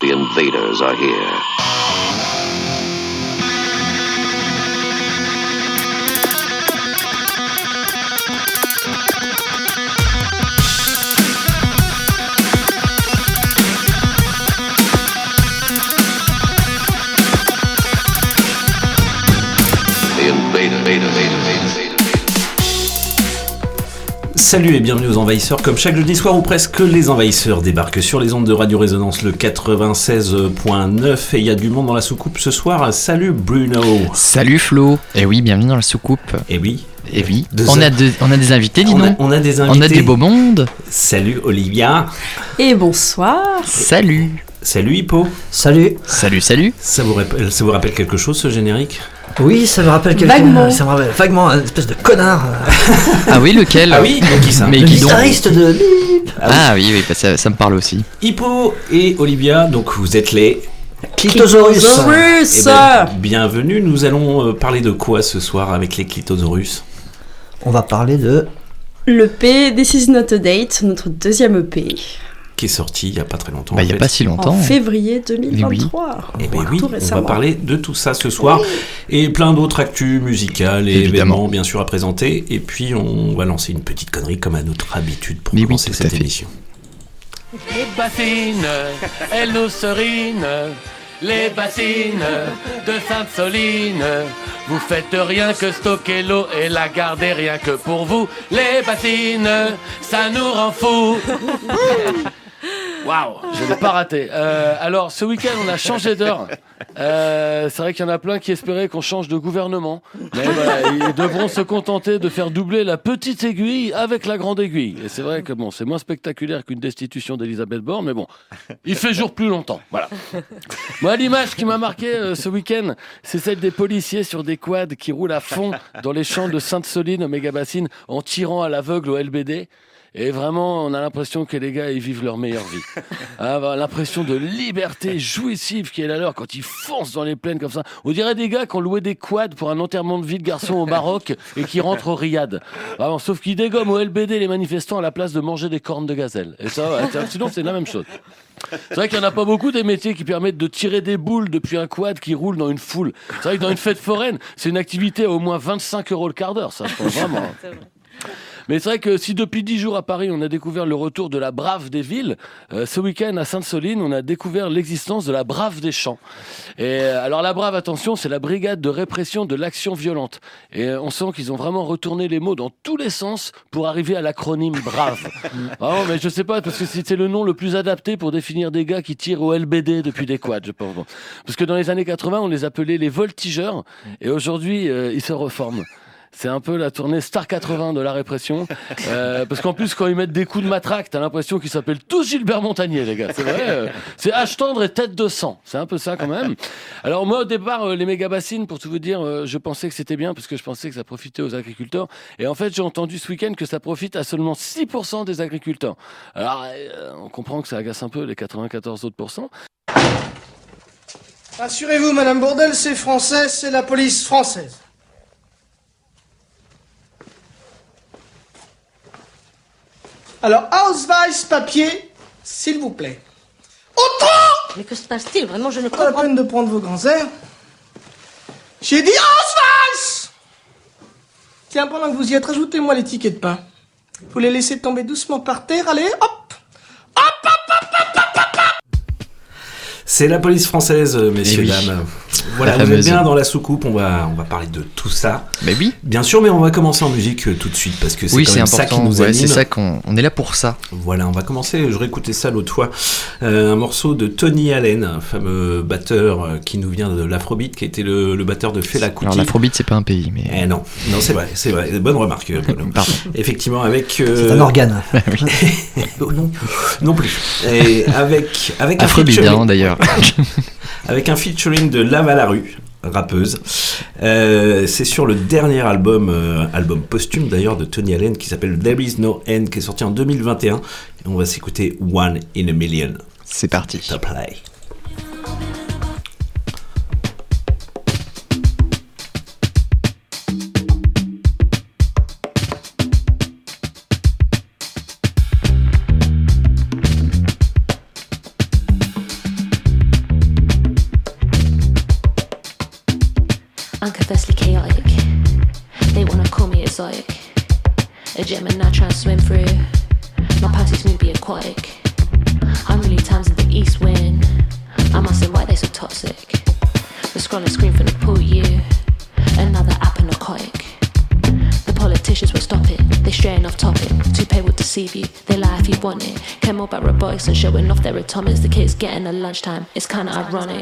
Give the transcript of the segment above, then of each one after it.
The invaders are here. Salut et bienvenue aux Envahisseurs. Comme chaque jeudi soir ou presque, les Envahisseurs débarquent sur les ondes de Radio Résonance, le 96.9, et il y a du monde dans la soucoupe ce soir. Salut Bruno. Salut Flo. Et oui, bienvenue dans la soucoupe. Et oui. Et oui. On a des invités, dis donc. On a des invités. On a du beau monde. Salut Olivia. Et bonsoir. Salut. Salut Hippo. Salut. Salut. Ça vous rappelle quelque chose ce générique ? Oui, ça me rappelle quelqu'un. Vaguement. Ça me rappelle vaguement un espèce de connard. Ah oui, lequel ? Ah oui, mais qui ça ? Mais le qui donc ? guitariste de Bip. Ah oui, bah ça me parle aussi. Hippo et Olivia, donc vous êtes les Clitosaurus. Eh ben, bienvenue, nous allons parler de quoi ce soir avec les Clitosaurus ? On va parler de L'EP This Is Not a Date, notre deuxième EP, qui est sorti il n'y a pas très longtemps. Bah, il n'y a pas si longtemps. en février 2023. Eh bien oui, Tout on va récemment. parler de tout ça ce soir, et plein d'autres actus musicales et Évidemment. événements bien sûr à présenter, et puis on va lancer une petite connerie comme à notre habitude pour Mais oui, commencer tout à cette fait. émission. Les bassines, elles nous serinent, les bassines de Sainte-Soline. Vous faites rien que stocker l'eau et la garder rien que pour vous. Les bassines, ça nous rend fous. Waouh, je l'ai pas raté. Alors, ce week-end, on a changé d'heure. C'est vrai qu'il y en a plein qui espéraient qu'on change de gouvernement. Mais voilà, ils devront se contenter de faire doubler la petite aiguille avec la grande aiguille. Et c'est vrai que bon, c'est moins spectaculaire qu'une destitution d'Elisabeth Borne, mais bon, il fait jour plus longtemps. Voilà. Moi, l'image qui m'a marqué ce week-end, c'est celle des policiers sur des quads qui roulent à fond dans les champs de Sainte-Soline au Mégabassine en tirant à l'aveugle au LBD. Et vraiment, on a l'impression que les gars, ils vivent leur meilleure vie. L'impression de liberté jouissive qui est la leur quand ils foncent dans les plaines comme ça. On dirait des gars qui ont loué des quads pour un enterrement de vie de garçon au Maroc et qui rentrent au Riyad. Vraiment, sauf qu'ils dégomment au LBD les manifestants à la place de manger des cornes de gazelle. Et ça, sinon, c'est la même chose. C'est vrai qu'il n'y en a pas beaucoup des métiers qui permettent de tirer des boules depuis un quad qui roule dans une foule. C'est vrai que dans une fête foraine, c'est une activité à au moins 25 € le quart d'heure, ça, je pense vraiment. Mais c'est vrai que si depuis 10 jours à Paris, on a découvert le retour de la brave des villes, ce week-end à Sainte-Soline, on a découvert l'existence de la brave des champs. Et alors la brave, attention, c'est la brigade de répression de l'action violente. Et on sent qu'ils ont vraiment retourné les mots dans tous les sens pour arriver à l'acronyme brave. Vraiment, mais je sais pas, parce que c'était le nom le plus adapté pour définir des gars qui tirent au LBD depuis des quads, je pense. Bon. Parce que dans les années 80, on les appelait les voltigeurs, et aujourd'hui, ils se reforment. C'est un peu la tournée Star 80 de la répression. Parce qu'en plus, quand ils mettent des coups de matraque, t'as l'impression qu'ils s'appellent tous Gilbert Montagnier, les gars. C'est vrai. C'est hache tendre et tête de sang. C'est un peu ça, quand même. Alors, moi, au départ, les méga-bassines, pour tout vous dire, je pensais que c'était bien parce que je pensais que ça profitait aux agriculteurs. Et en fait, j'ai entendu ce week-end que ça profite à seulement 6% des agriculteurs. Alors, on comprend que ça agace un peu les 94 autres pourcents. Rassurez-vous, Madame Bourdelle, c'est français, c'est la police française. Alors, Ausweis, papier, s'il vous plaît. Autant! Mais que se passe-t-il? Vraiment, je ne Pas la comprends peine de prendre vos grands airs. J'ai dit Ausweis! Tiens, pendant que vous y êtes, rajoutez-moi les tickets de pain. Vous les laissez tomber doucement par terre, allez, hop! C'est la police française, messieurs, oui. dames. Voilà, La vous êtes fameuse. bien dans la soucoupe, on va parler de tout ça. Mais oui. Bien sûr, mais on va commencer en musique tout de suite, parce que c'est Oui, quand c'est même ça important. qui nous Ouais, anime. c'est ça on est là pour ça. Voilà, on va commencer, je réécoutais ça l'autre fois, un morceau de Tony Allen, un fameux batteur qui nous vient de l'Afrobeat, qui était le batteur de Fela Kuti. Alors l'Afrobeat, c'est pas un pays, mais. Eh non, c'est vrai, bonne remarque. Bruno. Pardon. Effectivement, avec... C'est un organe. Oh, non plus. Et avec un Afrobeat, featuring, hein, d'ailleurs. avec un featuring de Lava la Rue, rappeuse. C'est sur le dernier album posthume d'ailleurs de Tony Allen qui s'appelle There Is No End, qui est sorti en 2021. Et on va s'écouter One in a Million. C'est parti. Top play. unconfessedly chaotic. They wanna call me exotic, a Gemini trying to swim through. My pussy's smooth be aquatic. I'm really times in the east wind. I must say why they so toxic. The scrolling screen from the pool, you. Another app and narcotic. The politicians will stop it. They straying off topic. Toupee will deceive you. They lie if you want it. Care more about robotics and showing off their atomics. The kids getting a lunchtime. It's kinda ironic.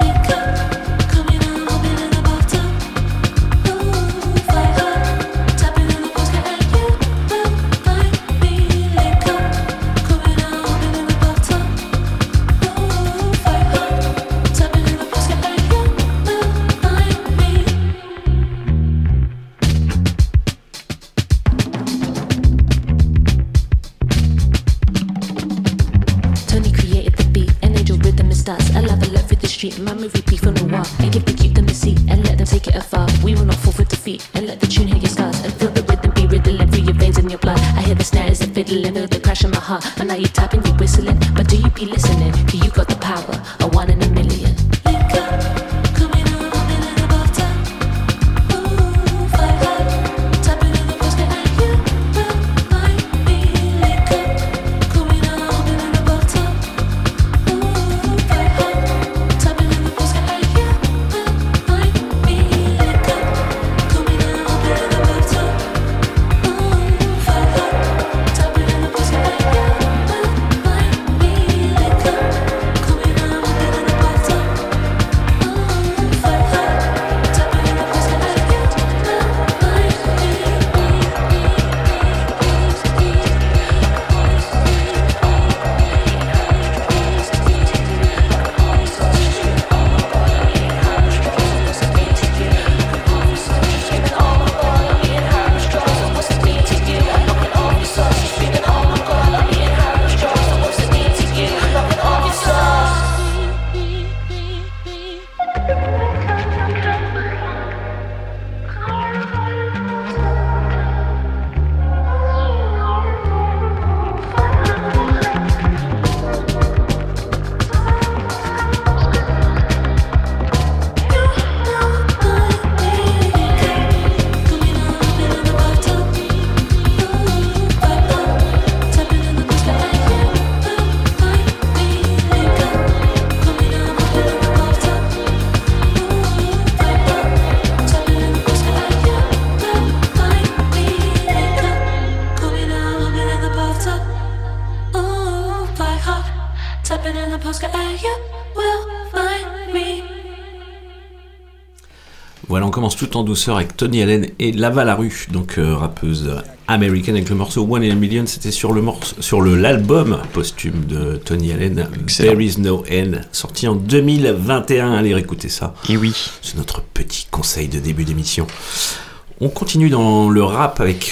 My movie beef on the wall and give the cute them a seat and let them take it afar. We will not fall for defeat and let the tune hit your scars and feel the rhythm be riddling through your veins and your blood. I hear the snares and fiddling, feel the crash in my heart. And now you tapping, you whistling, but do you be listening? 'Cause you got the power, a 1 in a million. Voilà, on commence tout en douceur avec Tony Allen et Lava la Rue, donc rappeuse américaine avec le morceau 1 in a Million. C'était sur l'album posthume de Tony Allen, Excellent. There Is No End, sorti en 2021. Allez réécouter ça. Et oui. C'est notre petit conseil de début d'émission. On continue dans le rap avec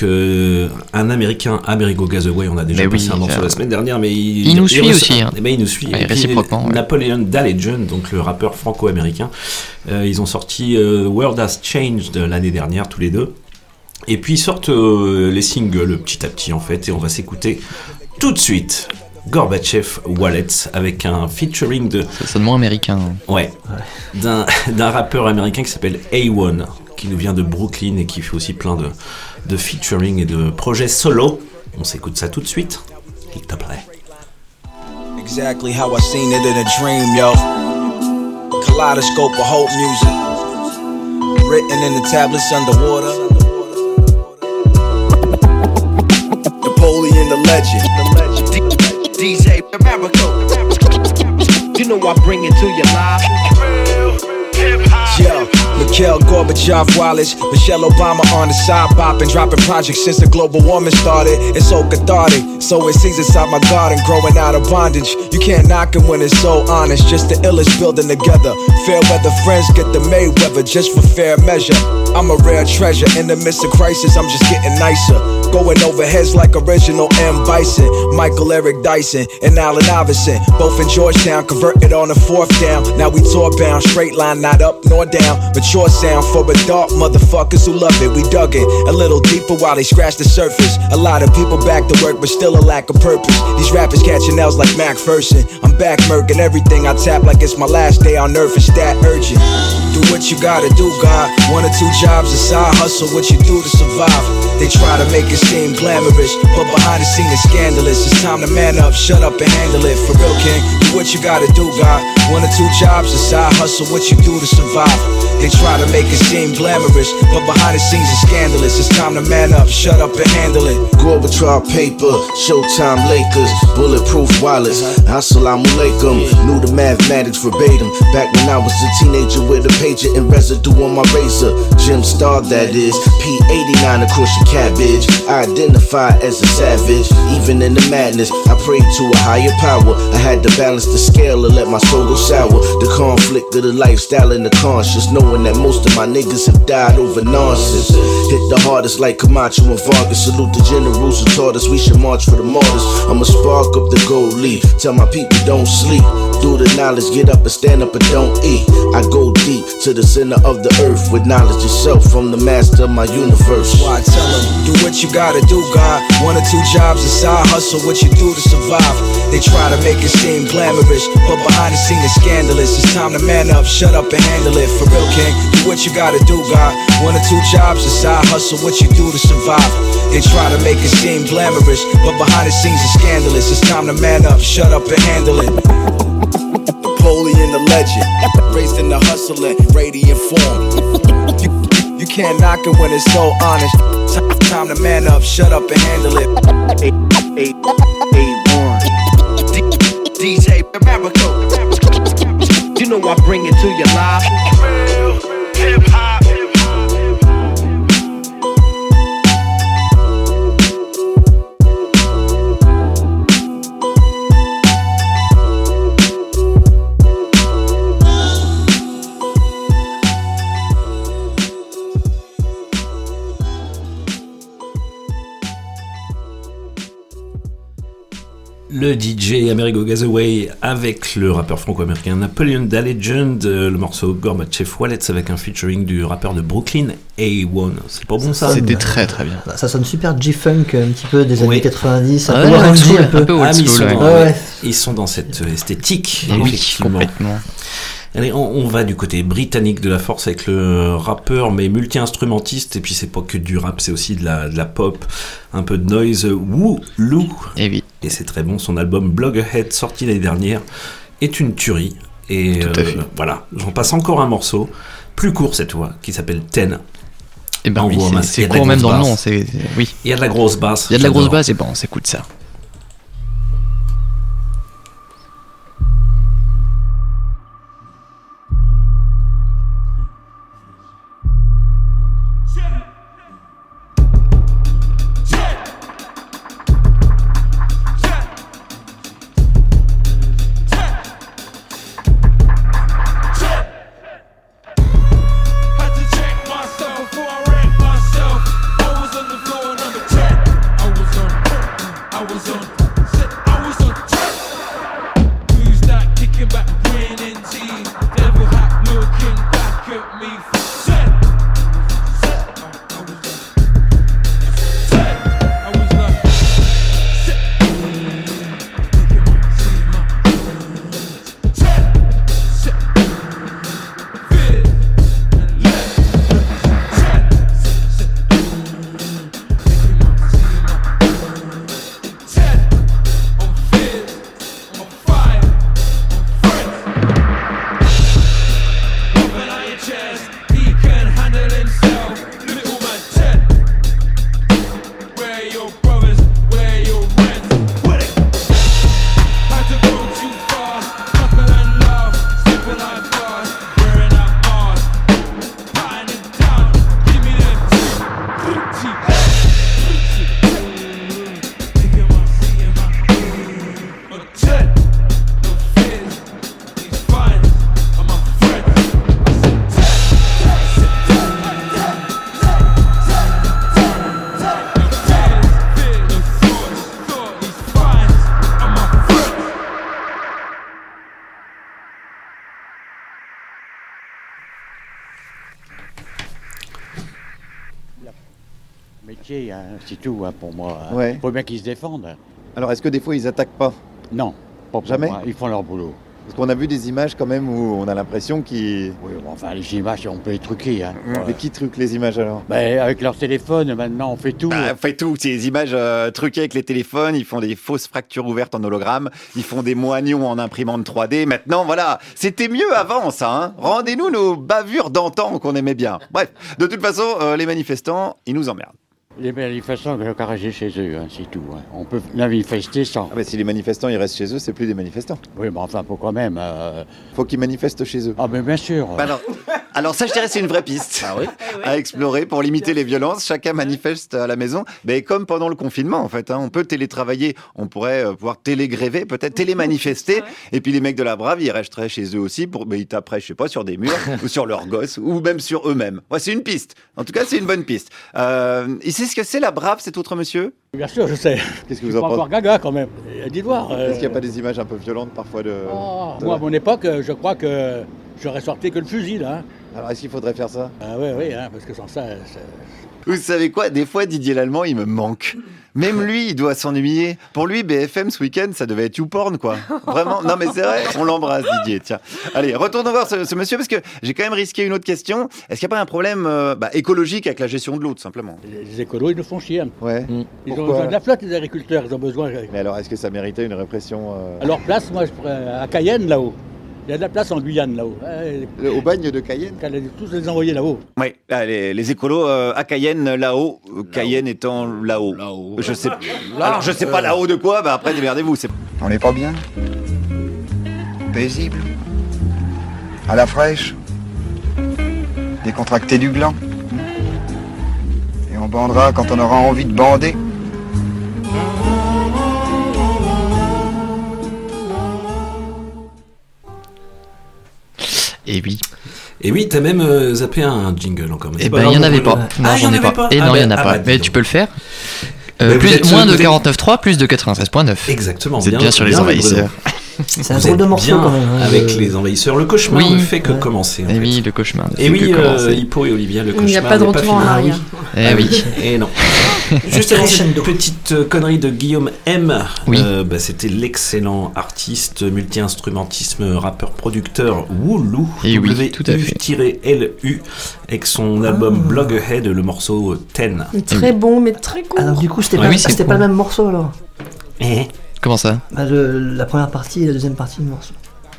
un Américain, Amerigo Gazaway. On a déjà passé un morceau la semaine dernière, mais il nous suit aussi. Hein. Il nous suit. Ouais, réciproquement. Napoleon Dalejon, donc le rappeur franco-américain. Ils ont sorti World Has Changed l'année dernière, tous les deux. Et puis ils sortent les singles petit à petit, en fait. Et on va s'écouter tout de suite Gorbatchev Wallets avec un featuring de... Ça sonne moins américain. Ouais. D'un rappeur américain qui s'appelle A1, qui nous vient de Brooklyn et qui fait aussi plein de featuring et de projets solo. On s'écoute ça tout de suite, s'il te plaît. Exactly how I seen it in a dream, yo. Kaleidoscope of hope music, written in the tablets underwater. Napoleon the legend, DJ America. You know I bring it to you live. Yo, Mikhail Gorbachev Wallace, Michelle Obama on the side bopping, dropping projects since the global warming started. It's so cathartic, so it sees inside my garden, growing out of bondage. You can't knock it when it's so honest, just the illest building together. Fair weather friends get the Mayweather just for fair measure. I'm a rare treasure in the midst of crisis, I'm just getting nicer. Going over heads like original M. Bison, Michael Eric Dyson, and Allen Iverson. Both in Georgetown, converted on the 4th down. Now we tour bound, straight line, not up nor down. Mature sound for adult motherfuckers who love it. We dug it a little deeper while they scratched the surface. A lot of people back to work, but still a lack of purpose. These rappers catching L's like Mac Ferson. I'm back murking everything I tap like it's my last day on earth and stat urgent. Do what you gotta do, God. 1 or 2 jobs, a side hustle, what you do to survive. They try to make it seem glamorous, but behind the scene it's scandalous. It's time to man up, shut up and handle it. For real, king, do what you gotta do, God. 1 or 2 jobs, a side hustle, what you do to survive. They try to make it seem glamorous, but behind the scenes it's scandalous. It's time to man up, shut up and handle it. Gorbachev paper, Showtime Lakers, bulletproof wallets. Assalamu alaikum, knew the mathematics verbatim. Back when I was a teenager with a pager and residue on my razor. Jim Star, that is, P89 across your cabbage. I identify as a savage, even in the madness. I prayed to a higher power. I had to balance the scale and let my soul go sour. The conflict of the lifestyle and the conscience, knowing that most of my niggas have died over nonsense. Hit the hardest like Camacho and Vargas. Salute the generals who taught us we should march for the martyrs. I'ma spark up the gold leaf, tell my people don't sleep. Do the knowledge, get up and stand up and don't eat. I go deep to the center of the earth with knowledge itself from the master of my universe. Why I tell them, do what you gotta do, God. 1 or 2 jobs, a side hustle, what you do to survive. They try to make it seem glamorous, but behind the scene it's scandalous. It's time to man up, shut up and handle it. For real, king, do what you gotta do, God. 1 or 2 jobs, a side hustle, what you do to survive. They try to make it seem glamorous, but behind the scenes it's scandalous. It's time to man up, shut up and handle it. Napoleon the legend, raised in the hustling, radiant form. You can't knock it when it's so honest. Time to man up, shut up and handle it. DJ America, you know I bring it to your live. Real hip hop. Le DJ Amerigo Gazaway avec le rappeur franco-américain Napoleon Da Legend, le morceau Gorbachev Wallets avec un featuring du rappeur de Brooklyn A1. C'est pas bon ça? C'était très très bien. Ça sonne super G-Funk, un petit peu des années 90, un Ah peu ouais, R&B, old un peu. old Ah, mais school, ils sont dans cette esthétique. Oui, effectivement. complètement. Allez, on va du côté britannique de la force avec le rappeur mais multi-instrumentiste, et puis c'est pas que du rap, c'est aussi de la pop, un peu de noise, Woo-Lou. Et oui. Et c'est très bon, son album Blog Ahead, sorti l'année dernière, est une tuerie. Et Tout à fait. voilà, j'en passe encore un morceau, plus court cette fois, qui s'appelle Ten. Et ben On oui, voit, il y c'est a de la court même grosse dans le basse. nom, oui. Il y a de la grosse basse. Il y a de la grosse j'adore. basse et bon, on s'écoute ça. I was Métier, c'est tout pour moi. Ouais. Faut bien qu'ils se défendent. Alors, est-ce que des fois, ils attaquent pas? Non, pas pour Jamais moi. Ils font leur boulot. Parce qu'on a vu des images quand même où on a l'impression qu'ils... Oui, bon, enfin, les images, on peut les truquer. Mais qui truquent les images alors? Avec leur téléphone, maintenant, on fait tout. On fait tout, c'est des images truquées avec les téléphones, ils font des fausses fractures ouvertes en hologramme, ils font des moignons en imprimante 3D. Maintenant, voilà, c'était mieux avant ça, hein. Rendez-nous nos bavures d'antan qu'on aimait bien. Bref, de toute façon, les manifestants, ils nous emmerdent. Les manifestants, il faut rester chez eux, c'est tout. On peut manifester sans. Ah bah si les manifestants ils restent chez eux, c'est plus des manifestants. Oui, mais enfin, faut quand même. Faut qu'ils manifestent chez eux. Ah, mais bien sûr. Alors ça, je dirais, c'est une vraie piste à explorer pour limiter les violences. Chacun manifeste à la maison. Mais comme pendant le confinement, en fait, hein, on peut télétravailler, on pourrait pouvoir télégréver, peut-être télémanifester. Et puis les mecs de la Brave, ils resteraient chez eux aussi, ils taperaient, je sais pas, sur des murs ou sur leurs gosses ou même sur eux-mêmes. Ouais, c'est une piste. En tout cas, c'est une bonne piste. Ici, ce que c'est la Brave, cet autre monsieur? Bien sûr, je sais. Qu'est-ce que vous en pensez? Pas encore gaga quand même. Dites voir. Est-ce qu'il n'y a pas des images un peu violentes parfois de... Moi, à mon époque, je crois que j'aurais sorti que le fusil, là. Alors, est-ce qu'il faudrait faire ça? Oui, parce que sans ça... Vous savez quoi? Des fois, Didier Lallemand, il me manque. Même lui, il doit s'ennuyer. Pour lui, BFM, ce week-end, ça devait être YouPorn, quoi. Vraiment. Non, mais c'est vrai. On l'embrasse, Didier. Tiens. Allez, retournons voir ce monsieur, parce que j'ai quand même risqué une autre question. Est-ce qu'il n'y a pas un problème écologique avec la gestion de l'eau, tout simplement? Les écolos, ils nous font chier. Ouais. Ils ont besoin de la flotte, les agriculteurs. Ils ont besoin... Mais alors, est-ce que ça méritait une répression À leur place, moi, à Cayenne, là-haut. Il y a de la place en Guyane, là-haut. Au bagne de Cayenne? Tous les envoyer là-haut. Oui, les écolos à Cayenne, là-haut. Cayenne étant là-haut. Je sais. Alors, je sais pas là-haut de quoi, après, démerdez-vous. On n'est pas bien? Paisible? À la fraîche? Décontracté du gland? Et on bandera quand on aura envie de bander? Et oui, t'as même zappé un jingle encore. Eh ben, il n'y en avait pas. Non, j'en ai pas. Et non, il n'y en a pas. Mais tu peux le faire. Moins de 49.3, plus de 93.9. Exactement. C'est bien sur les envahisseurs. C'est un drôle de morceau quand même. Avec les envahisseurs. Le cauchemar ne fait que commencer. Et oui, le cauchemar. Et oui, Hippo et Olivia, le cauchemar. Il n'y a pas de retour en arrière. Eh oui. Et non. Juste avant cette petite connerie de Guillaume M, c'était l'excellent artiste, multi-instrumentisme, rappeur, producteur Wooloo, W-U-L-U, avec son album Blog Ahead, le morceau 10. Très bon, mais très court. Alors du coup, c'était pas le même morceau alors? Comment ça? La première partie et la deuxième partie du morceau.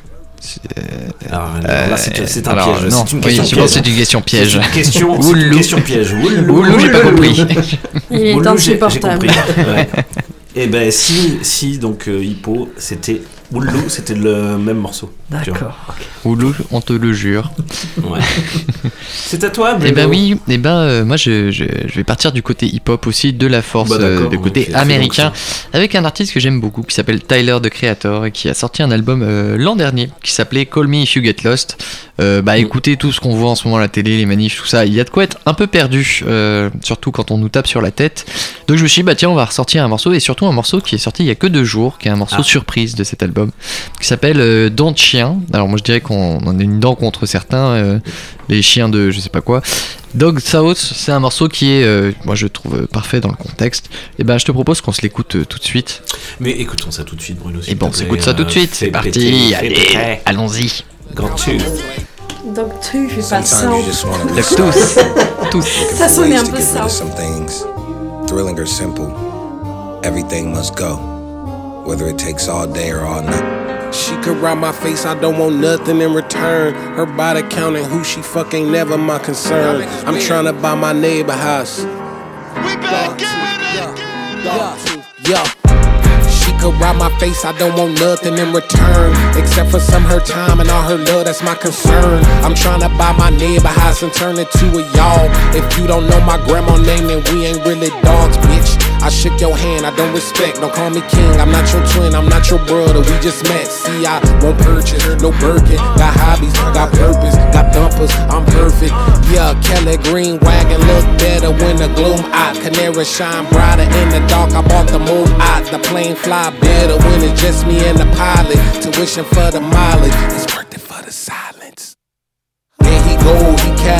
Alors là, c'est un piège. Non, c'est une question je pense que c'est une question piège. C'est une question piège. Wooloo, j'ai pas compris. Il est insupportable. Et ben si donc Hippo, c'était Wooloo, c'était le même morceau. D'accord. Wooloo, on te le jure. Ouais. C'est à toi, Bruno. Eh ben oui, moi je vais partir du côté hip-hop aussi, de la force, du côté américain, avec un artiste que j'aime beaucoup qui s'appelle Tyler, The Creator, et qui a sorti un album l'an dernier qui s'appelait Call Me If You Get Lost. Écoutez tout ce qu'on voit en ce moment à la télé, les manifs, tout ça, il y a de quoi être un peu perdu, surtout quand on nous tape sur la tête. Donc je me suis dit, tiens, on va ressortir un morceau, et surtout un morceau qui est sorti il y a que 2 jours, qui est un morceau surprise de cet album, qui s'appelle Dents de chien. Alors moi je dirais qu'on en a une dent contre certains, les chiens de je sais pas quoi. Dog South, c'est un morceau qui est, moi je trouve parfait dans le contexte. Et je te propose qu'on se l'écoute tout de suite. Mais écoutons ça tout de suite, Bruno. Et on s'écoute ça tout de suite, c'est parti, allez, allons-y. Dogtooth. Dogtooth, je fais pas ça. Tous. Ça sonnait un peu ça. Thrilling or simple, everything must go, whether it takes all day or all night. She could ride my face, I don't want nothing in return. Her body counting who she fuck ain't never my concern. I'm tryna buy my neighbor house. We back yeah. She could ride my face, I don't want nothing in return, except for some her time and all her love, that's my concern. I'm tryna buy my neighbor house and turn it to a y'all. If you don't know my grandma name, then we ain't really dogs, bitch. I shook your hand, I don't respect, don't call me king. I'm not your twin, I'm not your brother, we just met. See, I won't purchase, no Birkin. Got hobbies, got purpose, got dumpers, I'm perfect. Yeah, Kelly Green wagon look better when the gloom out. Canary shine brighter in the dark, I bought the moon out. The plane fly better when it's just me and the pilot. Tuition for the mileage, it's worth it for the silence. There he go, he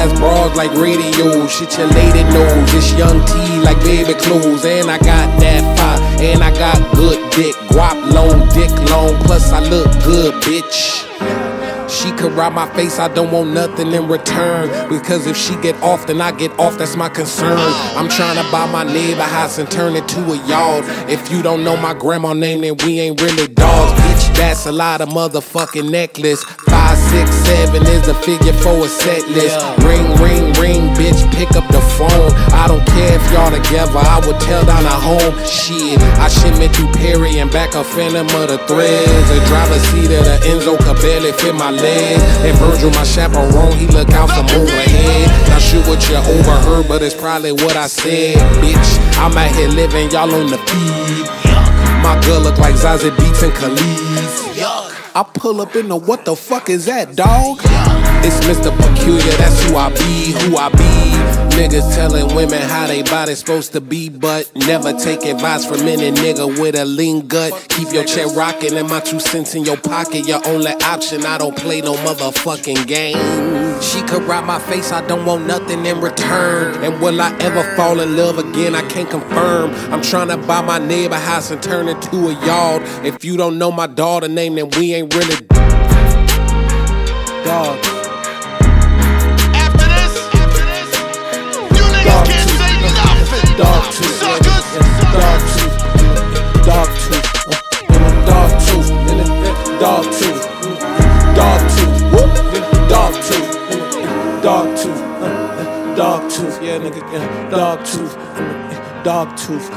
ass bras like radio. Shit your lady knows. It's young T like baby clothes. And I got that fire. And I got good dick. Guap long, dick long. Plus I look good, bitch. She could ride my face, I don't want nothing in return. Because if she get off, then I get off, that's my concern. I'm trying to buy my neighbor house and turn it to a yard. If you don't know my grandma name, then we ain't really dogs, bitch. That's a lot of motherfucking necklace. 5, 6, 7 is the figure for a set list. Ring, ring, ring, bitch, pick up the phone. I don't care if y'all together, I would tell down at home. Shit, I shimmy through Perry and back a Phantom of the Threads. The driver's seat of the Enzo could barely fit my leg. And Virgil, my chaperone, he look out from overhead. Not sure what you overheard, but it's probably what I said. Bitch, I'm out here living, y'all on the feed. My girl look like Zazie Beetz and Khalees. I pull up in the what the fuck is that, dog? It's Mr. Peculiar, that's who I be, Niggas telling women how they body's supposed to be, but never take advice from any nigga with a lean gut. Keep your check rocking and my 2 cents in your pocket, your only option. I don't play no motherfucking game. She could ride my face, I don't want nothing in return. And will I ever fall in love again? I can't confirm. I'm trying to buy my neighbor house and turn it to a yard. If you don't know my daughter name, then we ain't really dog. Dog tooth, dog tooth, dog tooth, dog tooth, dog tooth, dog tooth, dog tooth, dog tooth, dog tooth, yeah, nigga, dog tooth, dog tooth.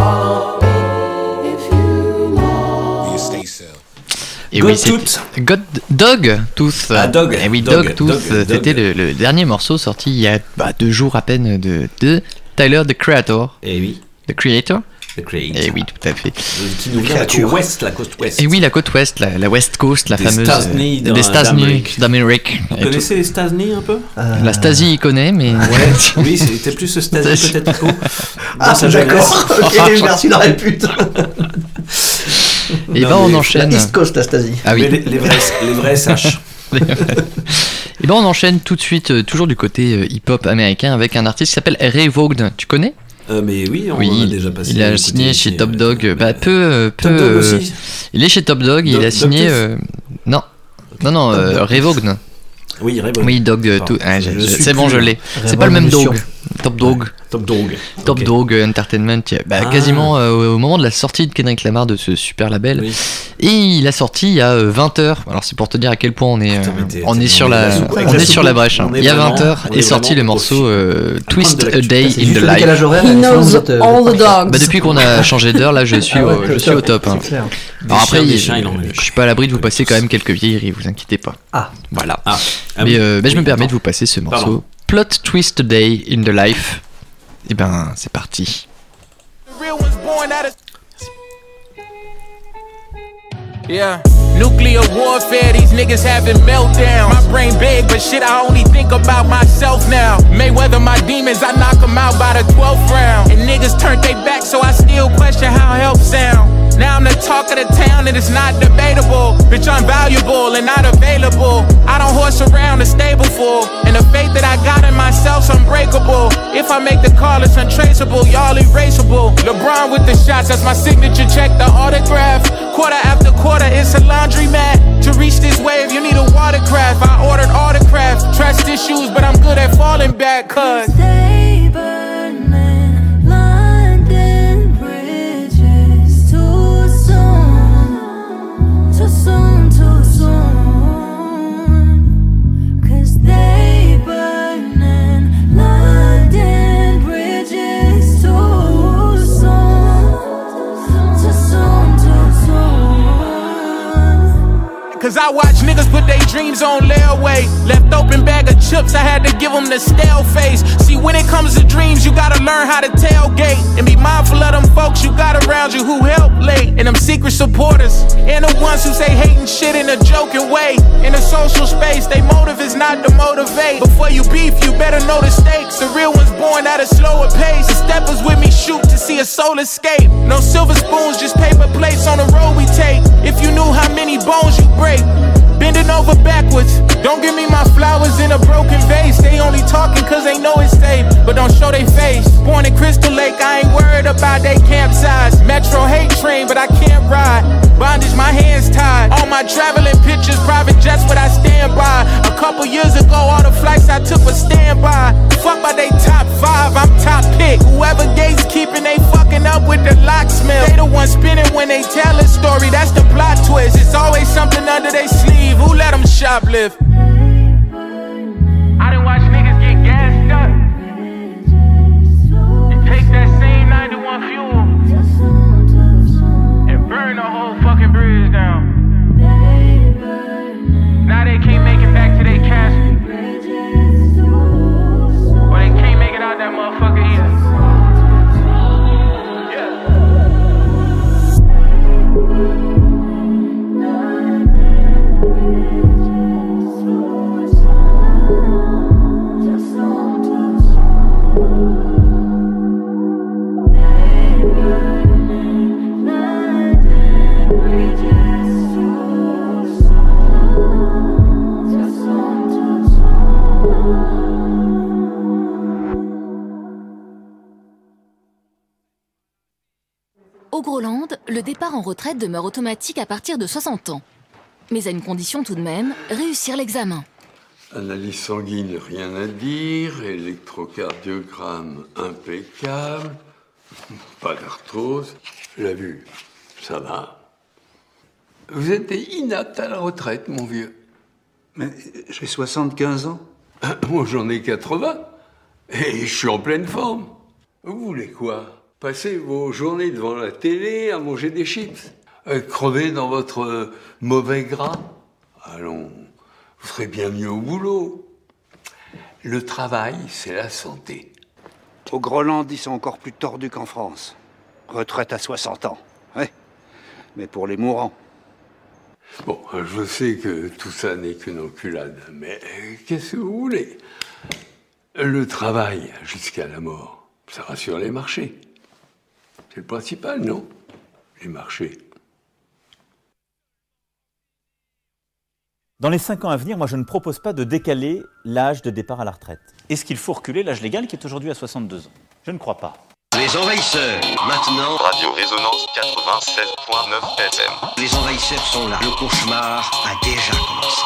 Et oui, Dog Tooth. Ah, Dog. Et oui, Dog Tooth, c'était le dernier morceau sorti il y a 2 jours à peine de Tyler, the Creator. Et oui. The Creator. The Creator. Et oui, tout à fait. Qui nous vient de la côte ouest. Et oui, la côte ouest, la West Coast, la fameuse. Des Stasny d'Amérique. Vous connaissez les Stasny un peu La Stasi, il connaît, mais. Ouais, oui, c'était plus ce Stasi peut-être. Ah, d'accord. Ok, merci la répute. Et ben on enchaîne. La East Coast, la Stasi. Ah oui. Les vrais SH. Et ben on enchaîne tout de suite, toujours du côté hip-hop américain, avec un artiste qui s'appelle Ray Vaughn. Tu connais ? Mais oui, on a déjà passé. Il a signé chez Top Dog. Top Dog aussi. Il est chez Top Dog. Il a signé. Non, Ray Vaughn. Oui, Ray Vaughn. Oui, Dog. C'est bon, je l'ai. C'est pas le même Dog. Top Dog. Top Dog Entertainment, quasiment au moment de la sortie de Kendrick Lamar de ce super label. Oui. Et il a sorti il y a 20h. Alors c'est pour te dire à quel point on est sur la brèche. Il y a 20h est sorti le morceau Twist a Day in the Life. He knows all the dogs. Depuis qu'on a changé d'heure, là je suis au top. Alors après, je suis pas à l'abri de vous passer quand même quelques vieilleries, vous inquiétez pas. Voilà. Mais je me permets de vous passer ce morceau. Plot Twist a Day in the Life. Et ben, c'est parti. Yeah. Nuclear warfare, these niggas having meltdowns. My brain big, but shit, I only think about myself now. Mayweather, my demons, I knock them out by the 12th round. And niggas turned their back, so I still question how help sound. Now I'm the talk of the town and it's not debatable. Bitch, I'm valuable and not available. I don't horse around a stable full. And the faith that I got in myself's unbreakable. If I make the call, it's untraceable, y'all erasable. LeBron with the shots, that's my signature, check the autograph. Quarter after quarter, it's a laundromat. To reach this wave, you need a watercraft. I ordered autograph, trust issues, but I'm good at falling back, cause cause I watch niggas put their dreams on layaway. Left open bag of chips, I had to give them the stale face. See, when it comes to dreams, you gotta learn how to tailgate. And be mindful of them folks you got around you who help late. And them secret supporters, and the ones who say hating shit in a joking way. In a social space, they motive is not to motivate. Before you beef, you better know the stakes. The real ones born at a slower pace. The steppers with me shoot to see a soul escape. No silver spoons, just paper plates on the road we take. If you knew how many bones you break. Bending over backwards, don't give me my flowers in a broken vase. They only talk shoplift. I done watch niggas get gassed up. You take that same 91 fuel and burn the whole fucking bridge down. Now they can't make it back to their castle. Or they can't make it out that motherfucker either. Au Groland, le départ en retraite demeure automatique à partir de 60 ans. Mais à une condition tout de même, réussir l'examen. Analyse sanguine, rien à dire. Électrocardiogramme, impeccable. Pas d'arthrose. La vue, ça va. Vous êtes inapte à la retraite, mon vieux. Mais j'ai 75 ans. Moi, j'en ai 80. Et je suis en pleine forme. Vous voulez quoi? Passer vos journées devant la télé à manger des chips, crever dans votre mauvais gras. Allons, vous serez bien mieux au boulot. Le travail, c'est la santé. Au Groland, ils sont encore plus tordus qu'en France. Retraite à 60 ans. Ouais. Mais pour les mourants. Bon, je sais que tout ça n'est qu'une enculade, mais qu'est-ce que vous voulez? Le travail jusqu'à la mort, ça rassure les marchés. C'est le principal, non? Les marchés. Dans les 5 ans à venir, moi je ne propose pas de décaler l'âge de départ à la retraite. Est-ce qu'il faut reculer l'âge légal qui est aujourd'hui à 62 ans? Je ne crois pas. Les envahisseurs, maintenant. Radio Résonance 96.9 FM. Les envahisseurs sont là. Le cauchemar a déjà commencé.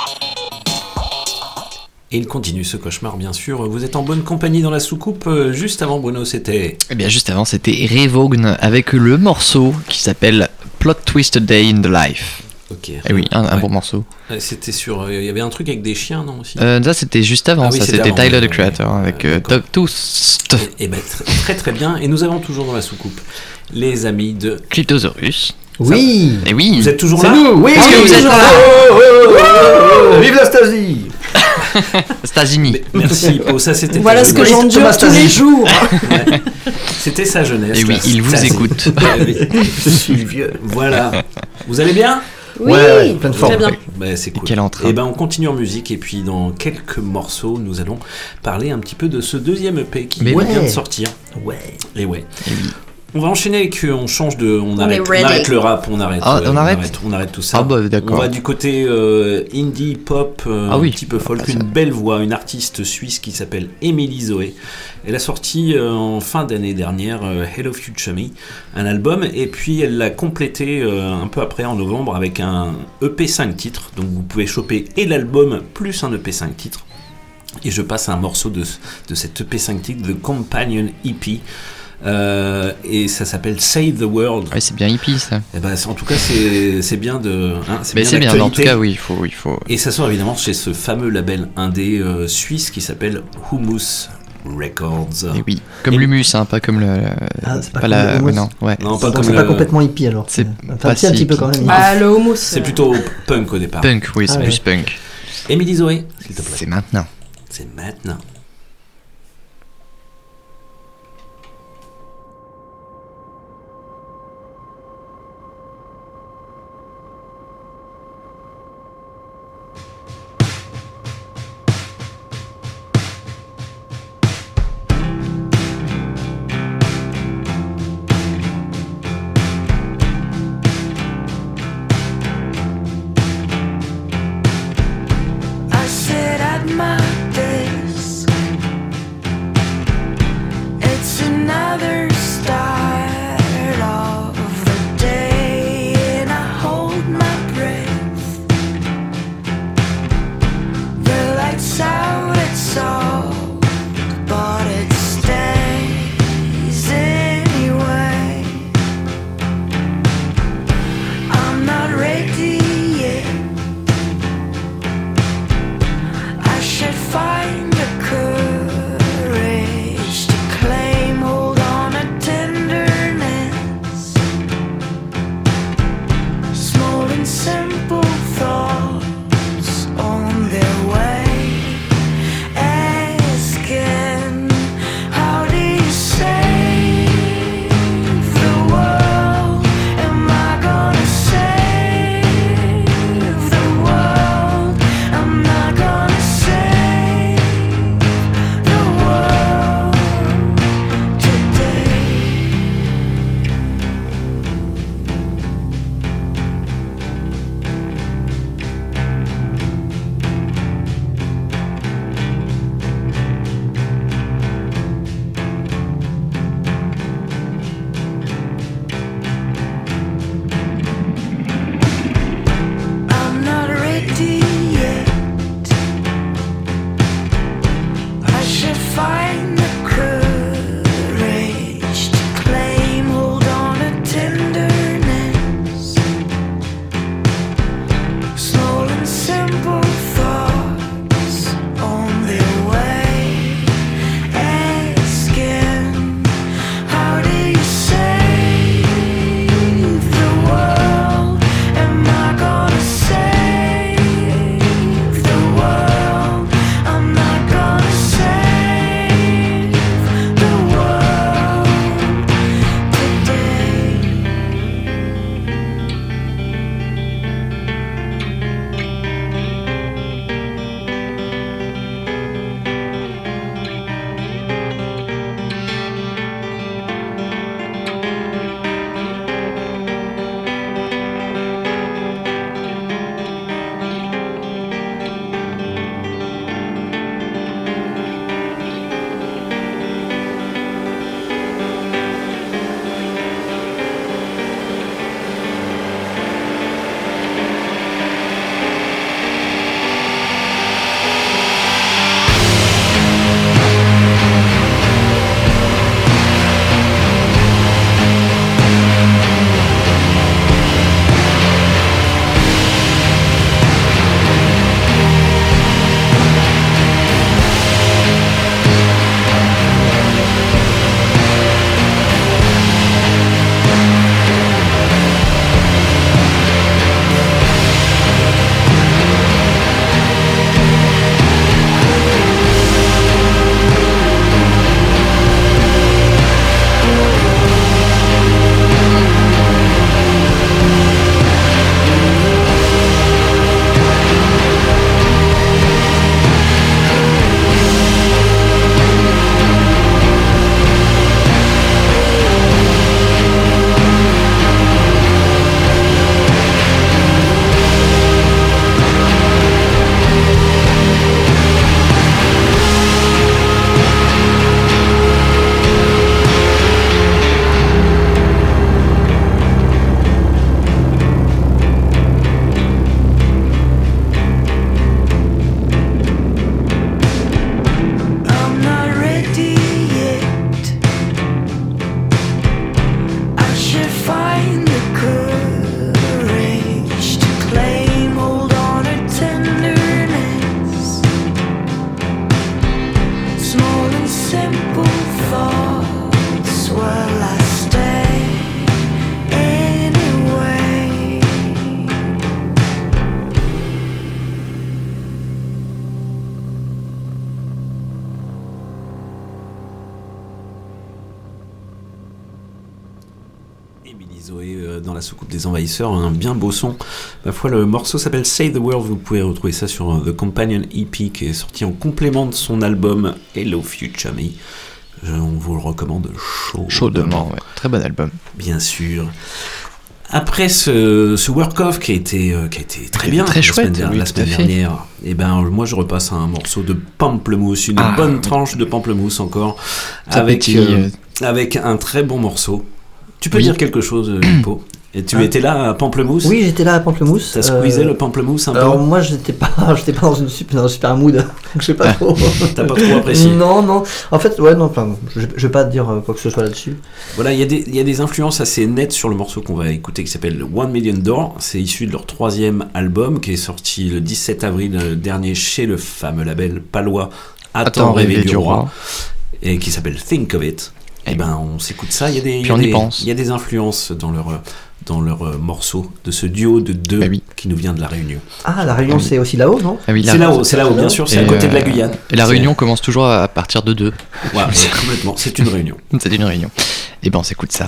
Et il continue ce cauchemar, bien sûr. Vous êtes en bonne compagnie dans la soucoupe. Juste avant, Bruno, c'était... Eh bien, juste avant, c'était Revogne avec le morceau qui s'appelle Plot Twist Day in the Life. Ok. Eh oui, un bon morceau. C'était sur... Il y avait un truc avec des chiens, non, aussi? Ça, c'était juste avant. Oui, c'était avant, Tyler, the Creator, avec Dog Toast. Et ben, très très bien. Et nous avons toujours dans la soucoupe les amis de... Cryptosaurus. Oui. Et oui. Vous êtes toujours C'est là? nous. Oui, est-ce que vous êtes là? Vive la Stasi. Stasini. Merci. Oh, ça, c'était voilà ce que j'endure tous les jours. Ouais. C'était sa jeunesse. Et oui, il vous écoute. Je suis vieux. Voilà. Vous allez bien? Oui, ouais, plein de forme. très bien. Bah, c'est cool. Quelle entrée. Et ben on continue en musique et puis dans quelques morceaux nous allons parler un petit peu de ce deuxième EP qui vient de sortir. Ouais. Et ouais. Et oui. On va enchaîner avec, on change de, on arrête le rap, on arrête tout ça. Ah bah d'accord. On va du côté indie pop, un petit peu folk, une belle voix, une artiste suisse qui s'appelle Emily Zoé. Elle a sorti en fin d'année dernière Hello Future Me, un album, et puis elle l'a complété un peu après en novembre avec un EP 5 titres. Donc vous pouvez choper et l'album plus un EP 5 titres. Et je passe un morceau de cet EP 5 titres, The Companion EP. Et ça s'appelle Save the World. Ouais, c'est bien hippie ça. Et ben, en tout cas, c'est bien de. Hein, mais c'est bien, en tout cas, oui, il faut. Et ça sort évidemment chez ce fameux label indé suisse qui s'appelle Humus Records. Et oui, comme l'humus, hein, pas comme le. C'est pas la. Non, ouais. Non, pas donc comme pas complètement hippie alors. C'est pas un petit peu quand même. Ah, le humus. C'est plutôt punk au départ. Punk, oui, c'est plus punk. Emily Zoé, s'il te plaît. C'est maintenant. C'est maintenant. Billy Zoé dans la soucoupe des envahisseurs, un bien beau son. Ma foi, le morceau s'appelle Save the World, vous pouvez retrouver ça sur The Companion EP qui est sorti en complément de son album Hello Future Me. On vous le recommande chaudement. Ouais. Très bon album. Bien sûr. Après ce work-off qui a été très bien très chouette, la semaine dernière, et ben moi je repasse un morceau de pamplemousse, une bonne tranche de pamplemousse encore, avec un très bon morceau. Tu peux dire quelque chose, Lupo? Et tu étais là à Pamplemousse? Oui, j'étais là à Pamplemousse. T'as squeezé le pamplemousse un peu? Alors moi, j'étais pas dans un super mood, donc je sais pas trop. T'as pas trop apprécié? Non. En fait, je vais pas te dire quoi que ce soit là-dessus. Voilà, il y a des influences assez nettes sur le morceau qu'on va écouter qui s'appelle 1 Million Door. C'est issu de leur 3e album qui est sorti le 17 avril dernier chez le fameux label palois Attends rêver du roi et qui s'appelle Think of It. Et ben on s'écoute ça, il y a des influences dans leur morceau de ce duo de deux qui nous vient de la Réunion. Ah, la Réunion c'est aussi là-haut, non? C'est là-haut, bien sûr, c'est à côté de la Guyane. Et la Réunion commence toujours à partir de 2. Ouais, complètement, c'est une réunion. C'est une réunion. Et ben on s'écoute ça.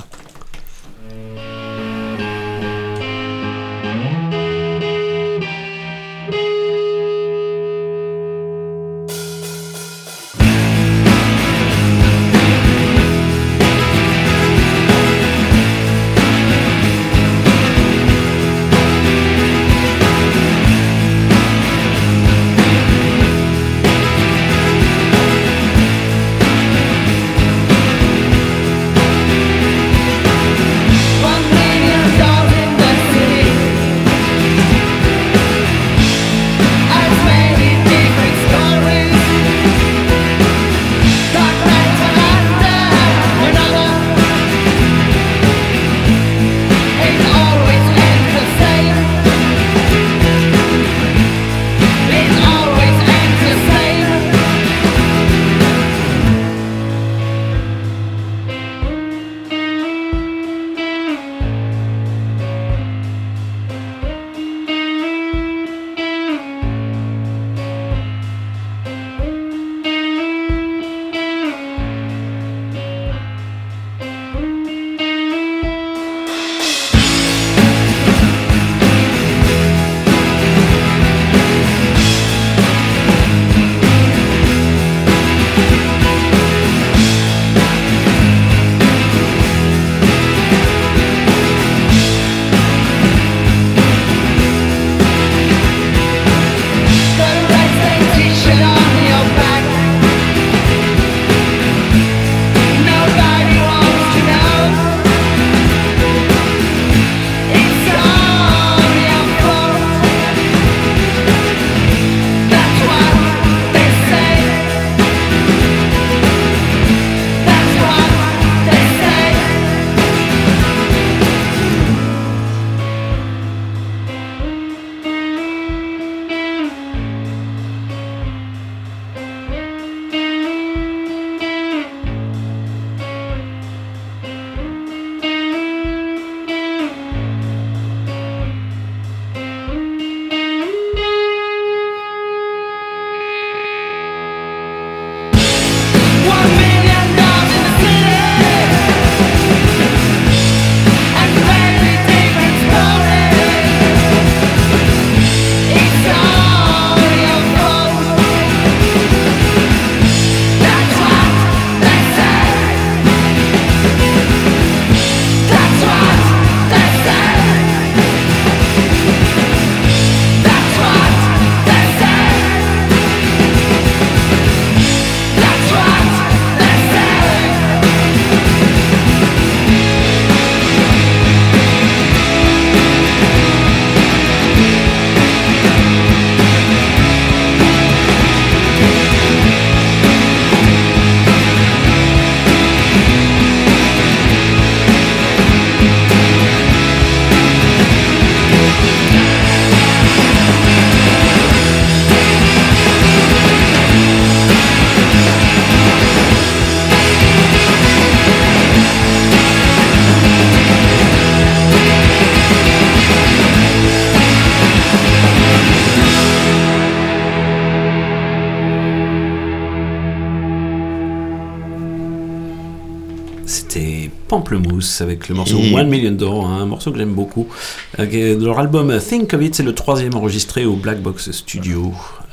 Pamplemousse avec le morceau Et- 1 Million Door, un morceau que j'aime beaucoup. Leur album Think of It, c'est le 3e enregistré au Black Box Studio.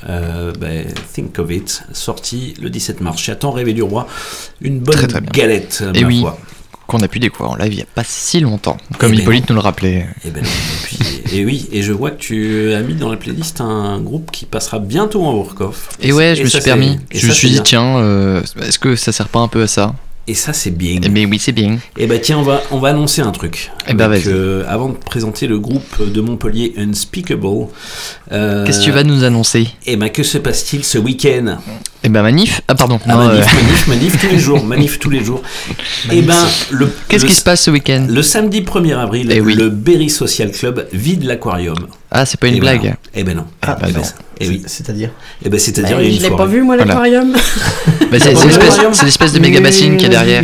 Think of It, sorti le 17 mars. J'attends Rêver du Roi, une bonne Très, très bien. galette, Et ma oui, foi. qu'on a pu découvrir en live il n'y a pas si longtemps, comme Eh ben Hippolyte nous le rappelait. Et oui, et je vois que tu as mis dans la playlist un groupe qui passera bientôt en work-off. Et ouais, je me suis permis. Je me suis dit, bien. tiens, est-ce que ça sert pas un peu à ça? Et ça, c'est bien. Mais oui, c'est bien. Et bah tiens, on va annoncer un truc. Eh ben, Avec, vas-y. avant de présenter le groupe de Montpellier Unspeakable. Qu'est-ce que tu vas nous annoncer? Et bah que se passe-t-il ce week-end? Eh ben manif. Ah pardon. Ah, Non, manif tous les jours. Manif tous les jours. Et ben Qu'est-ce qui se passe ce week-end? Le samedi 1er avril, Eh oui. le Berry Social Club vide l'aquarium. Ah, c'est pas une Et blague. voilà. Eh ben non. Ah, bah non. Et oui. C'est-à-dire Eh ben c'est-à-dire il y a une Je l'ai soirée. pas vu, moi, Voilà. l'aquarium. Bah, c'est l'espèce de méga bassine qui est derrière.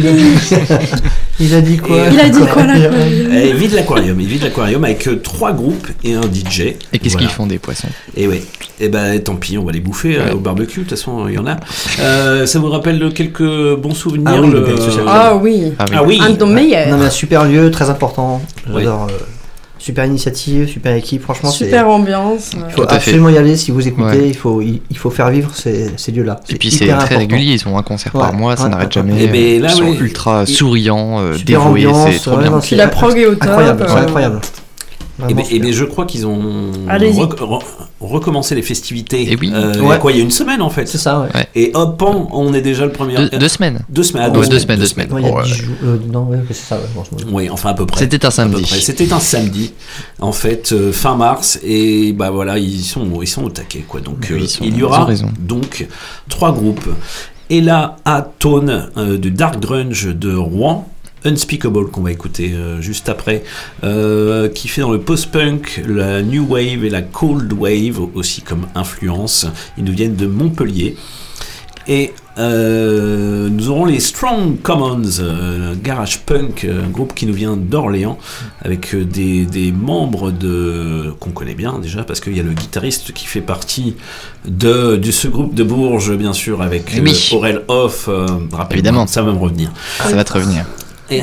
Il a dit quoi? Il a dit quoi, l'aquarium? Il vide l'aquarium avec 3 groupes et un DJ. Et qu'est-ce Voilà. qu'ils font des poissons? Et ouais. Et ben tant pis, on va les bouffer au barbecue. De toute façon, il y en a. Ça vous rappelle quelques bons souvenirs? Ah oui, le Berry Social Club. Ah oui. Ah oui. Un de nos meilleurs. Non, mais un super lieu, très important. Oui. J'adore. Super initiative, super équipe. Franchement, Super ambiance. il faut Tout à fait. absolument y aller si vous écoutez. Ouais. Il faut faire vivre ces lieux-là. Et puis c'est hyper très important. régulier, ils ont un concert par Ouais, mois, ça ouais, n'arrête ouais. jamais. Et ben, là, ils sont oui. ultra souriants, Super dévoués, ambiance, c'est trop ouais, bien. non, Puis la prog est au top. Incroyable, c'est incroyable. Et Vraiment super. ben je crois qu'ils ont Allez-y. recommencé les festivités. Et oui. Il y a Ouais. quoi? Il y a une semaine en fait. C'est ça, ouais. Ouais. Et hop, on est déjà le premier. 2 semaines. 2 semaines. Ah, Ouais, 2 semaines. Ouais, il y a Ouais. 10 jours. Non, ouais, c'est ça, ouais, franchement. Oui, enfin à peu près. C'était un À peu samedi. près. C'était un samedi, en fait, fin mars, et bah voilà, ils sont au taquet, quoi. Donc Oui, il y ils ont aura raison. donc 3 groupes. Ella Atone de Dark Grunge de Rouen. Unspeakable qu'on va écouter juste après, qui fait dans le post-punk, la new wave et la cold wave aussi comme influence. Ils nous viennent de Montpellier. Et nous aurons les Strong Commons, garage punk, un groupe qui nous vient d'Orléans, avec des membres qu'on connaît bien déjà, parce qu'il y a le guitariste qui fait partie de ce groupe de Bourges, bien sûr, avec Oui. Aurel Hoff, rappelle-moi, Évidemment. ça va me revenir. Ça va te revenir. Et-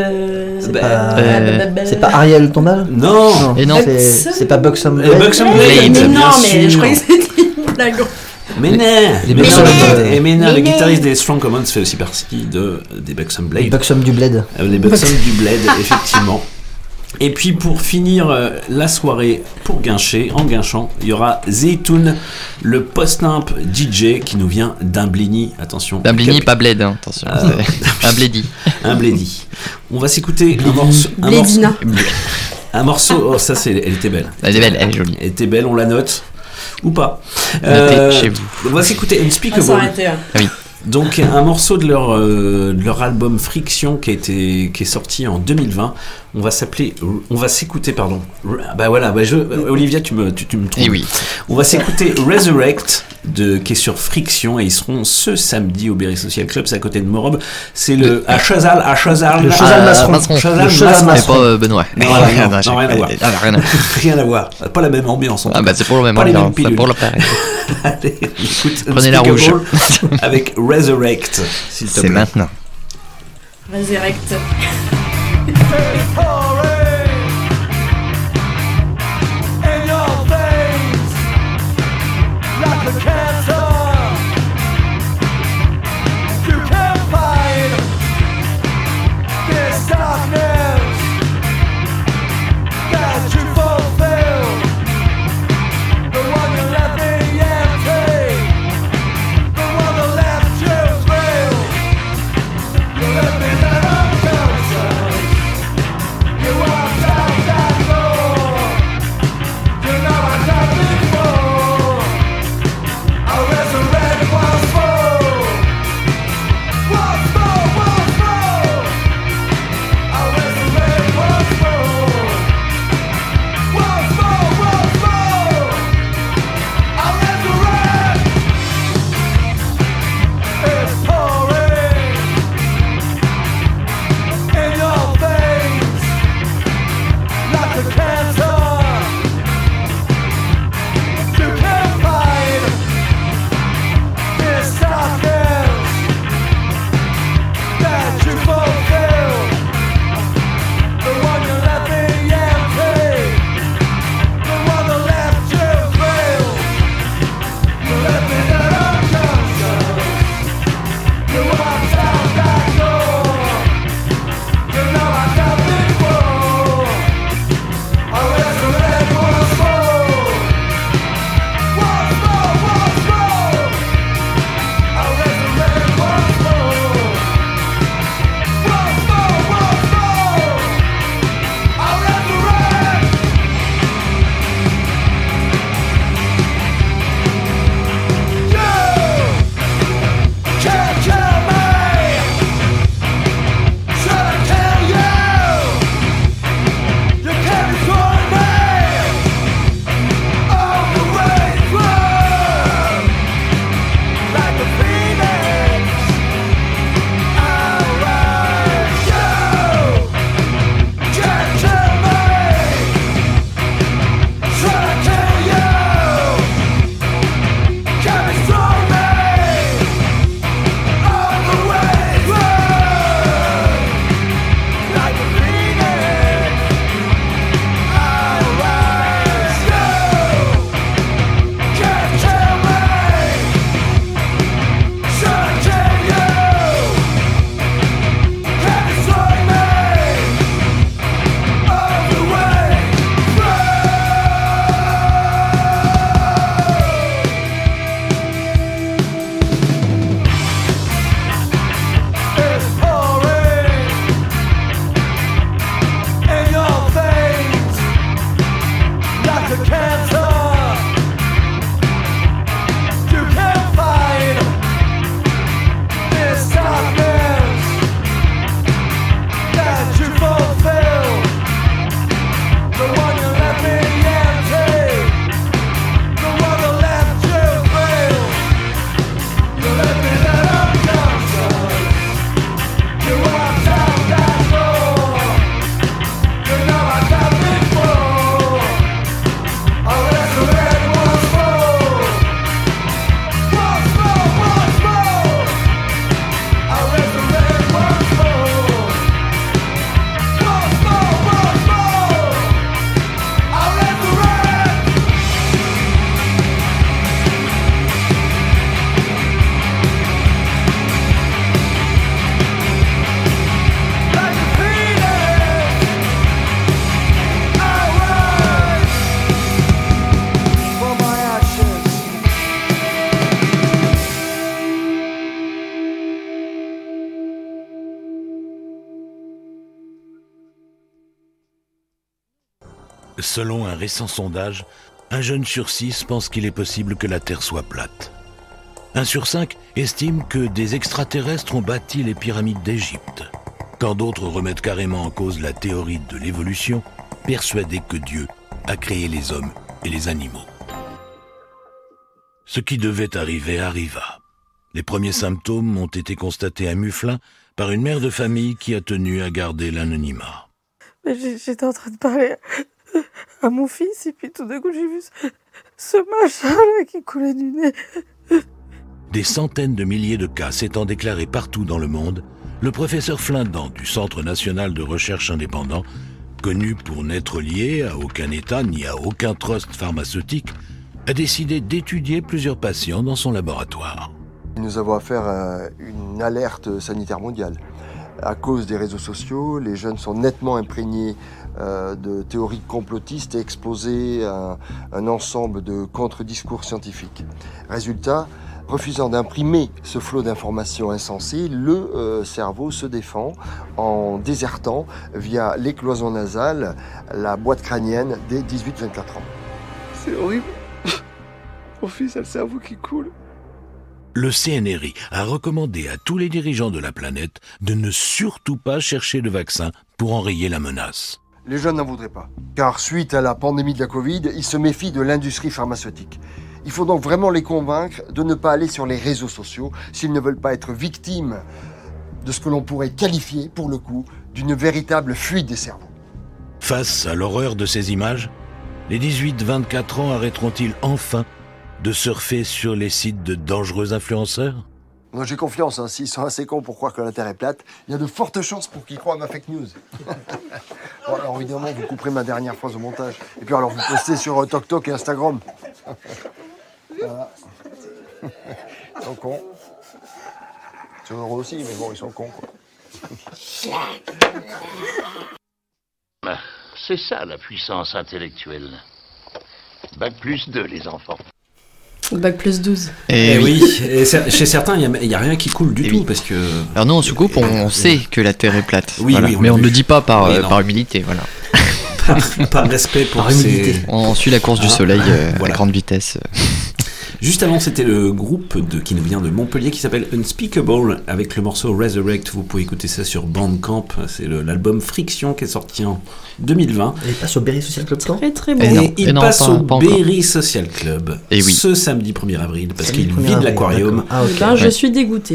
C'est pas Ariel Tombal? Non. Et non. C'est pas Buxom Blade? Buxom Mais Blade, bien non, mais je sûr. croyais que c'était une blague. Mais non, Les mais Buxom non, Blade. et mais non, le Mais guitariste des Strong Commons fait aussi partie des Buxom Blade. Buxom du Bled. Les Buxom du Bled, effectivement. Et puis pour finir la soirée pour Guinchet, en Guinchamp, il y aura Zeytoun, le post-imp DJ qui nous vient d'Imbligny. Attention. D'un Bligny, pas Bled, hein, attention. C'est un Bledy. Un Bledy. On va s'écouter un morceau. Blédina. Un morceau. Oh, ça, elle était belle. Elle est belle, elle est jolie. Elle était belle, on la note. Ou pas. Notez chez vous. On va s'écouter On va Unspeakable. s'arrêter. Ah oui. Donc un morceau de leur album Friction qui est sorti en 2020. On va s'écouter pardon. Bah voilà, Olivia tu me trouves. Eh oui. On va s'écouter Resurrect qui est sur Friction et ils seront ce samedi au Berry Social Club, c'est à côté de Morob. C'est à Chazal. Le Chazal Masseron. Chazal Le Chazal Masseron. Et pas Benoît. Non, rien à voir. Rien à voir. Rien à voir. Pas la même ambiance. En tout Ah bah cas. c'est pour le même Pas les mêmes ambiance, c'est pilules. pour le pareil. Allez, écoute, Prenez la rouge. Unspeakable avec Resurrect, s'il te C'est plaît. maintenant. Resurrect. You Selon un récent sondage, 1 jeune sur 6 pense qu'il est possible que la Terre soit plate. 1 sur 5 estime que des extraterrestres ont bâti les pyramides d'Égypte, quand d'autres remettent carrément en cause la théorie de l'évolution, persuadés que Dieu a créé les hommes et les animaux. Ce qui devait arriver arriva. Les premiers symptômes ont été constatés à Muflin par une mère de famille qui a tenu à garder l'anonymat. J'étais en train de parler à mon fils et puis tout d'un coup j'ai vu ce machin-là qui coulait du nez. Des centaines de milliers de cas s'étant déclarés partout dans le monde, le professeur Flindan du Centre national de recherche indépendant, connu pour n'être lié à aucun État ni à aucun trust pharmaceutique, a décidé d'étudier plusieurs patients dans son laboratoire. Nous avons affaire à une alerte sanitaire mondiale. À cause des réseaux sociaux, les jeunes sont nettement imprégnés de théories complotistes et exposés à un ensemble de contre-discours scientifiques. Résultat, refusant d'imprimer ce flot d'informations insensées, le cerveau se défend en désertant via l'écloison nasale la boîte crânienne dès 18-24 ans. C'est horrible. Mon fils a le cerveau qui coule. Le CNRI a recommandé à tous les dirigeants de la planète de ne surtout pas chercher de vaccin pour enrayer la menace. Les jeunes n'en voudraient pas, car suite à la pandémie de la Covid, ils se méfient de l'industrie pharmaceutique. Il faut donc vraiment les convaincre de ne pas aller sur les réseaux sociaux s'ils ne veulent pas être victimes de ce que l'on pourrait qualifier, pour le coup, d'une véritable fuite des cerveaux. Face à l'horreur de ces images, les 18-24 ans arrêteront-ils enfin de surfer sur les sites de dangereux influenceurs? Moi, j'ai confiance, hein. S'ils sont assez cons pour croire que la Terre est plate, il y a de fortes chances pour qu'ils croient à ma fake news. Bon, alors évidemment, vous couperez ma dernière phrase au montage. Et puis alors, vous postez sur TokTok et Instagram. Voilà. Ils sont cons. Sur Euro aussi, mais bon, ils sont cons, quoi. C'est ça, la puissance intellectuelle. Bac plus 2, les enfants. Bac plus 12. Et oui, et chez certains, il n'y a rien qui coule du tout, parce que... Alors nous, en soucoupe, on sait que la Terre est plate. Oui, voilà. oui, mais on ne le dit pas par humilité, voilà. Par respect pour ces... On suit la course du soleil à grande vitesse. Juste avant, c'était le groupe qui nous vient de Montpellier qui s'appelle Unspeakable avec le morceau Resurrect. Vous pouvez écouter ça sur Bandcamp. C'est l'album Friction qui est sorti en 2020. Et il passe au Berry Social Club quand ? Très très bon. Et il passe au Berry Social Club ce samedi 1er avril parce qu'il vide l'aquarium. Ah, okay. Ben, je suis dégoûté.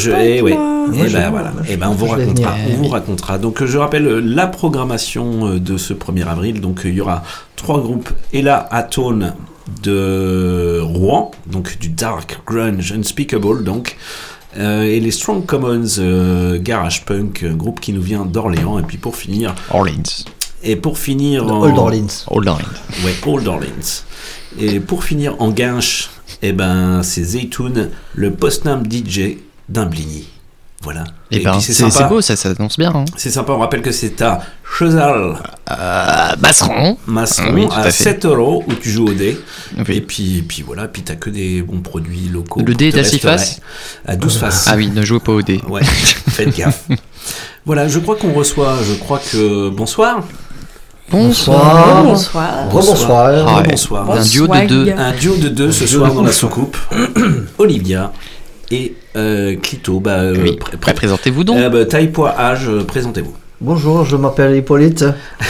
On vous racontera. Donc je rappelle la programmation de ce 1er avril. Donc il y aura 3 groupes. Ella Atone de Rouen, donc du dark grunge Unspeakable, donc et les Strong Commons garage punk, groupe qui nous vient d'Orléans. Et puis pour finir Old Orleans. Ouais, Old Orleans. Et pour finir en guinche, c'est Zaytoun, le post-name DJ d'Imbligny. Voilà. Et c'est beau, ça s'annonce bien. Hein. C'est sympa, on rappelle que c'est à Chezal, Masseron, oui, à 7 € où tu joues au dé. Oui. Et puis voilà, puis t'as que des bons produits locaux. Le dé est à 6 faces ? À 12 faces. Ah oui, ne jouez pas au dé. Ouais, faites gaffe. Voilà, je crois que... Bonsoir. Rebonsoir. Un duo de deux ce soir dans la soucoupe. Olivia et Clito. Présentez-vous donc. Taille, poids, âge, présentez-vous. Bonjour, je m'appelle Hippolyte.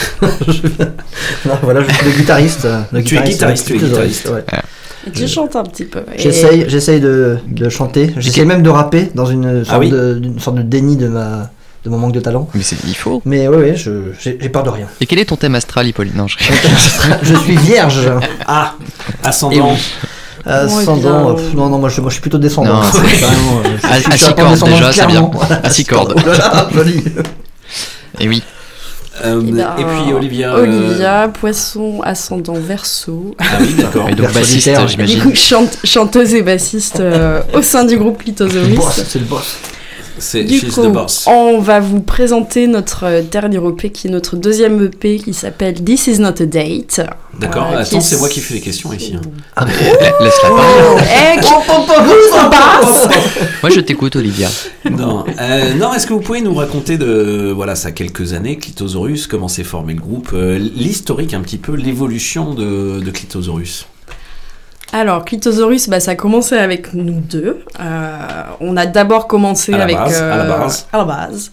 Voilà, je suis le guitariste. Tu es guitariste. Ouais. Et tu chantes un petit peu. J'essaye de chanter. J'essaye même de rapper dans une sorte de déni de mon manque de talent. Mais il faut. Mais ouais, j'ai peur de rien. Et quel est ton thème astral, Hippolyte ? Non, je suis vierge. Ah, ascendant. Ascendant, non, moi je suis plutôt descendant. À 6 cordes déjà, c'est bien. À 6 cordes. Joli. Et oui. Et puis Olivia, poisson, ascendant, verseau. Ah oui, d'accord. Et donc bassiste, j'imagine. Du coup, chanteuse et bassiste au sein du groupe Clitosaurus. C'est le boss. Du coup, on va vous présenter notre dernier EP qui est notre deuxième EP qui s'appelle This Is Not a Date. D'accord, attends, c'est moi qui fais les questions ici. Laisse-la parler. Moi, je t'écoute, Olivia. Non, est-ce que vous pouvez nous raconter ça a quelques années, Clitosaurus, comment s'est formé le groupe, l'historique un petit peu, l'évolution de Clitosaurus? Alors, Clitosaurus, ça a commencé avec nous deux. On a d'abord commencé à la base.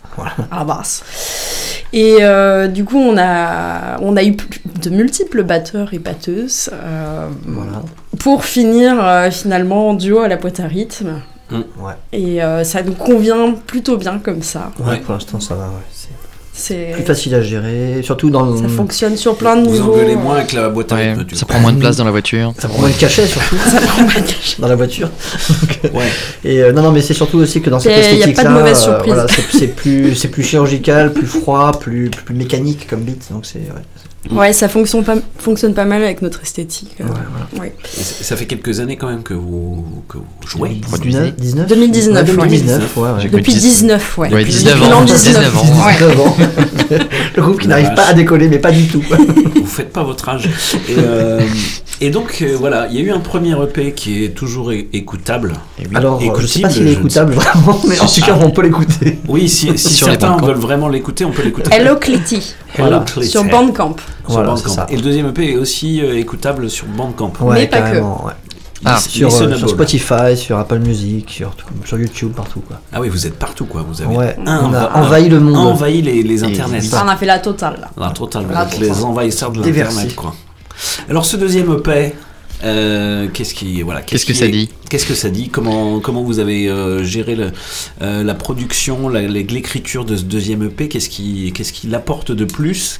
Et du coup, on a eu de multiples batteurs et batteuses pour finir finalement en duo à la boîte à rythme. Et ça nous convient plutôt bien comme ça. Ouais, pour l'instant, ça va, C'est plus facile à gérer, surtout dans ça fonctionne sur plein de niveaux. Vous engueulez moins avec la boîte à rythme. Ça prend moins de place dans la voiture. Ça prend moins de cachet surtout. Ça prend moins de cachet dans la voiture. Et non, mais c'est surtout aussi que dans cette esthétique-là, y a pas de mauvaise surprise. C'est plus chirurgical, plus froid, plus mécanique comme beat. Donc c'est ça fonctionne pas mal avec notre esthétique. Ça fait quelques années quand même que vous jouez. 2019. Depuis 19, ouais. 19 ans. Le groupe qui n'arrive pas à décoller, mais pas du tout. Vous faites pas votre âge. Et donc il y a eu un premier EP qui est toujours écoutable. Alors je sais pas s'il est écoutable vraiment, mais en tout cas on peut l'écouter. Oui, si certains veulent vraiment l'écouter, on peut l'écouter. Hello Clitty. Sur Bandcamp. Et le deuxième EP est aussi écoutable sur Bandcamp. Mais pas que. Sur Spotify, sur Apple Music, sur YouTube, partout quoi. Ah oui, vous êtes partout quoi. Vous avez on a envahi le monde. Envahi les internets. On a fait la totale là. La totale, vous êtes les envahisseurs de l'internet quoi. Alors ce deuxième EP, qu'est-ce que ça dit? Qu'est-ce que ça dit? Comment vous avez géré la production, l'écriture de ce deuxième EP? Qu'est-ce qui l'apporte de plus?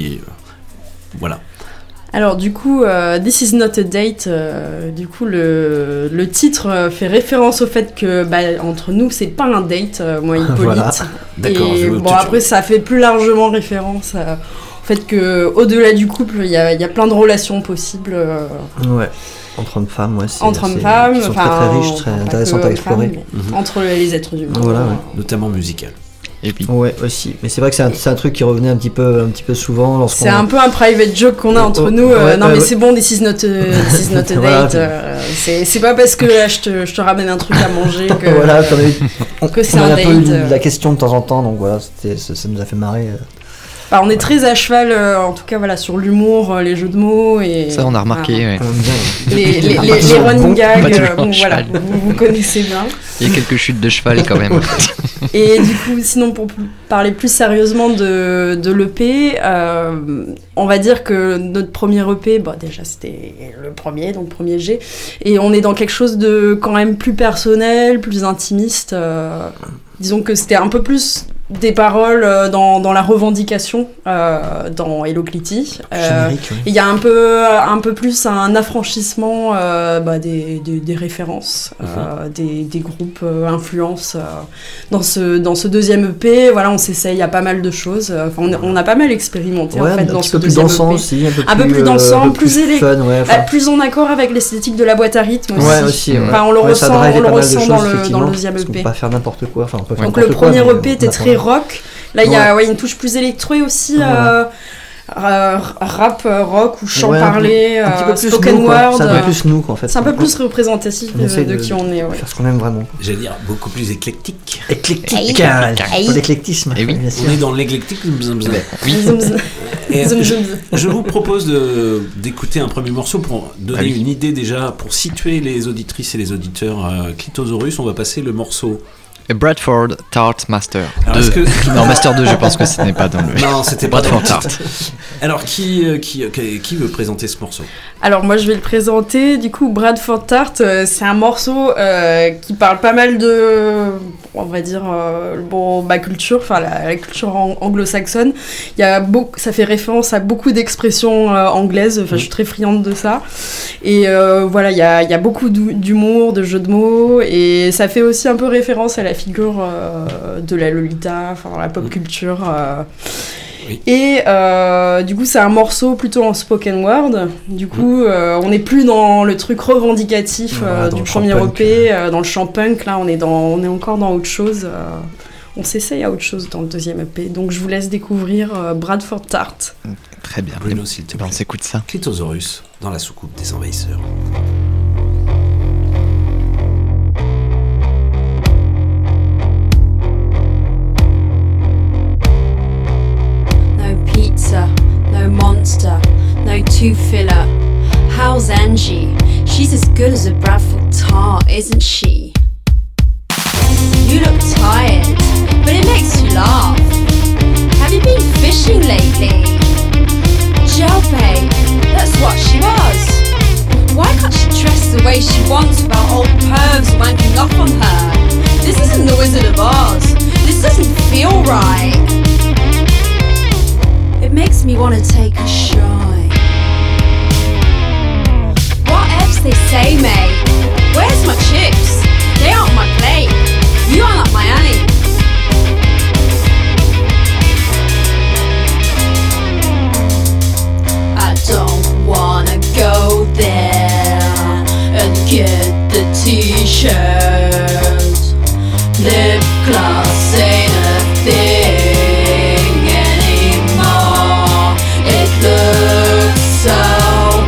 Voilà. Alors du coup, This is not a date. Du coup, le titre fait référence au fait que entre nous, c'est pas un date. Moi, Hippolyte. D'accord. Et après, ça fait plus largement référence au fait que au-delà du couple, il y a plein de relations possibles. Entre hommes-femmes, entre hommes-femmes, qui sont très riches, très intéressantes à explorer. Entre les êtres humains. Notamment musical. Et puis. Ouais, aussi. Mais c'est vrai que c'est un truc qui revenait un petit peu souvent. C'est un peu un private joke qu'on a entre nous. Mais c'est bon, this is not a date. C'est pas parce que je te ramène un truc à manger que c'est un date. On a un peu eu la question de temps en temps, donc ça nous a fait marrer. On est très à cheval, en tout cas sur l'humour, les jeux de mots et ça on a remarqué. Les running gags, vous connaissez bien. Il y a quelques chutes de cheval quand même. Et du coup, sinon pour parler plus sérieusement de l'EP, on va dire que notre premier EP, déjà c'était le premier, donc premier G, et on est dans quelque chose de quand même plus personnel, plus intimiste. Disons que c'était un peu plus des paroles dans la revendication dans Hello Clitty. Il y a un peu plus un affranchissement des références, des groupes influences. Dans ce deuxième EP, on s'essaye à pas mal de choses. On a pas mal expérimenté en fait dans ce deuxième EP. Aussi, un peu plus dansant, plus plus en accord avec l'esthétique de la boîte à rythme aussi. On le ressent dans le deuxième EP. On peut pas faire n'importe quoi. Donc le premier EP était très rock. Là, il y a une touche plus électro et aussi rap, rock ou chant parlé, un petit peu plus spoken word. C'est un peu plus nous, en fait. C'est un peu plus représentatif de qui on est. Faire ce qu'on aime vraiment. J'allais dire beaucoup plus éclectique. Éclectique, pour l'éclectisme. Et oui, on est dans l'éclectisme. Je vous propose d'écouter un premier morceau pour donner une idée déjà, pour situer les auditrices et les auditeurs Clitosaurus. On va passer le morceau Bradford Tart Master 2. Non, Master 2, je pense que ce n'est pas dans le... Non, c'était Bradford Tart. Alors, qui veut présenter ce morceau? Alors, moi, je vais le présenter. Du coup, Bradford Tart, c'est un morceau qui parle pas mal de, on va dire, ma culture, la culture anglo-saxonne. Ça fait référence à beaucoup d'expressions anglaises. Je suis très friande de ça. Et il y a beaucoup d'humour, de jeux de mots. Et ça fait aussi un peu référence à la figure de la Lolita, la pop culture. Oui. Et du coup, c'est un morceau plutôt en spoken word. Du coup, on n'est plus dans le truc revendicatif du premier EP, dans le chant punk. Là, on est encore dans autre chose. On s'essaye à autre chose dans le deuxième EP. Donc, je vous laisse découvrir Bradford Tart. Très bien. Bruno, s'il te plaît. On s'écoute ça. Clitosaurus dans la soucoupe des envahisseurs. to fill up. How's Angie? She's as good as a Bradford tart, isn't she? You look tired, but it makes you laugh. Have you been fishing lately? Gel babe, that's what she was. Why can't she dress the way she wants without old pervs wanking up on her? This isn't the Wizard of Oz. This doesn't feel right. It makes me want to take a shot. What else they say, mate? Where's my chips? They aren't my plate. You aren't up my alley. I don't wanna go there and get the t-shirt. Lip gloss ain't a thing anymore. It looks so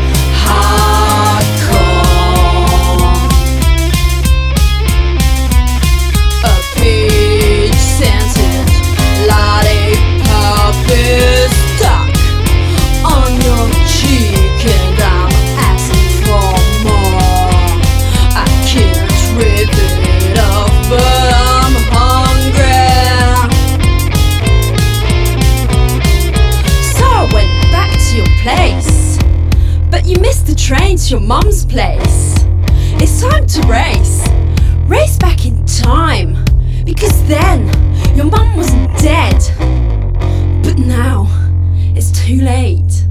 train to your mum's place. It's time to race. Race back in time. Because then, your mum wasn't dead. But now, it's too late.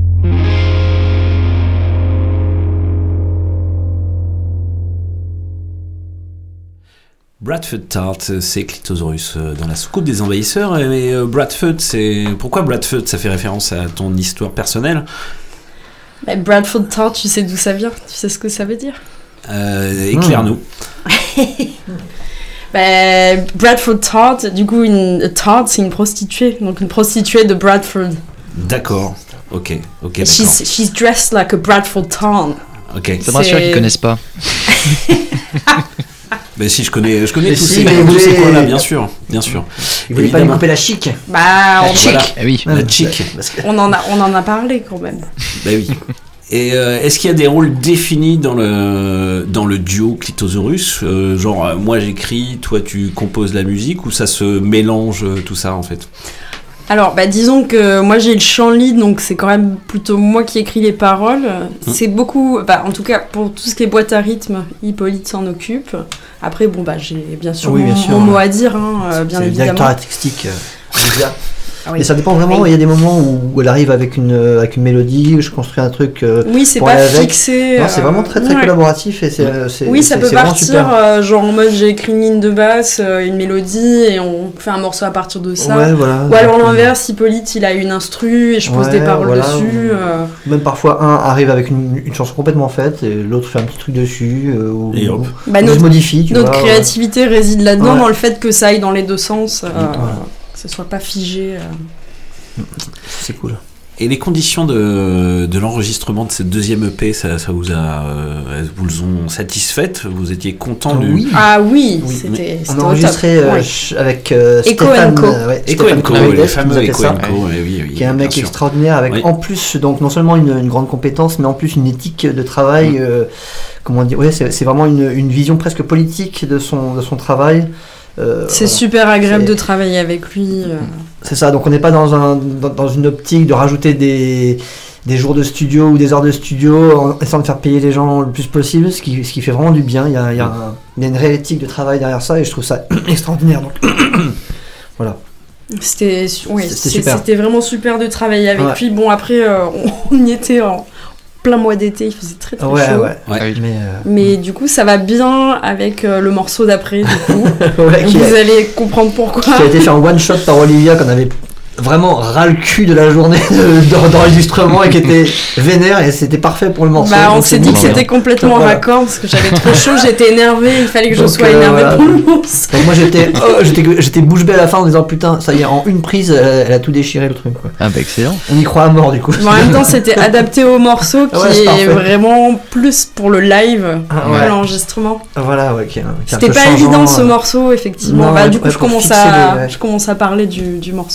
Bradford Tart, c'est Clitosaurus dans la soucoupe des envahisseurs. Mais Bradford, c'est... Pourquoi Bradford? Ça fait référence à ton histoire personnelle? Bah, Bradford Tart, tu sais d'où ça vient? Tu sais ce que ça veut dire? Éclaire-nous. Bah, Bradford Tart, du coup, Tart, c'est une prostituée. Donc une prostituée de Bradford. D'accord. Ok, d'accord. She's dressed like a Bradford Tart. Ok. Ça me rassure qu'ils connaissent pas. Ben si, je connais tous ces coins-là, bien sûr. Ils voulaient pas lui couper la chic. Bah, la chic. Ah oui. La chic. On en a parlé quand même. Ben oui. Et est-ce qu'il y a des rôles définis dans le duo Clitosaurus, genre moi j'écris, toi tu composes la musique, ou ça se mélange tout ça en fait? Alors, bah, disons que moi j'ai le chant lead, donc c'est quand même plutôt moi qui écris les paroles. C'est beaucoup, bah, en tout cas pour tout ce qui est boîte à rythme, Hippolyte s'en occupe. Après, bon, bah, j'ai bien sûr mon mot à dire, hein, bien évidemment. C'est le directeur artistique. Ah oui. Et ça dépend vraiment, il y a des moments où elle arrive avec une mélodie, je construis un truc. Oui, c'est pas fixé. Non, c'est vraiment très collaboratif et c'est oui, ça peut c'est partir genre en mode j'ai écrit une ligne de basse, une mélodie et on fait un morceau à partir de ça. Ouais, voilà, ou alors l'inverse, Hippolyte il a une instru et je pose des paroles dessus. Même parfois un arrive avec une chanson complètement faite et l'autre fait un petit truc dessus et hop. Bah, se modifie. Notre créativité réside là-dedans, dans le fait que ça aille dans les deux sens. Que ce soit pas figé. C'est cool. Et les conditions de l'enregistrement de cette deuxième EP, ça vous ont satisfaites? Vous étiez content du... Oui. Ah oui, c'était on a enregistré avec Stéphane Co, le fameux Echo & Co, qui est un mec extraordinaire avec en plus donc non seulement une grande compétence mais en plus une éthique de travail. Comment dire, c'est vraiment une vision presque politique de son travail. C'est super agréable de travailler avec lui. C'est ça, donc on n'est pas dans une optique de rajouter des jours de studio ou des heures de studio en essayant de faire payer les gens le plus possible, ce qui fait vraiment du bien. Il y a une réelle éthique de travail derrière ça et je trouve ça extraordinaire. Donc voilà. C'était vraiment super de travailler avec lui. Bon, après, on y était en plein mois d'été, il faisait très chaud. Mais du coup, ça va bien avec le morceau d'après, du coup. Vous allez comprendre pourquoi. Qui a été fait en one shot par Olivia, qu'on avait vraiment ras le cul de la journée d'enregistrement et qui était vénère et c'était parfait pour le morceau. Bah, on s'est dit que c'était complètement raccord parce que j'avais trop chaud, j'étais énervé, il fallait que je sois énervé pour le morceau. Donc moi j'étais bouche bée à la fin en disant putain, ça y est, en une prise, elle a tout déchiré le truc. Quoi. Ah bah excellent. On y croit à mort du coup. En même temps, c'était adapté au morceau qui est vraiment plus pour le live que l'enregistrement. Voilà, ok. C'était pas évident ce morceau, effectivement. Du coup, je commence à parler du morceau d'après.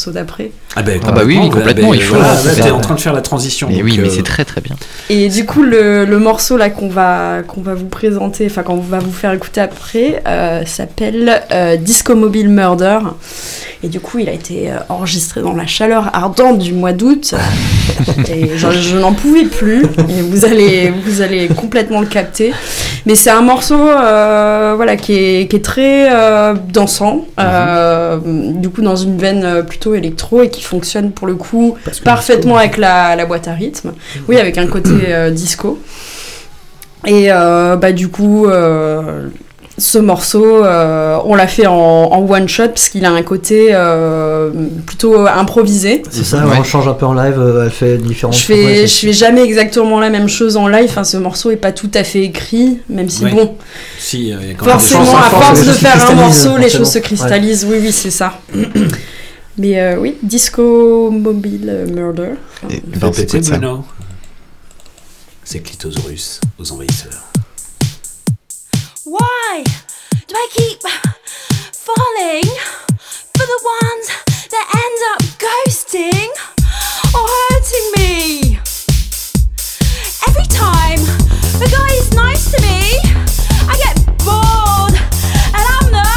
trouvé. Ah bah oui, complètement. Il faut. Voilà, là, t'es en train de faire la transition. Mais oui, mais c'est très très bien. Et du coup, le morceau là qu'on va vous présenter, enfin qu'on va vous faire écouter après, s'appelle Disco Mobile Murder. Et du coup, il a été enregistré dans la chaleur ardente du mois d'août. Et je n'en pouvais plus. Et vous allez complètement le capter. Mais c'est un morceau qui est très dansant. Du coup, dans une veine plutôt électro et qui fonctionne pour le coup parfaitement avec la boîte à rythme. Oui, avec un côté disco. Et du coup... ce morceau, on l'a fait en one shot parce qu'il a un côté plutôt improvisé. C'est ça, on change un peu en live, elle fait différentes choses. Je fais jamais exactement la même chose en live. Enfin, ce morceau est pas tout à fait écrit, même si bon. Si, forcément, à force de faire un morceau, les choses se cristallisent. Ouais. Oui, c'est ça. Mais oui, Disco Mobile Murder. C'est Clitosaurus aux envahisseurs. Why do I keep falling for the ones that end up ghosting or hurting me? Every time the guy is nice to me, I get bored and I'm the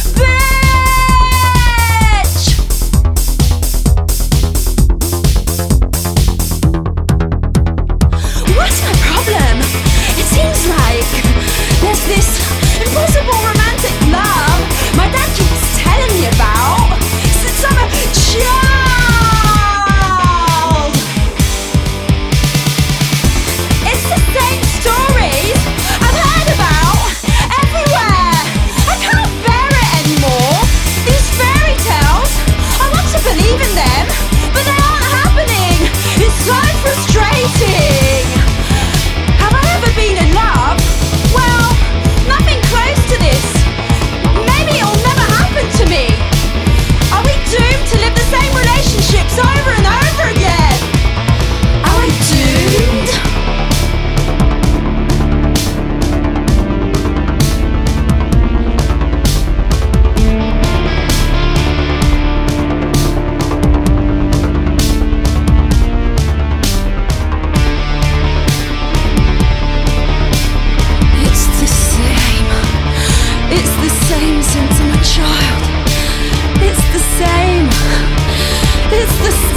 bitch. What's my problem? It seems like there's this impossible romantic love my dad keeps telling me about since I'm a child. It's the same stories I've heard about everywhere. I can't bear it anymore. These fairy tales, I want to believe in them, but they aren't happening. It's so frustrating. Have I ever been in love? Well, nothing close to this. Maybe it'll never happen to me. Are we doomed to live the same relationships over and over again? Am I doomed? It's the same since I'm a child. It's the same. It's the same.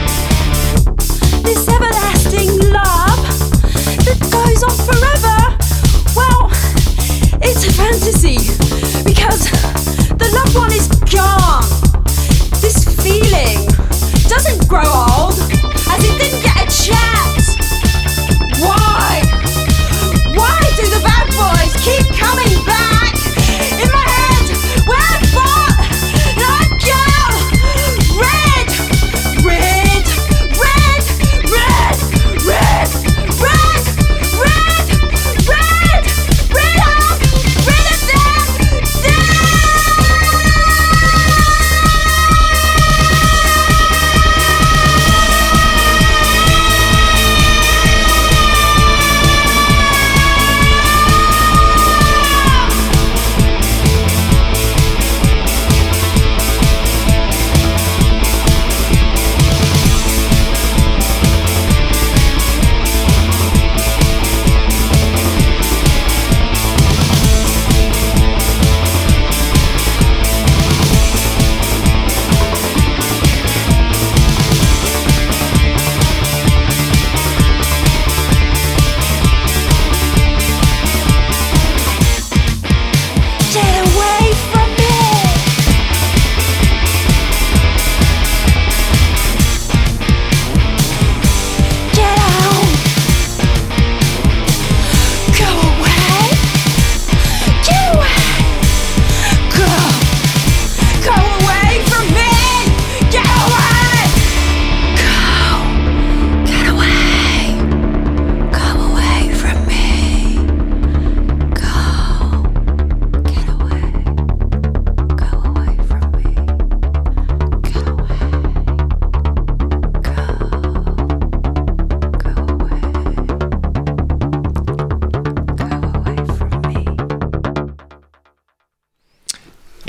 This everlasting love that goes on forever.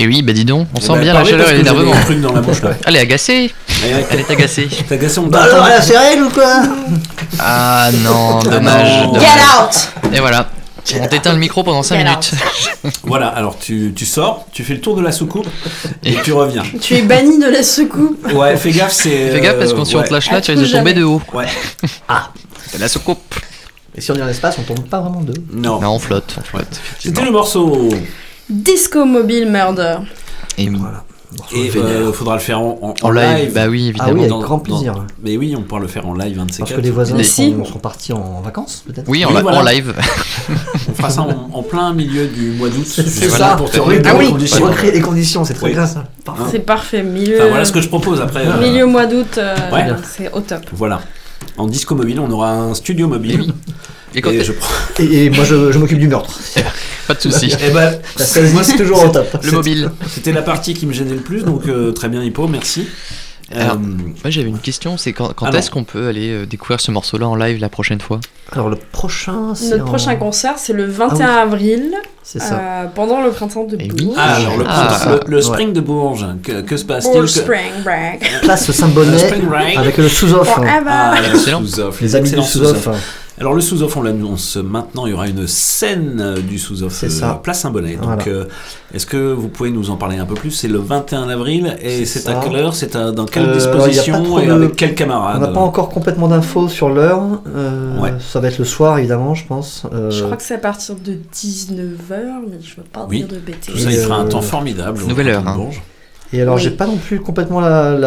Et oui, bah dis donc, on sent bah, bien la chaleur et l'énervement. Un truc dans la bouche là. Elle est agacée. Elle est agacée. T'es agacé, on Bah alors, elle a ses règles ou quoi? Ah non, dommage. non. dommage. Get out! Et voilà. On t'éteint le micro pendant 5 Get minutes. Voilà, alors tu sors, tu fais le tour de la soucoupe et tu reviens. Tu es banni de la soucoupe. Ouais, fais gaffe, c'est. Fais gaffe parce que si on te lâche là, tu risques de tomber de haut. Ouais. C'est la soucoupe. Et si on est en espace, on tombe pas vraiment de haut. Non. Non, on flotte. C'était le morceau. Disco Mobile Murder. Et voilà. Et faudra le faire en live. Bah oui, évidemment. Ah oui, avec grand plaisir. Mais oui, on pourra le faire en live, un de ces Parce quatre. que les voisins sont partis en vacances, peut-être. Oui, en live. On fera ça en plein milieu du mois d'août. C'est ça, pour recréer les conditions, c'est très bien ça. C'est parfait, milieu. Enfin, voilà ce que je propose après. Milieu mois d'août, ouais. c'est au top. Voilà. En disco mobile, on aura un studio mobile. Et moi, je m'occupe du meurtre. Pas de soucis. Et ben, moi, c'est toujours au top. Le mobile. C'était la partie qui me gênait le plus, donc très bien, Hippo, merci. Alors, moi j'avais une question, c'est quand est-ce qu'on peut aller découvrir ce morceau-là en live la prochaine fois? Alors le prochain, c'est notre prochain concert, c'est le 21 avril. C'est ça. Pendant le printemps de Bourges. Ah, alors le Spring de Bourges, que se passe-t-il? Bourges Spring Break. Place Saint-Bonnet avec le sous-off. Les amis du sous-off. Alors le sous-off, on l'annonce maintenant, il y aura une scène du sous-off Place Saint-Bonnet. Donc est-ce que vous pouvez nous en parler un peu plus? C'est le 21 avril et c'est à quelle heure? C'est dans quelle disposition et avec quels camarades? On n'a pas encore complètement d'infos sur l'heure. Ça va être le soir évidemment, je pense. Je crois que c'est à partir de 19h, mais je ne veux pas dire de bêtises. Tout ça, il fera un temps formidable. Nouvelle heure. Et alors, j'ai pas non plus complètement la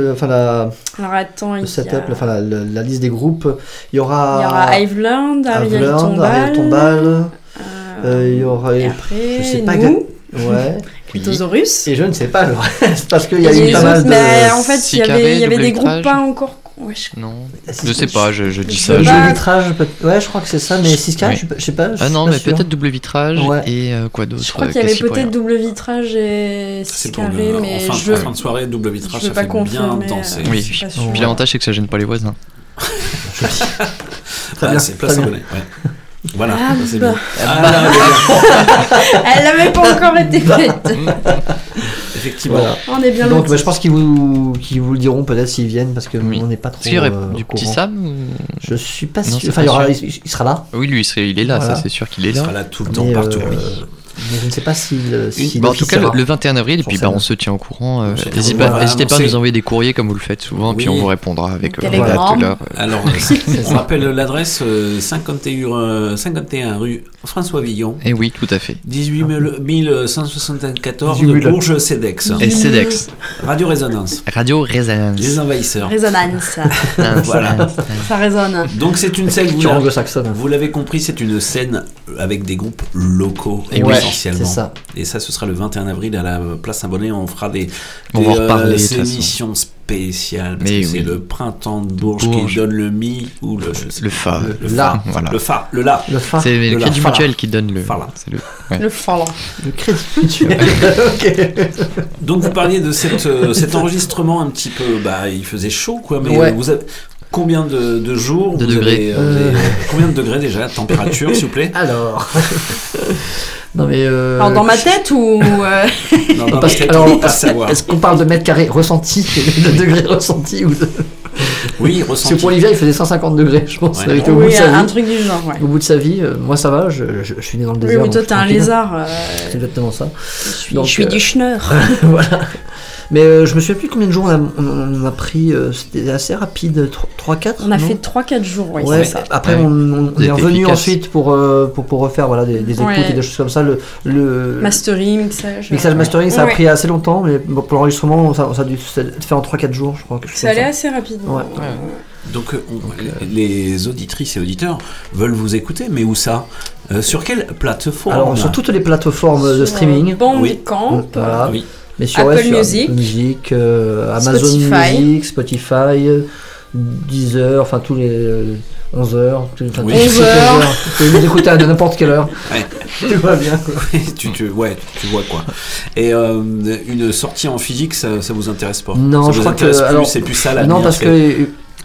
liste des groupes. Il y aura Iveland, Ariel Tombal. Il y aura. Et après, je sais pas. Ouais. Cryptosaurus. Et je ne sais pas le reste parce qu'il y a eu pas mal de. Mais en fait, il y avait des groupes pas encore. Ouais, non, je sais pas, je dis ça. Double vitrage, ouais, je crois que c'est ça, mais 6K, je sais pas. Ah non, mais peut-être double vitrage et quoi d'autre? Je crois qu'il y avait peut-être double vitrage et 6 carrés, mais en fin de soirée, double vitrage, ça fait bien danser. Oui, puis l'avantage c'est que ça gêne pas les voisins. C'est Place Saint-Bonnet, ouais. Voilà, c'est bien. Elle n'avait pas encore été faite. Effectivement. Voilà. On est bien donc je pense qu'ils vous le diront peut-être s'ils viennent parce que on n'est pas trop. Est-ce qu'il y aurait du petit Sam Je suis pas sûr. Enfin, il sera là. Oui, lui, il est là, ça c'est sûr qu'il est là. Il sera là tout le temps, partout. Mais je ne sais pas s'il en tout cas, le 21 avril, et puis on se tient au courant. N'hésitez pas à nous envoyer des courriers comme vous le faites souvent, puis on vous répondra avec la date, l'heure. Alors, on rappelle l'adresse 51 rue François Villon. Et oui, tout à fait. 18 174 de Bourges CEDEX. Et CEDEX. Radio Résonance. Radio Résonance. Les envahisseurs. Résonance. Voilà. Ça résonne. Donc c'est une scène, anglo-saxonne. Vous l'avez compris, c'est une scène avec des groupes locaux. Et essentiellement. Ça. Et ça, ce sera le 21 avril à la Place Saint-Bonnet. On fera des émissions spéciales. Parce que c'est le printemps de Bourges qui donne le mi ou le fa. Le la. C'est le Crédit Mutuel qui donne le fa. Le fa. Le Crédit Mutuel. Donc vous parliez de cet enregistrement un petit peu. Il faisait chaud, quoi. Mais vous avez. Combien de jours de degrés combien de degrés déjà? Température, s'il vous plaît. Alors. Non mais. Alors dans ma tête ou. Non, dans ma tête, alors, pas savoir. Est-ce qu'on parle de mètres carrés ressentis, de degrés ressentis ou de. Oui, ressentis. Parce que pour Olivia, il faisait 150 degrés, je pense. Ouais. Au bout de sa vie. Un truc du genre, ouais. Au bout de sa vie, moi ça va, je suis né dans le désert. Oui, mais toi t'es un lézard. C'est exactement ça. Je suis du schnorr. Voilà. Mais je me souviens plus combien de jours on a pris, c'était assez rapide, 3-4. On a fait 3-4 jours, oui, ouais, c'est ça. Après on est revenu ensuite pour refaire des écoutes et des choses comme ça. Le mastering, mixage. Mastering, ça a pris assez longtemps, mais pour l'enregistrement, ça a dû se faire en 3-4 jours, je crois. Ça allait assez rapidement. Ouais. Donc les auditrices et auditeurs veulent vous écouter, mais où ça? Sur quelle plateforme? Alors sur toutes les plateformes de streaming. Bandcamp. Voilà. Oui. Mais sur Apple Music, Amazon Music, Spotify, Deezer, enfin tous les 11h. 11h. Tu peux écouter à n'importe quelle heure. Ouais. Tu vois bien. Quoi. tu vois quoi. Et une sortie en physique, ça vous intéresse pas? Non, ça je vous crois intéresse que plus, c'est plus ça la. Non, parce que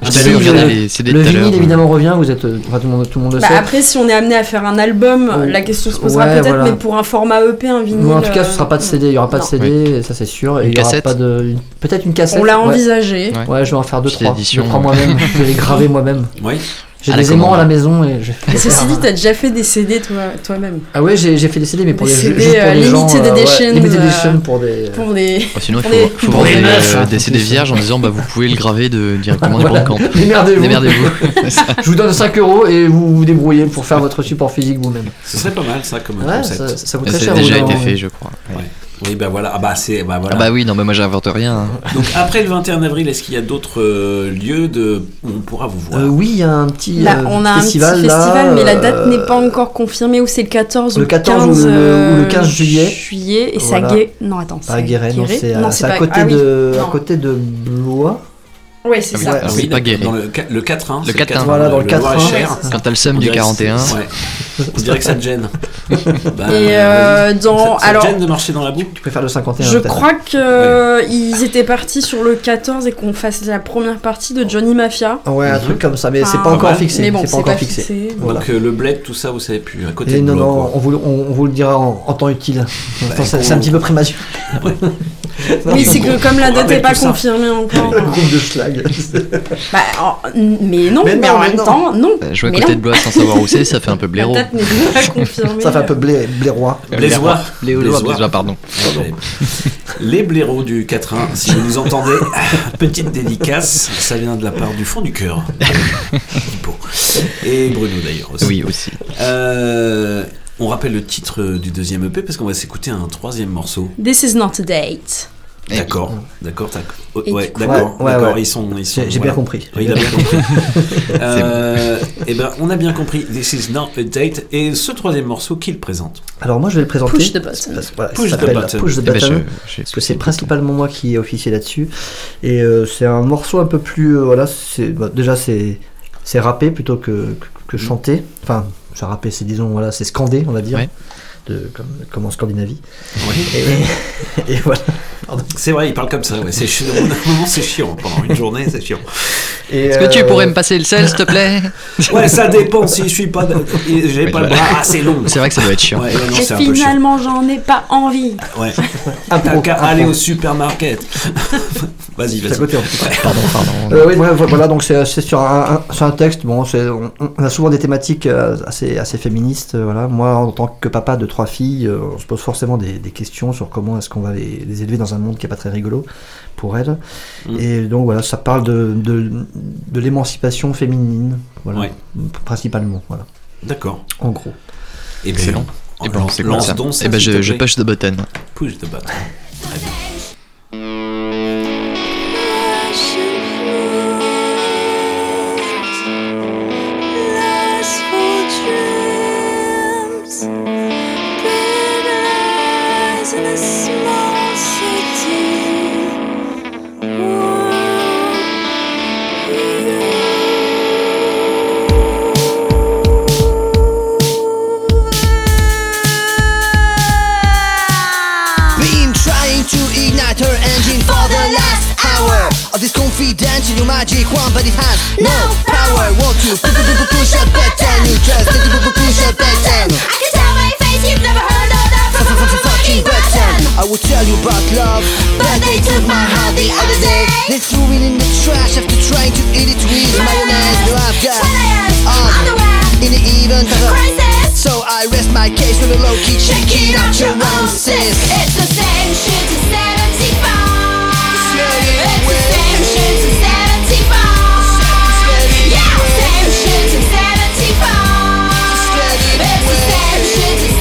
J'avais regardé les CD le tout à l'heure. vinyle évidemment revient, vous êtes, enfin, tout le monde le sait. Après, si on est amené à faire un album, la question se posera peut-être, voilà. mais pour un format EP, un vinyle. En tout cas, ce sera pas de CD, il y aura pas de CD, ça c'est sûr. Et il y aura pas de, peut-être une cassette. On l'a envisagé. Ouais, je vais en faire 2-3. Je édition, prends moi-même, je vais les graver moi-même. Oui. J'ai des aimants à la maison et Ceci dit, t'as déjà fait des CD toi-même. Ah ouais, j'ai fait des CD, mais pour des les CD, juste pour les gens. Limited Edition. Limited Edition pour des. Sinon, il faut vendre des CD vierges en disant vous pouvez le graver directement des Bandcamp. Démerdez-vous. Je vous donne 5 € et vous vous débrouillez pour faire votre support physique vous-même. Ce serait pas mal ça comme concept. Ça coûte très cher. Ça a déjà été fait, je crois. Oui, bah voilà. Voilà. Ah bah oui, non, mais moi j'invente rien. Donc après le 21 avril, est-ce qu'il y a d'autres lieux où on pourra vous voir? Oui, il y a un petit on a festival. Un petit festival, mais la date n'est pas encore confirmée. Où c'est le 14 ou le 15 ou le 15 juillet. Et c'est à Guéret. Non, attends. Pas à Guéret, non, c'est à côté de Blois. Ouais, c'est ça. Alors, oui, pas Guéret. Dans le 4-1. Le 4-1. Voilà, dans le 4-1. Quand t'as le seum du 41. On dirait que ça te gêne. Et ça te gêne de marcher dans la boue? Tu préfères le 51? Je crois qu'ils étaient partis sur le 14 et qu'on fasse la première partie de Johnny Mafia. Ouais, un truc comme ça, mais c'est pas encore fixé. Mais bon, c'est pas encore fixé. Voilà. Donc le bled, tout ça, vous savez plus. À côté de non, on vous le dira en temps utile. C'est un petit peu prématuré. Oui, c'est que comme la date n'est pas confirmée encore. Le groupe de schlag. Mais en même temps, non. Jouer à côté de Blois sans savoir où c'est, ça fait un peu blaireau. La date n'est pas confirmée. Ça fait un peu blairois. Blairois, pardon. Les blaireaux du 4-1, si vous nous entendez, petite dédicace, ça vient de la part du fond du cœur. Et Bruno d'ailleurs aussi. Oui, aussi. On rappelle le titre du deuxième EP parce qu'on va s'écouter un troisième morceau. This is not a date. D'accord. Ouais. Ils sont. J'ai bien compris. Il a bien compris. Et ben, on a bien compris. This is not a date. Et ce troisième morceau, qui le présente? Alors moi, je vais le présenter. Push the button. Push the button. Parce que c'est principalement moi qui ai officié là-dessus. Et c'est un morceau un peu plus. Déjà, c'est rappé plutôt que chanté. Enfin, c'est rappé, c'est scandé, on va dire. Ouais. Comme en Scandinavie. Oui. Et voilà. Pardon. C'est vrai, il parle comme ça. Ouais. C'est chiant. C'est chiant. Pendant une journée, c'est chiant. Est-ce que tu pourrais me passer le sel, s'il te plaît? Ouais, ça dépend si je suis pas. J'ai pas le bras assez long. C'est vrai que ça doit être chiant. Ouais, et finalement, j'en ai pas envie. Ouais. T'as qu'à aller au supermarket. Vas-y. Pardon. Oui, voilà, donc c'est sur un texte. Bon, on a souvent des thématiques assez féministes. Voilà. Moi, en tant que papa de 3 filles, on se pose forcément des questions sur comment est-ce qu'on va les élever dans un monde qui est pas très rigolo pour elles. Et donc voilà, ça parle de l'émancipation féminine, voilà, principalement, voilà. D'accord. En gros. Et excellent. Et ben c'est quoi ça? Et ben je push the button. Push the button. Très bien. This confidence in your magic one, but it has no power. Won't you push a button? You just push a button. I can tell by your face you've never heard of that fucking button. I would tell you about love, but they took my heart the other day. They threw it in the trash after trying to eat it with mayonnaise. No, I've got underwear in the event of a crisis. So I rest my case with a low key. Check it out your own sis. It's the same shit as 75. It's the same shit as 75. Yeah, same shit as 75. It's the same shit as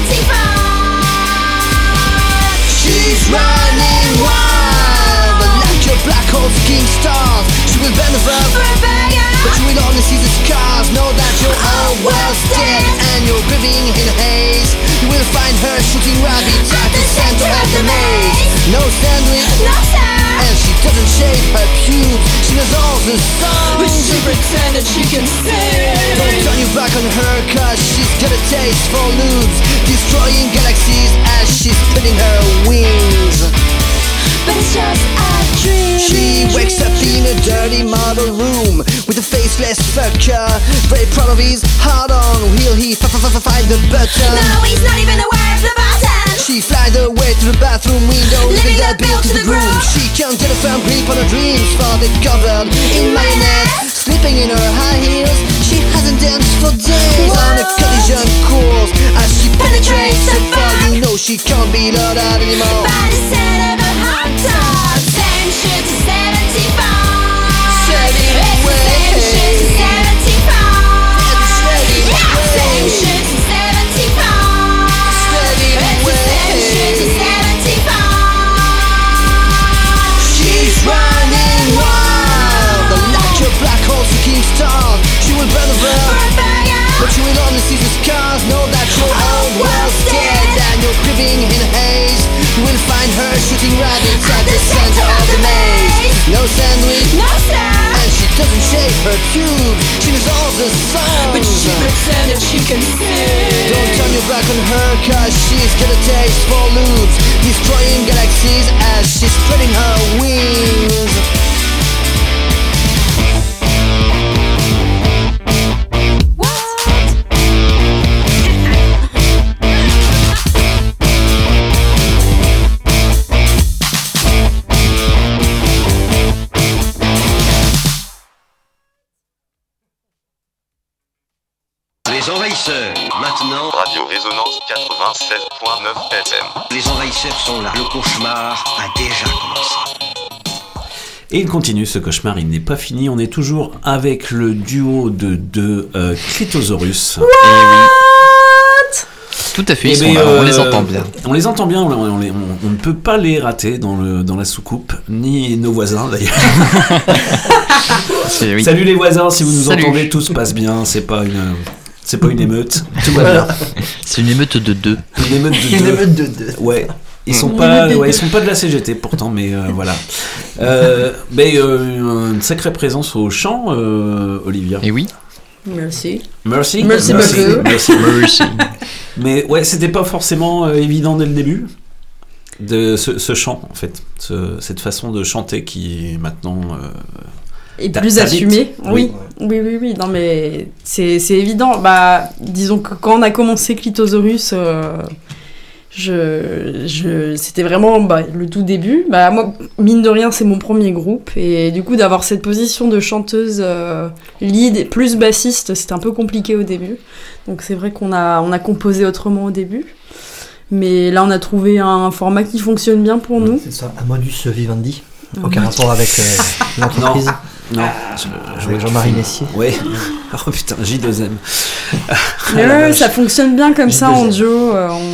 75. She's running wild, but like your black hole fucking stars, she will bend above, but you will only see the scars. Know that your whole world's dead and you're living in haze. You will find her shooting rabbits at the center of the maze. No sandwich, no sound. And she doesn't shave her pubes. She knows all the songs, but she pretended she can sing. Don't turn your back on her, cause she's got a taste for lubes, destroying galaxies as she's spreading her wings. But it's just a dream. She wakes up in a dirty model room, with a faceless fucker. Very proud of his hard-on. Will he find the button? No, he's not even aware of the button. She flies away to the bathroom window, leaving that bill to the groom. She can't get a firm grip on her dreams, for they're covered in mayonnaise. Sleeping in her high heels, she hasn't danced for days. On a collision course, as she penetrates the fog, you know she can't be lured out anymore. By the scent of a hot dog. Same shit to 75. It's the same shit to 75. Yeah, same shit to 75. It's the same shit to 75. She's running wild, like a black hole seeking stars. She will burn the world, but you will only see the scars. Know that your old world's dead and you're creeping in a haze. You will find her shooting rabbits at the center of the maze. No sandwich, no sir, and she doesn't shave her tube. She knows all the songs, but she pretends that she can sing. Don't turn your back on her, cause she's got a taste for loops, destroying galaxies as she's spreading her wings. Les envahisseurs, maintenant. Radio Résonance 96.9 FM. Les envahisseurs sont là. Le cauchemar a déjà commencé. Et il continue ce cauchemar, il n'est pas fini. On est toujours avec le duo de Clitosaurus. What? Tout à fait, ils sont là, on les entend bien. On les entend bien, on ne peut pas les rater dans la soucoupe, ni nos voisins d'ailleurs. Oui. Salut les voisins, si vous nous entendez, tout se passe bien, c'est pas une émeute, tout va bien. C'est une émeute de deux. Une émeute de deux. Ouais. Ils sont pas de la CGT pourtant, mais voilà. Une sacrée présence au chant, Olivia. Et oui. Merci. Merci. Mais ouais, c'était pas forcément évident dès le début de ce chant en fait, cette façon de chanter qui maintenant est plus assumée. Oui. Non mais c'est évident. Bah, disons que quand on a commencé Clitosaurus, c'était vraiment le tout début. Bah, moi, mine de rien, c'est mon premier groupe. Et du coup, d'avoir cette position de chanteuse lead plus bassiste, c'était un peu compliqué au début. Donc c'est vrai qu'on a composé autrement au début. Mais là, on a trouvé un format qui fonctionne bien pour nous. C'est ça, un modus vivendi. Aucun rapport avec l'entreprise. Non, avec Jean-Marie Messier. Ouais. Oh putain, J2M. Ouais, ça fonctionne bien comme ça en duo.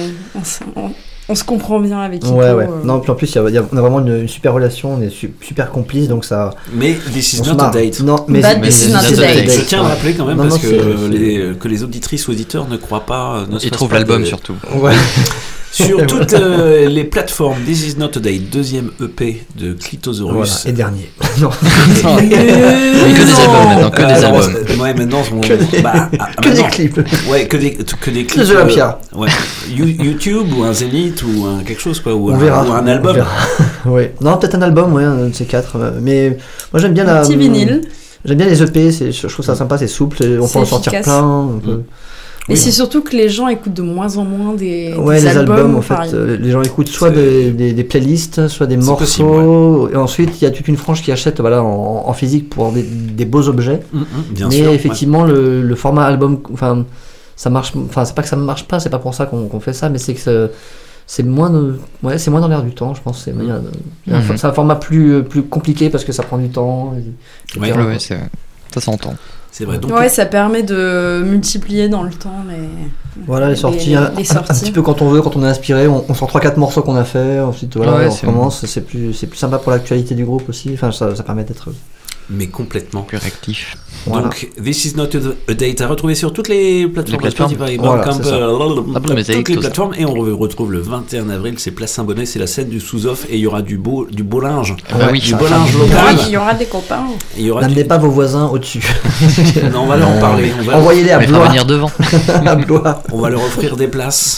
On se comprend bien avec Kiko. Ouais. Non, puis en plus, on a vraiment une super relation, on est super complices, donc ça. Mais this is not a date. Non, mais this is not a date. Je tiens à rappeler quand même parce que les auditrices ou auditeurs ne croient pas. Ils trouvent l'album surtout. Ouais. Sur toutes les plateformes, This Is Not A Date, deuxième EP de Clitosaurus. Voilà, et dernier. Non. Mais que des albums maintenant, que des albums. Ouais, maintenant, que des clips. Ouais, que des clips. De Olympia. Ouais. YouTube ou un Zénith ou quelque chose, quoi. Ou un album. Ouais. Non, peut-être un album, ouais, un de ces quatre. Mais moi, j'aime bien petit vinyle. J'aime bien les EP, je trouve ça sympa, c'est souple, on peut en sortir plein. Et c'est surtout que les gens écoutent de moins en moins des les albums en fait. Les gens écoutent soit des playlists, soit des morceaux. Possible, ouais. Et ensuite, il y a toute une frange qui achète en physique pour des beaux objets. Bien mais sûr, effectivement, le format album, ça marche. Enfin, c'est pas que ça ne marche pas, c'est pas pour ça qu'on fait ça, mais c'est que c'est moins dans l'air du temps, je pense. C'est un format plus compliqué parce que ça prend du temps. Ouais, c'est vrai. Ça s'entend. C'est vrai. Donc, ça permet de multiplier dans le temps les sorties. Un petit peu quand on veut, quand on est inspiré, on sort 3-4 morceaux qu'on a fait, ensuite on recommence. C'est plus sympa pour l'actualité du groupe aussi. Enfin, ça permet d'être. Mais complètement plus réactif. Voilà. Donc, This Is Not A Date à retrouver sur toutes les plateformes. Spotify, toutes les plateformes. Et on retrouve le 21 avril, c'est Place Saint-Bonnet, c'est la scène du sous-off et il y aura du beau linge. Du beau linge local. Il y aura des copains. N'amenez pas vos voisins au-dessus. Non, on va leur en parler. Envoyez-les à Blois. Venir devant. À Blois. On va leur offrir des places.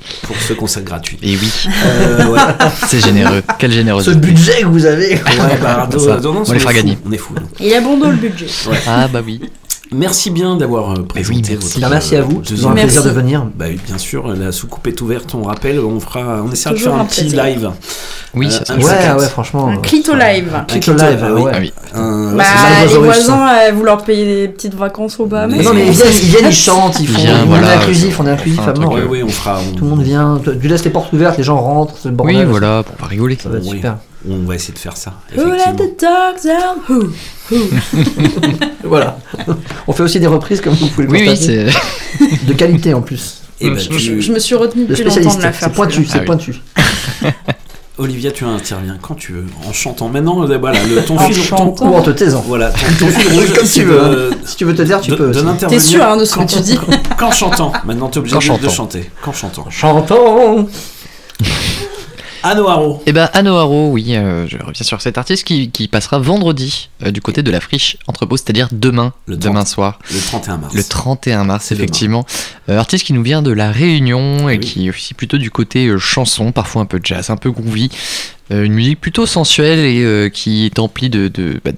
pour ce concert gratuit. Et oui. Ouais. C'est généreux. Quelle générosité. Ce budget que vous avez. Ouais, bah, on les fera gagner. On est fous. Il y a bon dans le budget. Ouais. Ah bah oui. Merci bien d'avoir présenté votre. Merci à vous. C'est un plaisir de venir. Bah oui, bien sûr, la soucoupe est ouverte. On rappelle, on essaiera de faire un petit live. Oui, ça serait ouais, franchement. Un clito live. Clito live, ouais. Les voisins, vous leur payez des petites vacances au Bahamas. Non, mais ils viennent, ils chantent, ils font. On est inclusif à mort. Oui, on fera. Tout le monde vient. Tu laisses les portes ouvertes, les gens rentrent, c'est le bordel. Oui, voilà, pour pas rigoler. Ça va être super. On va essayer de faire ça. Who let the dogs out? Who? Voilà. On fait aussi des reprises comme vous pouvez le constater. Oui, c'est de qualité en plus. Et je me suis retenu depuis longtemps de la faire. C'est pointu, c'est pointu. Olivia, tu interviens quand tu veux, en chantant. Maintenant, voilà, ton en fil chantant. Ou en te taisant. Voilà, ton fil rouge, comme tu veux. Si tu veux te taire, tu peux. T'es sûr de ce que tu dis. Quand chantant. Maintenant, t'es obligé de chanter. Quand chantant. Chantons. Anoharo. Eh ben Anoharo, oui, je reviens sur cet artiste qui passera vendredi du côté de la friche entrepôt, c'est-à-dire demain soir. Le 31 mars. Le 31 mars, effectivement. Artiste qui nous vient de La Réunion et qui est aussi plutôt du côté chanson, parfois un peu jazz, un peu groovy. Une musique plutôt sensuelle et qui est emplie de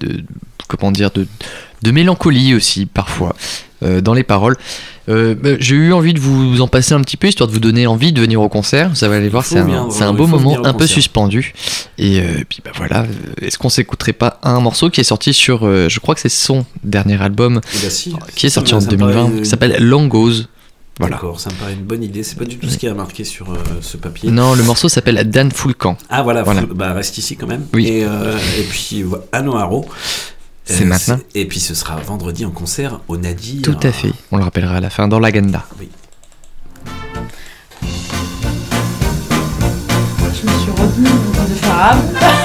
mélancolie aussi, parfois, dans les paroles. J'ai eu envie de vous en passer un petit peu, histoire de vous donner envie de venir au concert. Vous allez voir, c'est un beau moment, un peu suspendu. Et puis bah voilà, est-ce qu'on s'écouterait pas un morceau qui est sorti sur, je crois que c'est son dernier album, qui est sorti en 2020, qui s'appelle Longos. Voilà. D'accord, ça me paraît une bonne idée. C'est pas du tout ce qui est marqué sur ce papier. Non, le morceau s'appelle Dan Foulcan. Ah voilà. Bah reste ici quand même. Oui. Et puis Anoharo. C'est maintenant. Et puis ce sera vendredi en concert au Nadir. Tout à fait, on le rappellera à la fin dans l'agenda. Oui. Je me suis retenue de faire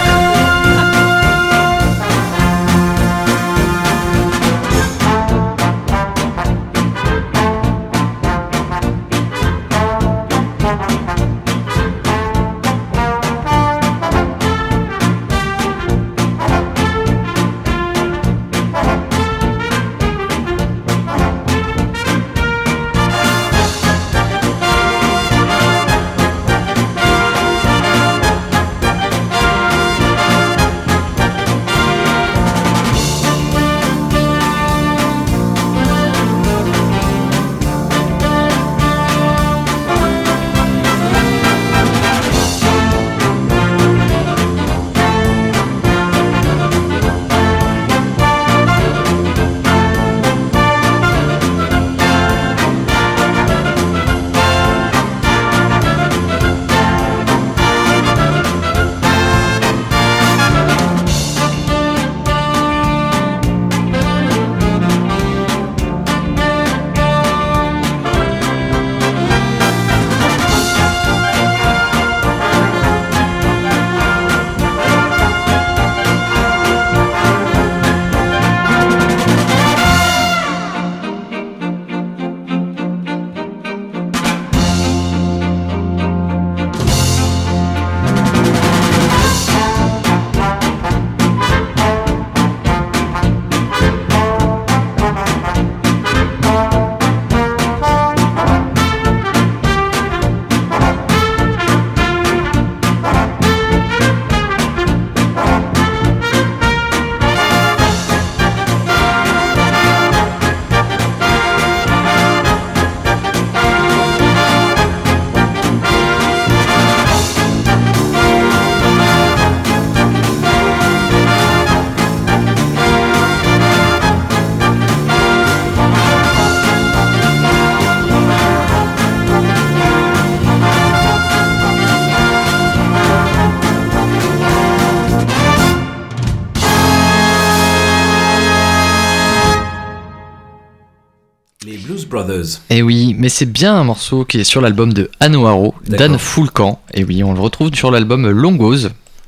Brothers. Et oui, mais c'est bien un morceau qui est sur l'album de Anoharo, Dan Foulcan. Et oui, on le retrouve sur l'album Longos.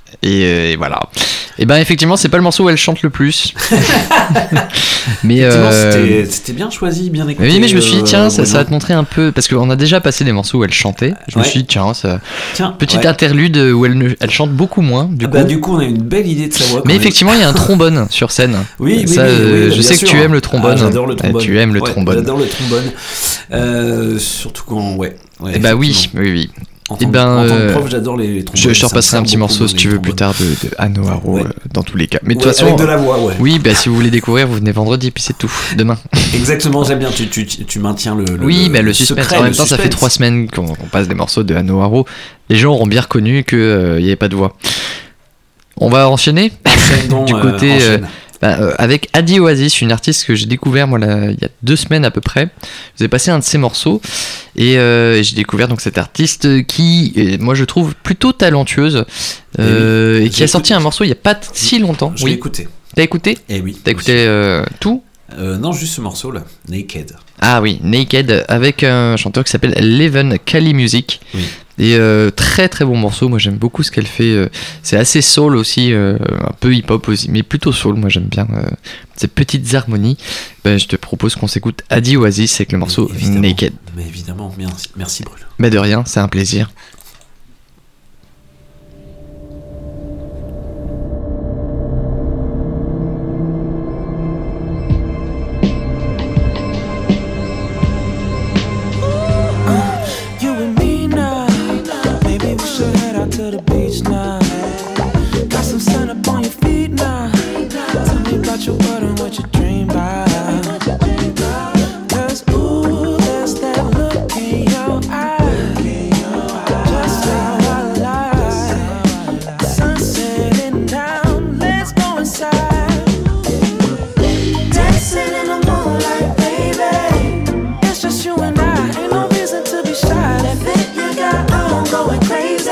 Et voilà. Et ben effectivement, c'est pas le morceau où elle chante le plus. Mais c'était bien choisi, bien écouté. Oui, mais je me suis dit tiens, ça va te montrer un peu parce qu'on a déjà passé des morceaux où elle chantait. Je me suis dit tiens, petite interlude où elle chante beaucoup moins. Du coup, on a une belle idée de savoir. Mais effectivement, il y a un trombone sur scène. Oui, ça, je sais que tu aimes le trombone. J'adore le trombone. Tu aimes le trombone. J'adore le trombone. Surtout quand Ouais, Eh bah oui. En Et tant que prof, j'adore les trombones. Je te repasserai un petit morceau si tu veux plus tard de Anno Haro dans tous les cas. Mais de toute façon, avec de la voix, ouais. Oui, bah si vous voulez découvrir, vous venez vendredi, puis c'est tout. Demain. Exactement, j'aime bien. Tu maintiens le suspense. secret, En même temps, ça fait 3 semaines qu'on passe des morceaux de Anno Haro. Les gens auront bien reconnu qu'il n'y avait pas de voix. On va enchaîner du côté. Avec Adi Oasis, une artiste que j'ai découvert moi il y a 2 semaines à peu près. Vous avez passé un de ses morceaux et j'ai découvert donc cette artiste qui, moi je trouve plutôt talentueuse et qui a sorti un morceau il y a pas si longtemps. Je l'ai écouté. T'as écouté ? Eh oui. T'as écouté tout ? Non, juste ce morceau là, Naked. Ah oui, Naked, avec un chanteur qui s'appelle Leven Kali Music. Oui. Et très très bon morceau, moi j'aime beaucoup ce qu'elle fait. C'est assez soul aussi, un peu hip-hop aussi, mais plutôt soul. Moi j'aime bien ces petites harmonies. Je te propose qu'on s'écoute Adi Oasis avec le morceau Naked. Mais évidemment, merci Brûle. De rien, c'est un plaisir. To the beach now. Got some sun up on your feet now. Tell me about your world and what you dream about. 'Cause ooh, there's that look in your eye. Just how I like. Sun setting down, let's go inside. Dancing in the moonlight, baby. It's just you and I, ain't no reason to be shy. That fit you got on going crazy.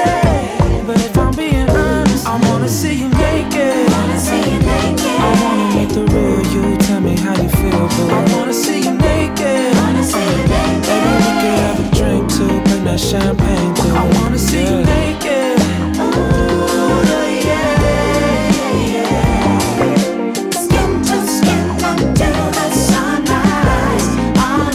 See you naked. I wanna meet the real you. Tell me how you feel, boo. I wanna see you naked. Baby, we could have a drink too. Bring that champagne through. I wanna see you naked. Ooh, yeah. Skin to skin until the sunrise. All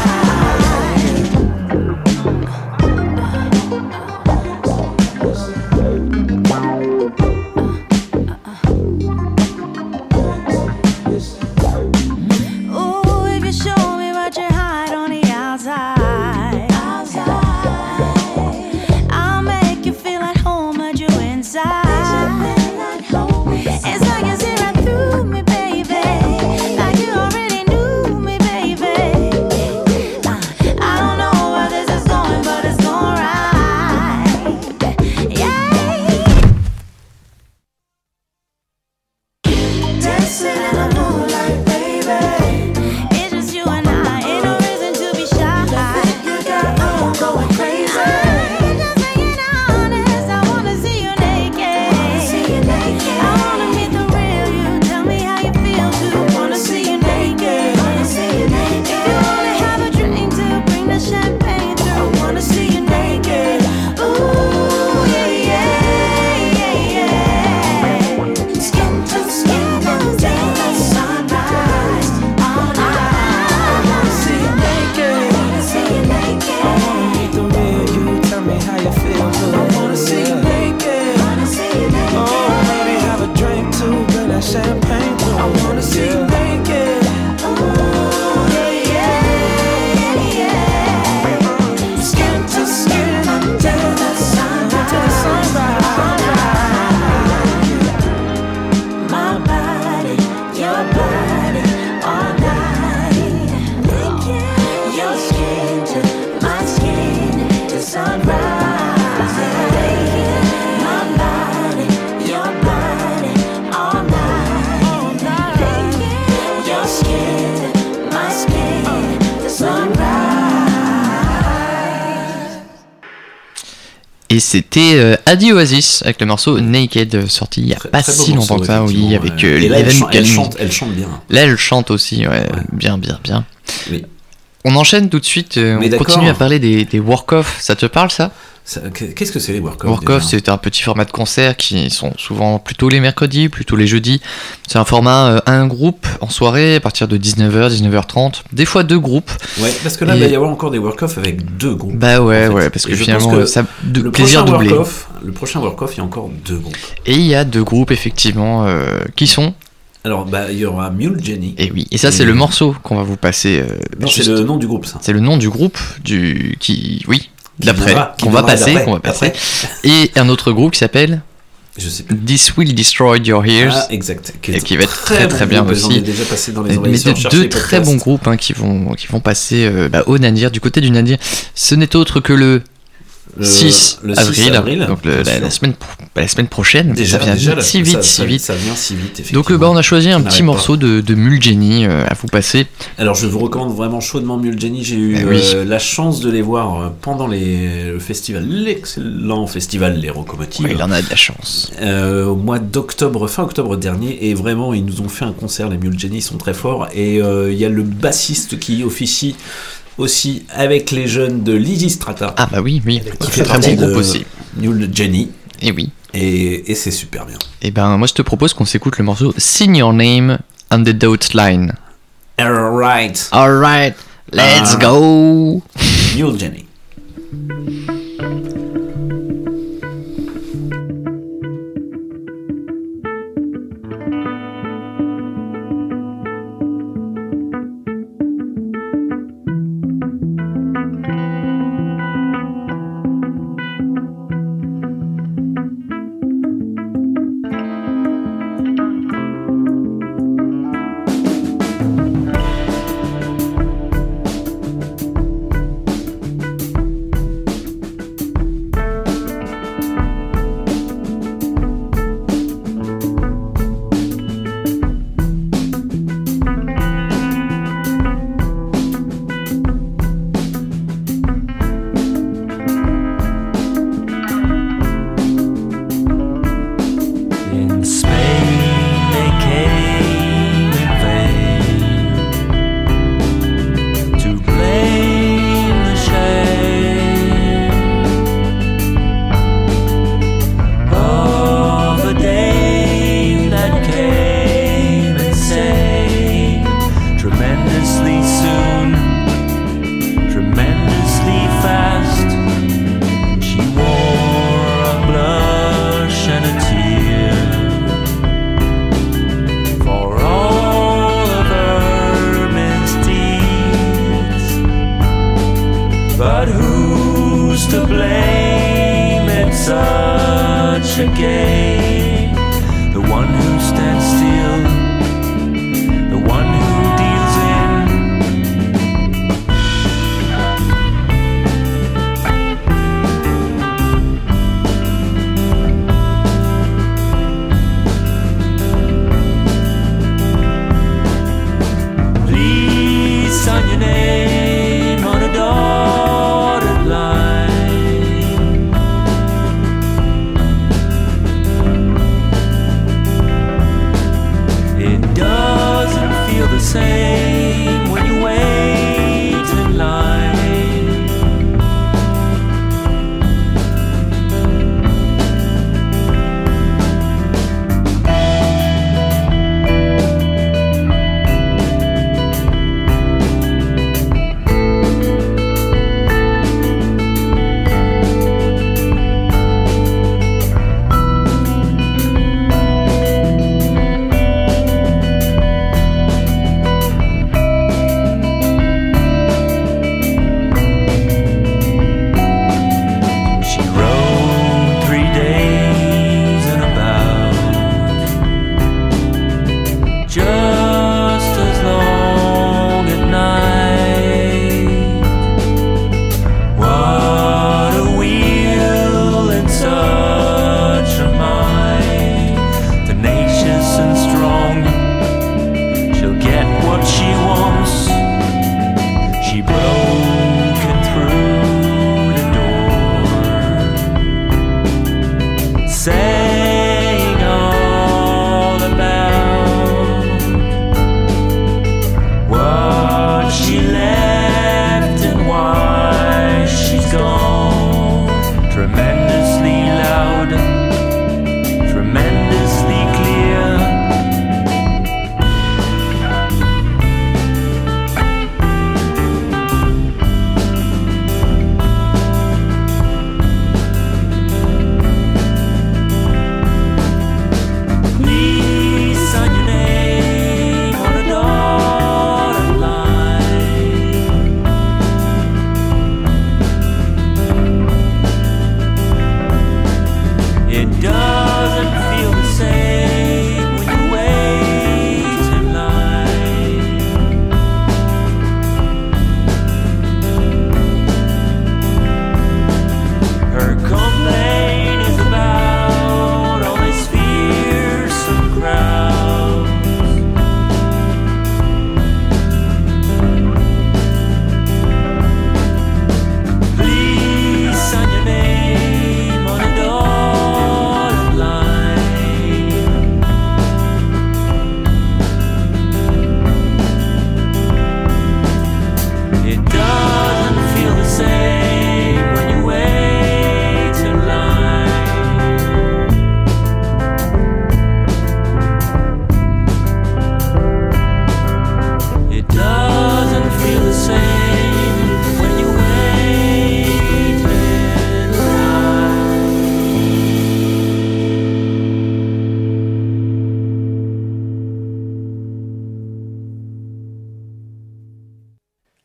Et c'était Adi Oasis avec le morceau Naked, sorti il y a pas si longtemps que ça, oui, avec Leven Kali. Elle chante bien. Là, elle chante aussi, ouais. Bien. Oui. On enchaîne tout de suite, on continue à parler des work-off. Ça te parle, ça ? Qu'est-ce que c'est les work-off ? Work-off, c'est un petit format de concert qui sont souvent plutôt les mercredis, plutôt les jeudis. C'est un format, un groupe en soirée à partir de 19h, 19h30. Des fois 2 groupes. Ouais, parce que là, il va y avoir encore des work-off avec 2 groupes. Bah ouais, parce que finalement, ça le plaisir doublé. Le prochain work-off, il y a encore 2 groupes. Et il y a 2 groupes, effectivement, qui sont... Alors, il y aura Mule Jenny. Et oui, et ça, c'est le morceau qu'on va vous passer. Non, c'est le nom du groupe, ça. C'est le nom du groupe, oui. d'après, qu'on va passer. Et un autre groupe qui s'appelle Je sais plus. This Will Destroy Your Ears. Ah, exact. Qui va être très très bien aussi. On est déjà passé dans les mais deux très bons groupes qui vont passer au Nadir, du côté du Nadir. Ce n'est autre que le 6 avril, donc la semaine prochaine. Déjà, ça vient si vite. Ça vient si vite, effectivement. Donc on a choisi un petit morceau de Mule Jenny à vous passer. Alors je vous recommande vraiment chaudement Mule Jenny. J'ai eu la chance de les voir pendant le festival, l'excellent festival Les Rocomotives. Ouais, il en a de la chance. Au mois d'octobre, fin octobre dernier, et vraiment ils nous ont fait un concert. Les Mule Jenny, ils sont très forts, et il y a le bassiste qui officie aussi avec les jeunes de Lizzy Strata. Ah bah oui, qui fait partie de groupe aussi. Mule Jenny. Et oui. Et c'est super bien. Et ben moi je te propose qu'on s'écoute le morceau Sing Your Name on the Dot Line. Alright, let's go. Mule Jenny.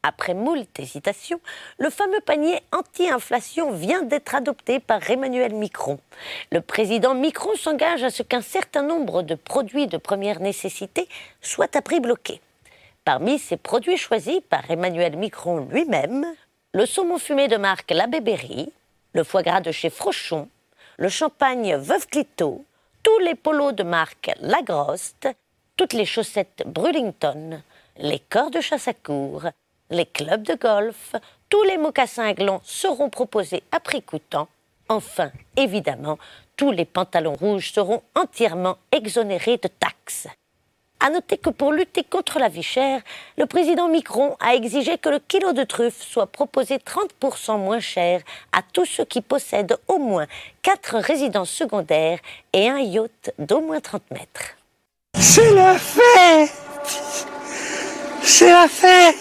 Après moult hésitations, le fameux panier anti-inflation vient d'être adopté par Emmanuel Macron. Le président Macron s'engage à ce qu'un certain nombre de produits de première nécessité soient à prix bloqué. Parmi ces produits choisis par Emmanuel Macron lui-même, le saumon fumé de marque La Bébéry, le foie gras de chez Frochon, le champagne Veuve Clicquot, tous les polos de marque Lagroste, toutes les chaussettes Burlington, les corps de chasse à courre, les clubs de golf, tous les mocassins aiglons seront proposés à prix coûtant. Enfin, évidemment, tous les pantalons rouges seront entièrement exonérés de taxes. À noter que pour lutter contre la vie chère, le président Macron a exigé que le kilo de truffe soit proposé 30% moins cher à tous ceux qui possèdent au moins 4 résidences secondaires et un yacht d'au moins 30 mètres. C'est la fête! C'est la fête!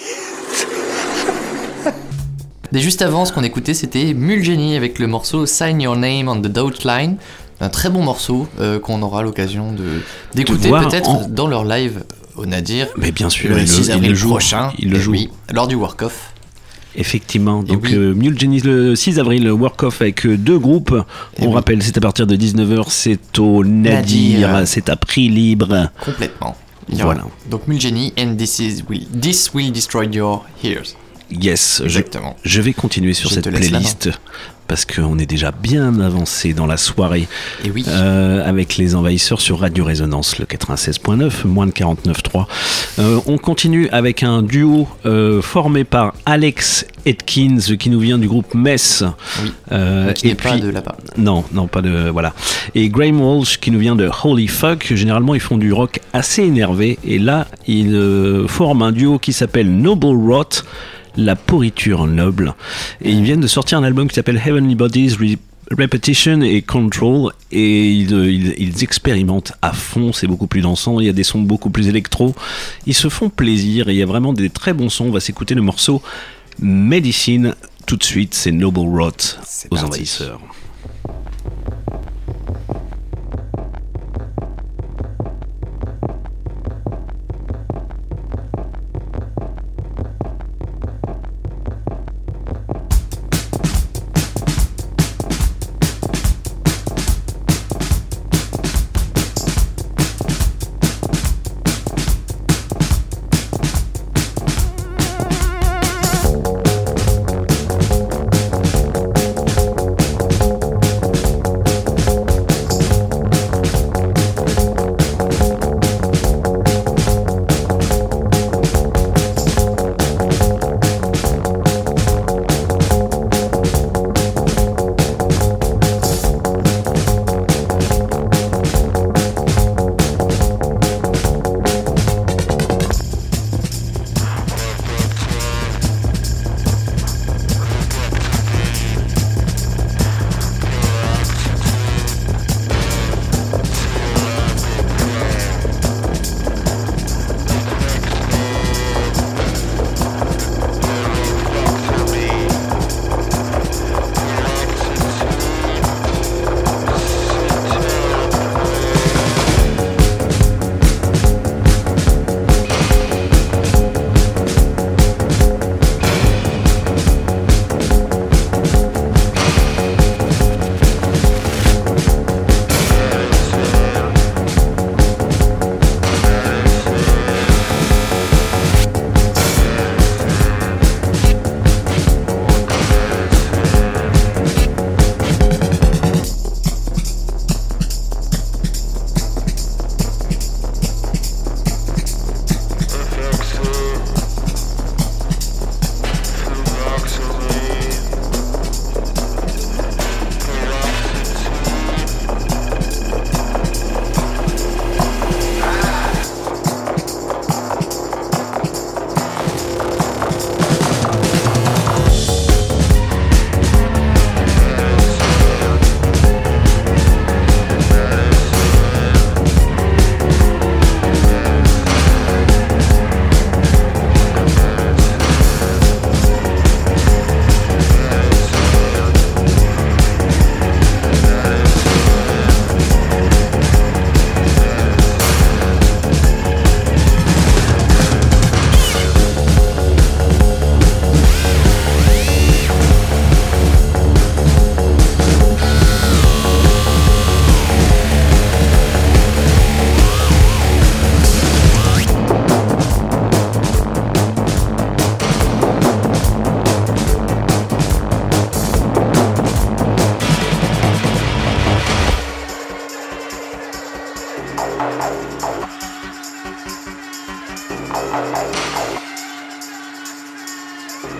Et juste avant, ce qu'on écoutait, c'était Mulgeny avec le morceau Sign Your Name on the Dotted Line. Un très bon morceau qu'on aura l'occasion d'écouter peut-être dans leur live au Nadir. Mais bien sûr, le 6 avril prochain. Il le joue. Oui, lors du Work-Off. Effectivement, donc Mulgeny le 6 avril, Work-Off avec 2 groupes. On rappelle, c'est à partir de 19h, c'est au Nadir, c'est à prix libre. Complètement. Voilà. Donc Mulgeny and This Will Destroy Your Ears. Yes, exactement. Je vais continuer sur cette playlist parce qu'on est déjà bien avancé dans la soirée. Et oui. Avec les envahisseurs sur Radio Résonance, le 96.9, moins de 49.3. On continue avec un duo formé par Alex Atkins qui nous vient du groupe Mess. Oui. Qui n'est pas de là-bas. Non, pas de. Voilà. Et Graham Walsh qui nous vient de Holy Fuck. Généralement, ils font du rock assez énervé. Et là, ils forment un duo qui s'appelle Noble Rot. La pourriture noble, et ils viennent de sortir un album qui s'appelle Heavenly Bodies Repetition et Control, et ils expérimentent à fond, c'est beaucoup plus dansant, il y a des sons beaucoup plus électro, ils se font plaisir et il y a vraiment des très bons sons. On va s'écouter le morceau Medicine tout de suite, c'est Noble Rot aux envahisseurs.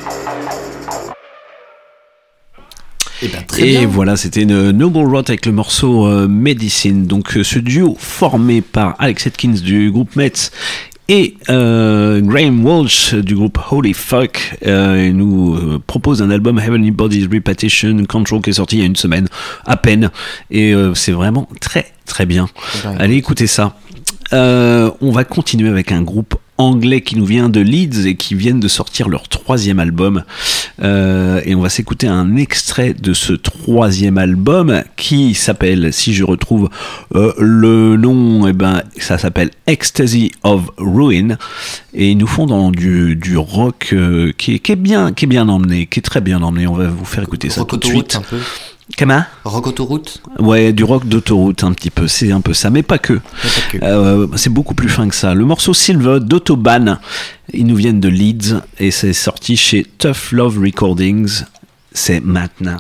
Et voilà, c'était une Noble Rot avec le morceau Medicine. Donc ce duo formé par Alex Atkins du groupe Metz et Graham Walsh du groupe Holy Fuck nous propose un album Heavenly Bodies Repetition Control qui est sorti il y a une semaine à peine, et c'est vraiment très très bien. Allez écoutez ça. On va continuer avec un groupe anglais qui nous vient de Leeds et qui viennent de sortir leur 3e album, et on va s'écouter un extrait de ce 3e album qui s'appelle, si je retrouve le nom, ça s'appelle Ecstasy of Ruin, et ils nous font dans du rock qui est bien emmené, qui est très bien emmené. On va vous faire écouter ça tout de suite. Un peu. Comment ? Rock autoroute ? Ouais, du rock d'autoroute un petit peu, c'est un peu ça, mais pas que. C'est beaucoup plus fin que ça. Le morceau Silver d'Autobahn, ils nous viennent de Leeds et c'est sorti chez Tough Love Recordings. C'est maintenant.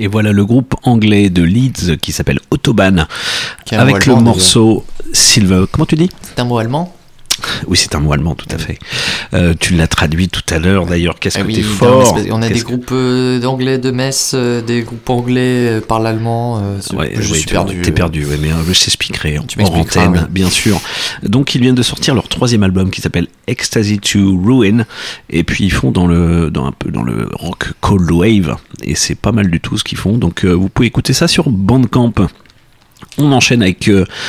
Et voilà le groupe anglais de Leeds qui s'appelle Autobahn, Qui est un avec mot le allemand, morceau Silver. Comment tu dis ? C'est un mot allemand ? Oui, c'est un mot allemand, tout à fait. Tu l'as traduit tout à l'heure, d'ailleurs. Qu'est-ce que oui, t'es fort. On a des groupes d'anglais de Metz, des groupes anglais parlent allemand. Je suis perdu. T'es perdu, ouais, mais je t'expliquerai en m'expliqueras, antenne, ouais. bien sûr. Donc, ils viennent de sortir leur 3e album qui s'appelle Ecstasy to Ruin. Et puis, ils font dans un peu dans le rock cold wave. Et c'est pas mal du tout ce qu'ils font. Donc, vous pouvez écouter ça sur Bandcamp. On enchaîne avec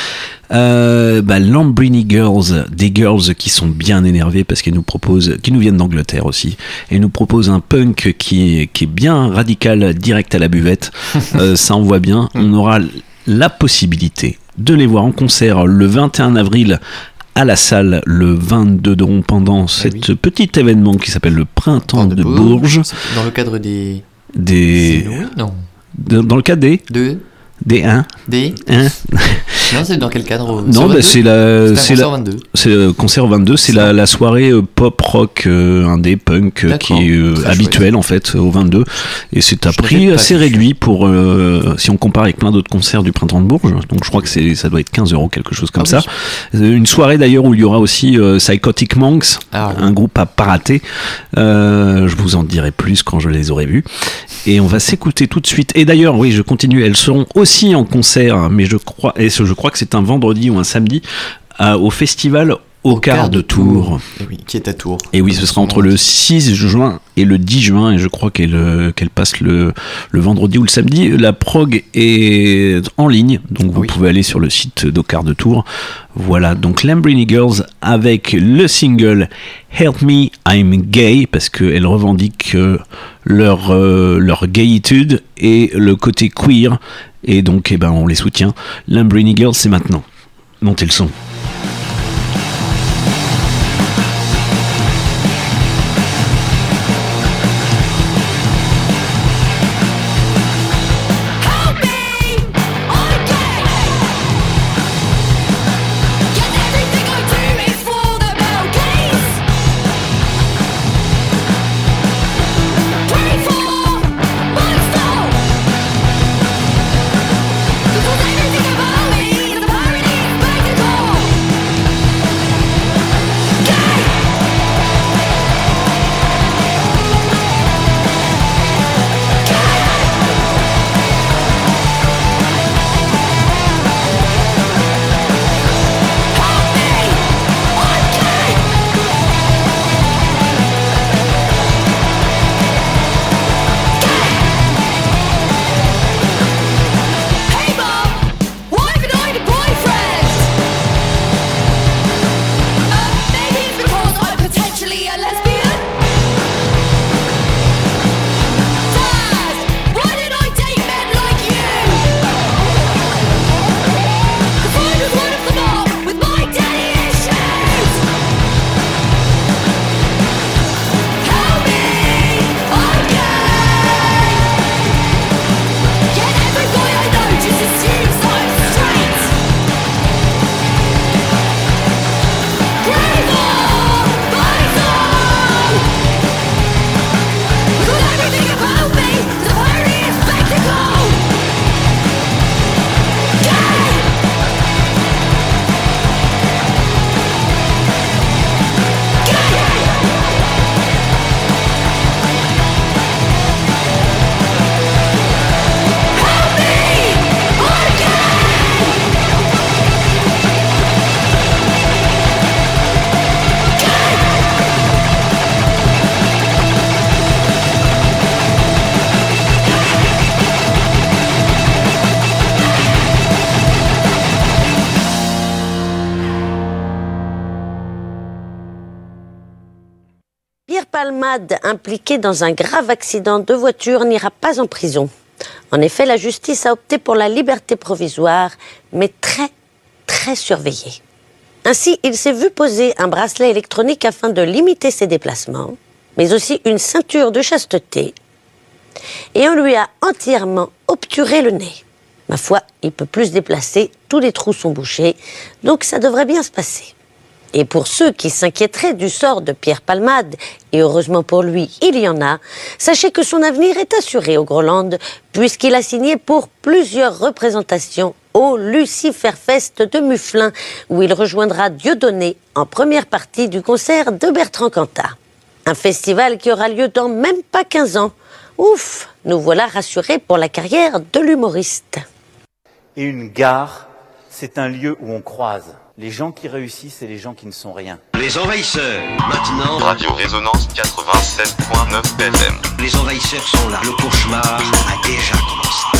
Lambrini Girls, des girls qui sont bien énervées parce qu'elles qui nous viennent d'Angleterre aussi, et nous proposent un punk qui est bien radical, direct à la buvette. Ça envoie bien. On aura la possibilité de les voir en concert le 21 avril à la salle le 22 pendant cet petit événement qui s'appelle le Printemps de Bourges. Dans le cadre des... Non. Dans le cadre des 1. Non, c'est dans quel cadre? Non, c'est le concert 22, c'est Ça. la soirée pop rock indé punk qui est habituelle en fait au 22, et c'est à prix assez réduit pour si on compare avec plein d'autres concerts du Printemps de Bourges. Donc je crois que ça doit être 15 €, quelque chose comme ça. Une soirée d'ailleurs où il y aura aussi Psychotic Monks, un groupe à pas rater. Je vous en dirai plus quand je les aurai vus. Et on va s'écouter tout de suite. Et d'ailleurs, oui, je continue. Elles seront aussi en concert, mais je crois que c'est un vendredi ou un samedi au festival au quart de Tours. Et oui, qui est à Tours. Et oui, ce sera entre le 6 juin et le 10 juin, et je crois qu'elle passe le vendredi ou le samedi. La prog est en ligne, donc vous pouvez aller sur le site d'au quart de Tours. Voilà, donc Lambrini Girls avec le single Help Me, I'm Gay, parce qu'elles revendiquent leur gayitude et le côté queer, et donc on les soutient. Lambrini Girls, c'est maintenant. Montez le son. Palmade, impliqué dans un grave accident de voiture, n'ira pas en prison. En effet, la justice a opté pour la liberté provisoire, mais très, très surveillée. Ainsi, il s'est vu poser un bracelet électronique afin de limiter ses déplacements, mais aussi une ceinture de chasteté. Et on lui a entièrement obturé le nez. Ma foi, il peut plus se déplacer, tous les trous sont bouchés, donc ça devrait bien se passer. Et pour ceux qui s'inquiéteraient du sort de Pierre Palmade, et heureusement pour lui, il y en a, sachez que son avenir est assuré au Groland, puisqu'il a signé pour plusieurs représentations au Luciferfest de Mufflin, où il rejoindra Dieudonné en première partie du concert de Bertrand Cantat. Un festival qui aura lieu dans même pas 15 ans. Ouf, nous voilà rassurés pour la carrière de l'humoriste. Et une gare, c'est un lieu où on croise les gens qui réussissent et les gens qui ne sont rien. Les envahisseurs, maintenant. Radio Résonance 87.9 FM. Les envahisseurs sont là. Le cauchemar a déjà commencé.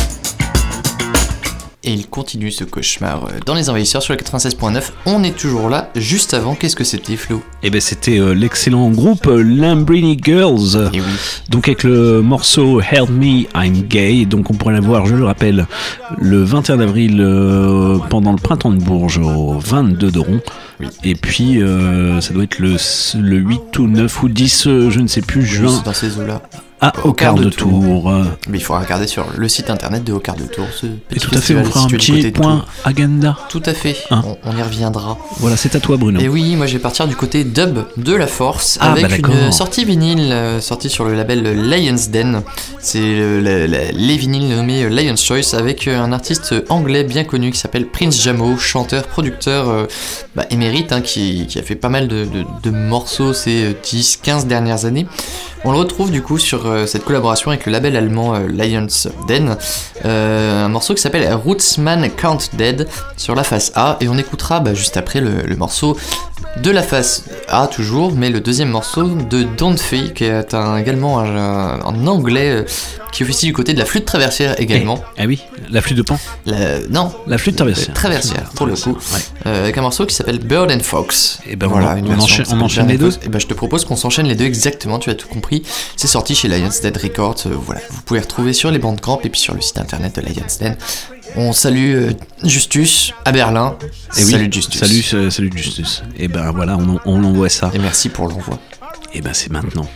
Et il continue ce cauchemar dans les envahisseurs sur le 96.9. On est toujours là, juste avant. Qu'est-ce que c'était, Flo ? Eh ben c'était l'excellent groupe Lamborghini Girls. Et oui. Donc avec le morceau Help Me, I'm Gay. Donc on pourrait la voir, je le rappelle, le 21 avril pendant le printemps de Bourges au 22 de Rond. Oui. Et puis ça doit être le 8 ou 9 ou 10, je ne sais plus, juin. C'est dans ces eaux-là. Au quart de tour. Mais il faudra regarder sur le site internet de Au quart de tour. Ce petit et tout à fait, on fera un petit point agenda. Tout à fait, on y reviendra. Voilà, c'est à toi, Bruno. Et oui, moi je vais partir du côté dub de la Force avec une sortie vinyle sortie sur le label Lion's Den. C'est les vinyles nommés Lion's Choice avec un artiste anglais bien connu qui s'appelle Prince Jamo, chanteur, producteur émérite qui a fait pas mal de morceaux ces 10-15 dernières années. On le retrouve du coup sur cette collaboration avec le label allemand Lion's Den, un morceau qui s'appelle Rootsman Count Dead sur la face A, et on écoutera juste après le morceau de la face A toujours, mais le deuxième morceau de Don't Fay, qui est également un anglais qui officie du côté de la flûte traversière également. Ah oui, la flûte de Pan. Non, la flûte traversière. Traversière pour le coup, ouais. Avec un morceau qui s'appelle Bird and Fox. Et ben voilà, on enchaîne les deux. Et ben je te propose qu'on s'enchaîne les deux exactement. Tu as tout compris. C'est sorti chez Lion's Den Records. Voilà, vous pouvez retrouver sur les Bandcamp et puis sur le site internet de Lion's Den. On salue Justus à Berlin. Et oui, salut Justus. Salut Justus. Et ben voilà, on envoie ça. Et merci pour l'envoi. Et ben c'est maintenant.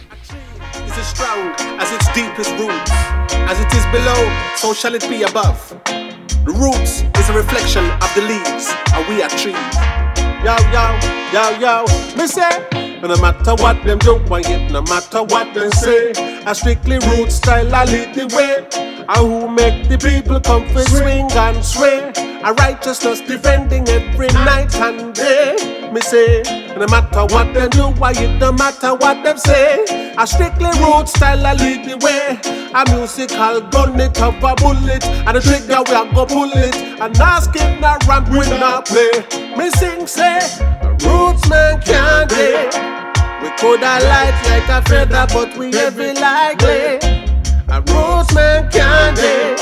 Is it strong as its deepest roots? As it is below, so shall it be above. The roots is a reflection of the leaves, and we are trees. Yo, yo, yo, yo, me say, no matter what them do, no matter what them say, a strictly root style I lead the way. And who make the people come for swing and sway? A righteousness defending every night and day. Me say, no matter what them do, no matter what them say, a strictly root style I lead the way. A musical gun it have a bullet, and a trigger we a go pull it. And ask it not ramp we not play. Me sing say, roots man can't day. We coulda light like a feather, but we heavy like lead. A roots man can't day.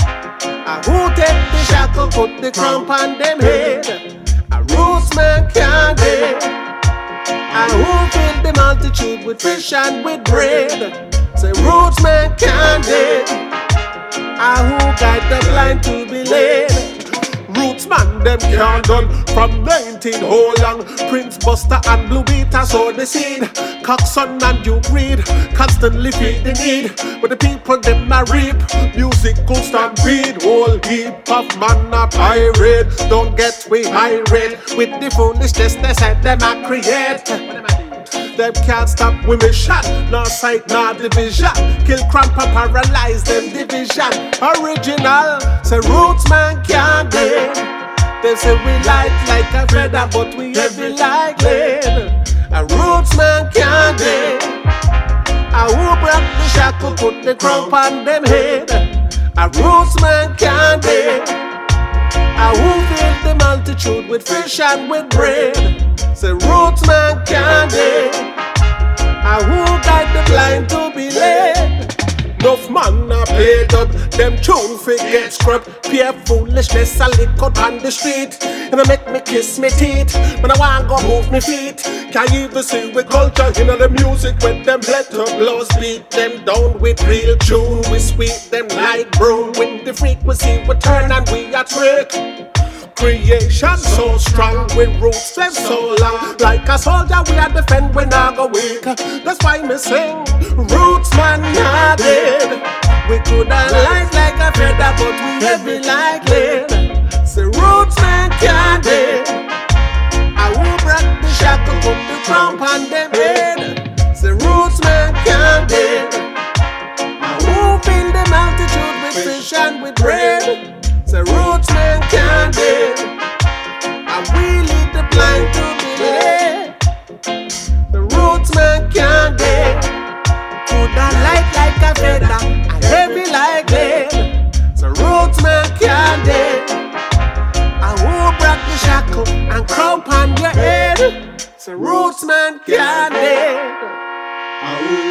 A who take the shackle, put the crump on them head. A roots man can't day. A who fill the multitude with fish and with bread. Say roots man can't day. A who guide the blind to be led. Roots man them can't done from 19 whole long. Prince Buster and Blue Beater sow the seed. Coxon and Duke Reed constantly feed the need. But the people them a reap musical stampede. Whole heap of man a pirate. Don't get we irate with the foolishness they said them a create. Them can't stop with me shot, nor sight, nor division. Kill, cramp, and paralyze them division. Original, say roots man can't get. They say we light like a feather, but we heavy like lead. A roots man can't get. A who break the shackle, put the crump on them head. A roots man can't get. A who fill the multitude with fish and with bread. Say roots man can't get. A who guide the blind to be led. Enough man a played up, them tune fi get scrubbed. Pure foolishness a lick out on the street. And I make me kiss me teeth, when I want go move me feet. Can't even see with culture in the music. When them let up blows beat them down with real tune. We sweep them like broom. With the frequency we turn and we a trick. Creation so strong, with roots them so long. Like a soldier we a defend, we not go weak. That's why me sing, roots man not dead. We coulda light like a feather, but we heavy like lead. Say roots man can't dead. I will break the shackle. sufficient with bread. So roots man can't dead. And we lead the blind to be led. The roots man can't dead. Could a light like a feather and heavy like lead. So roots man can't dead. And who brought the shackle and crown on your head? So roots man can't dead. And who?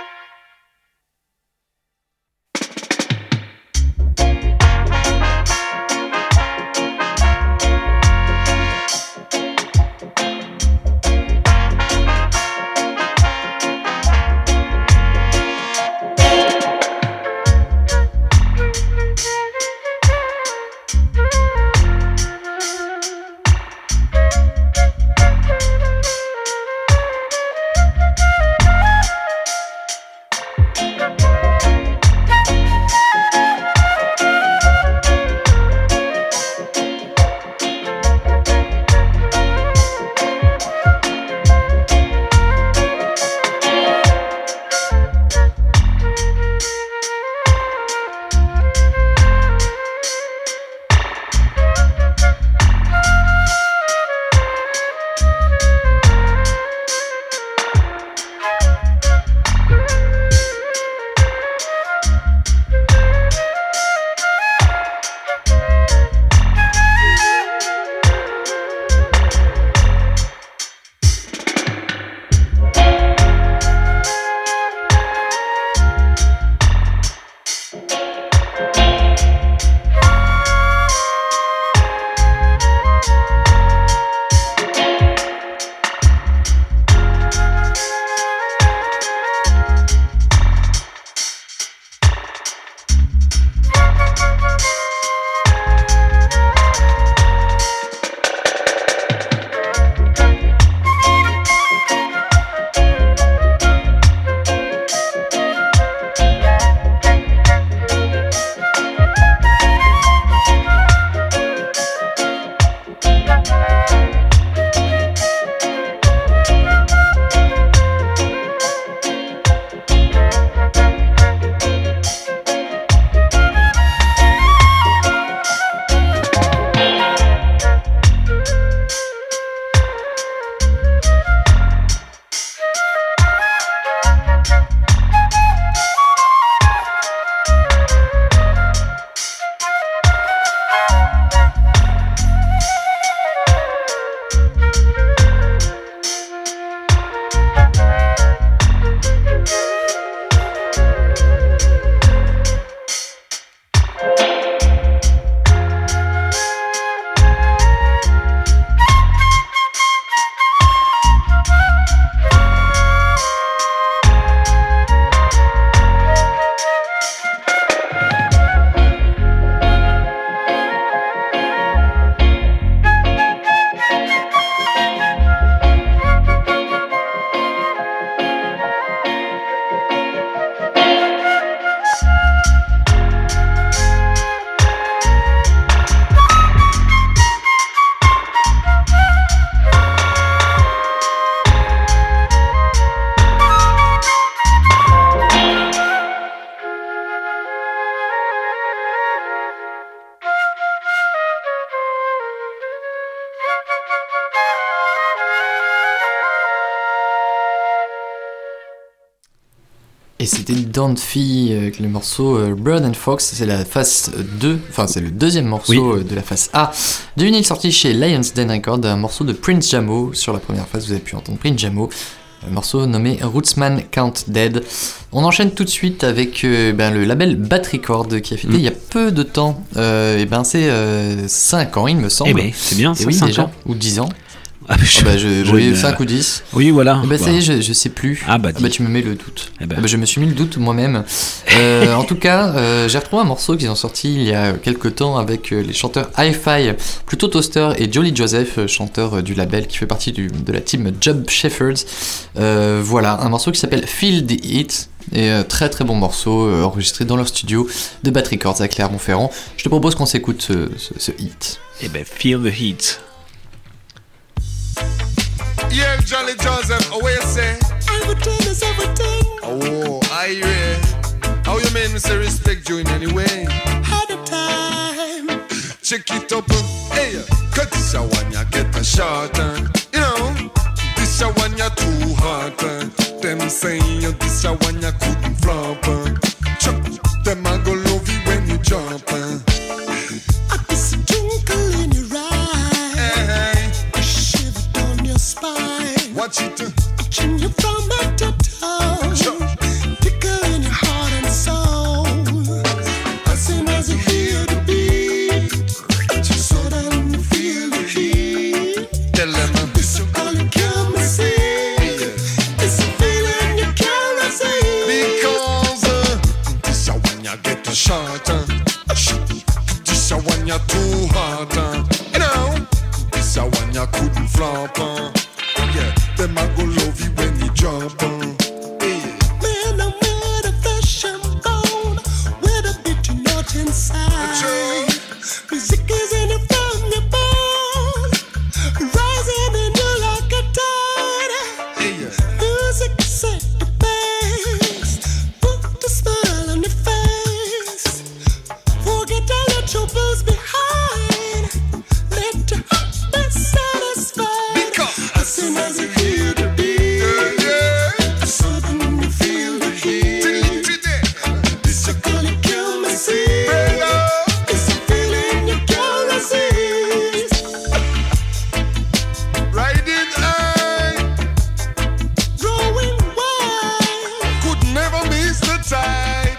Et c'était Don't Fee avec le morceau Bird and Fox, c'est la face 2, enfin c'est le deuxième morceau de la face A du vinyle sorti chez Lions Den Records, un morceau de Prince Jamo. Sur la première face vous avez pu entendre Prince Jamo, un morceau nommé Rootsman Count Dead. On enchaîne tout de suite avec le label Bat Record qui a fêté il y a peu de temps, c'est 5 ans il me semble. C'est bien, c'est 5 ans ou 10 ans. J'ai 5 ou 10. Oui, voilà. Ça y est, je sais plus. Tu me mets le doute. Je me suis mis le doute moi-même. En tout cas, j'ai retrouvé un morceau qu'ils ont sorti il y a quelques temps avec les chanteurs Hi-Fi, plutôt Toaster, et Jolly Joseph, chanteur du label qui fait partie de la team Job Shepherds. Voilà, un morceau qui s'appelle Feel the Heat. Et très très bon morceau enregistré dans leur studio de Bat Records à Clermont-Ferrand. Je te propose qu'on s'écoute ce hit. Feel the Heat. Yeah, Jolly Joseph, what you say? Everything is everything. Oh, I hear. How you mean, Mr. Respect you in any way? Check it up, hey, cut this a one ya get a shot, you know. This a one ya too hot, them saying you this a one ya couldn't flop. Chuck, them a go love you when you jump. I can see a twinkle in your eye, a shiver down your spine. Watch it, watching you from head to toe, tickle in your heart and soul. As soon as you hear the beat, just so that you feel the heat. Tell them this is all you can see. It's a feeling you can't resist. Because this a one ya get a shot, this a one ya too hot, you know. This a one ya couldn't flop, yeah. Them a go love you when you jump, Man, I'm made of flesh and bone, with a bitter note inside. Music is in it from your bone, rising in you like a tide. Music set the pace, put the smile on your face. Forget all your troubles behind, let your heart be satisfied. As soon as you hear the beat, suddenly you feel the heat. This a call you kill me, see. It's a feeling you can't resist. riding high, Growing wild, could never miss the tide.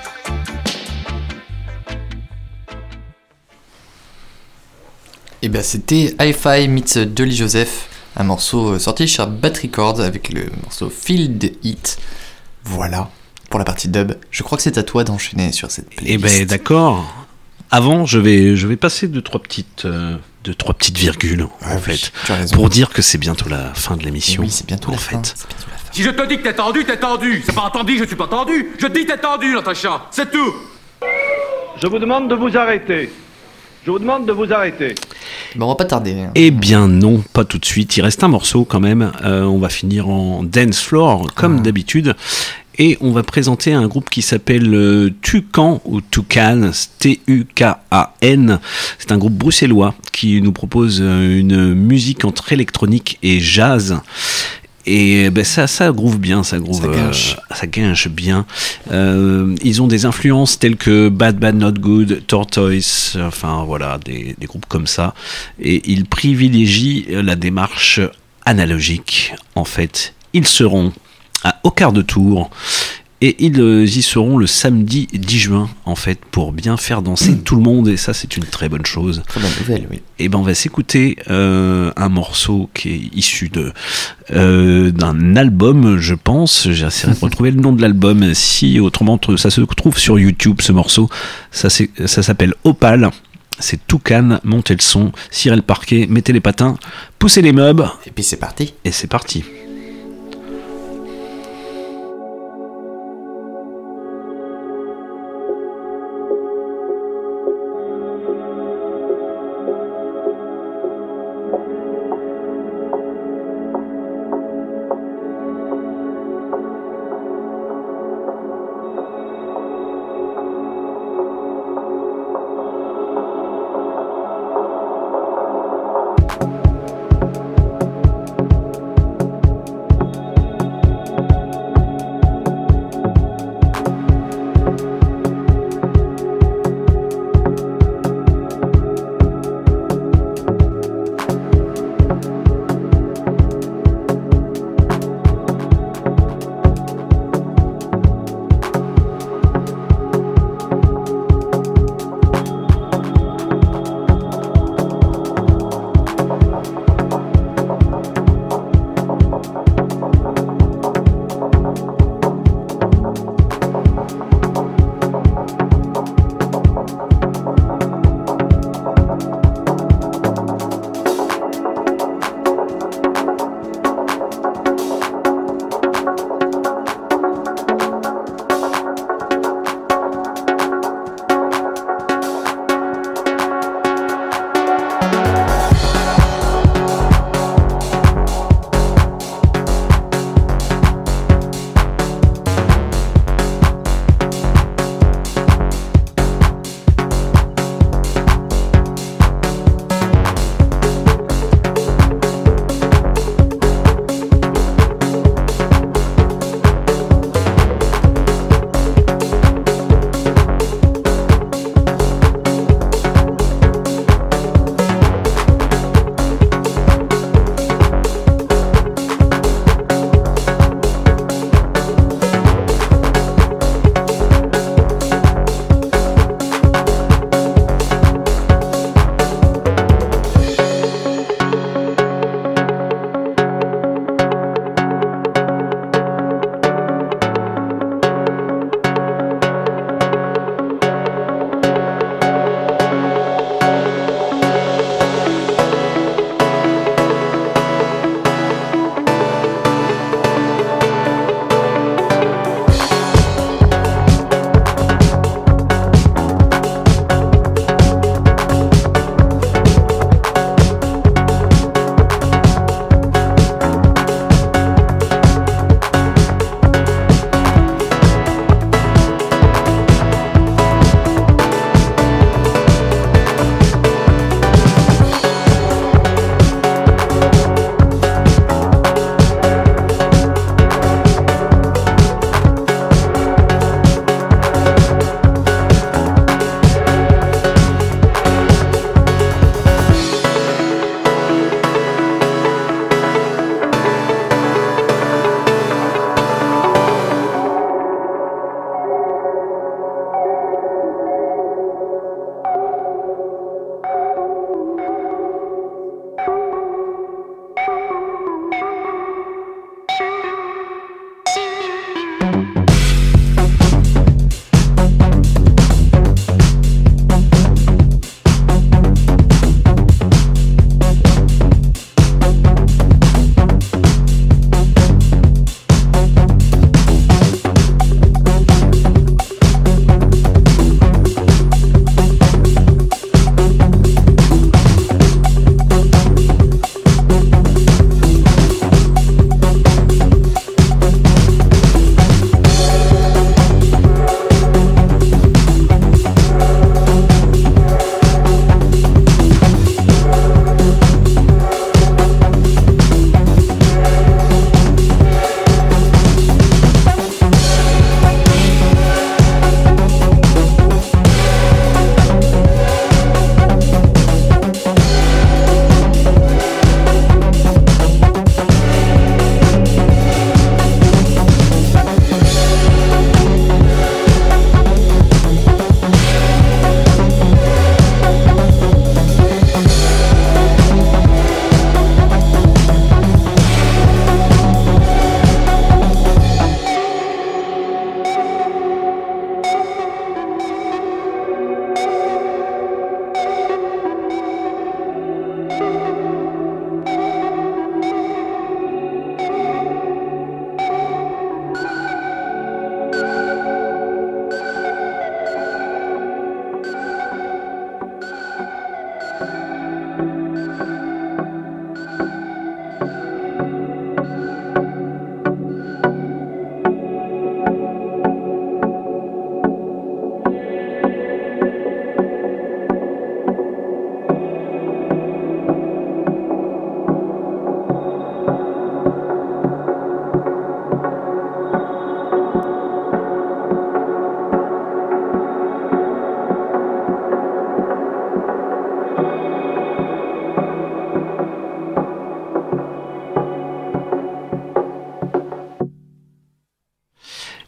Et bien c'était Hi-Fi meets Jolly Joseph, un morceau sorti chez Bat Records avec le morceau Feel the Heat. Voilà pour la partie dub. Je crois que c'est à toi d'enchaîner sur cette playlist. Eh ben d'accord. Avant, je vais passer deux trois petites virgules en fait, tu as raison. pour dire que c'est bientôt la fin de l'émission. Oui, c'est bientôt en la fait. fin. C'est bientôt la fin. Si je te dis que t'es tendu, t'es tendu. C'est pas entendu, je suis pas tendu. Je dis t'es tendu, Natacha. C'est tout. Je vous demande de vous arrêter. Je vous demande de vous arrêter. Ben, on va pas tarder. Hein. Eh bien non, pas tout de suite. Il reste un morceau quand même. On va finir en dance floor comme d'habitude. Et on va présenter un groupe qui s'appelle Tucan ou Tucan, T-U-K-A-N. C'est un groupe bruxellois qui nous propose une musique entre électronique et jazz. Et ben ça groove bien, ça guinche bien. Ils ont des influences telles que Bad Bad Not Good, Tortoise, enfin voilà, des groupes comme ça. Et ils privilégient la démarche analogique. En fait, ils seront au quart de tour et ils y seront le samedi 10 juin en fait pour bien faire danser tout le monde, et ça c'est une très bonne chose. Très bonne nouvelle, oui. Et ben on va s'écouter un morceau qui est issu d'un album, je pense. J'essaierai de retrouver le nom de l'album, si autrement ça se trouve sur YouTube ce morceau. Ça s'appelle Opal. C'est Toucan, montez le son, cirez le parquet, mettez les patins, poussez les meubles. Et puis c'est parti. Et c'est parti.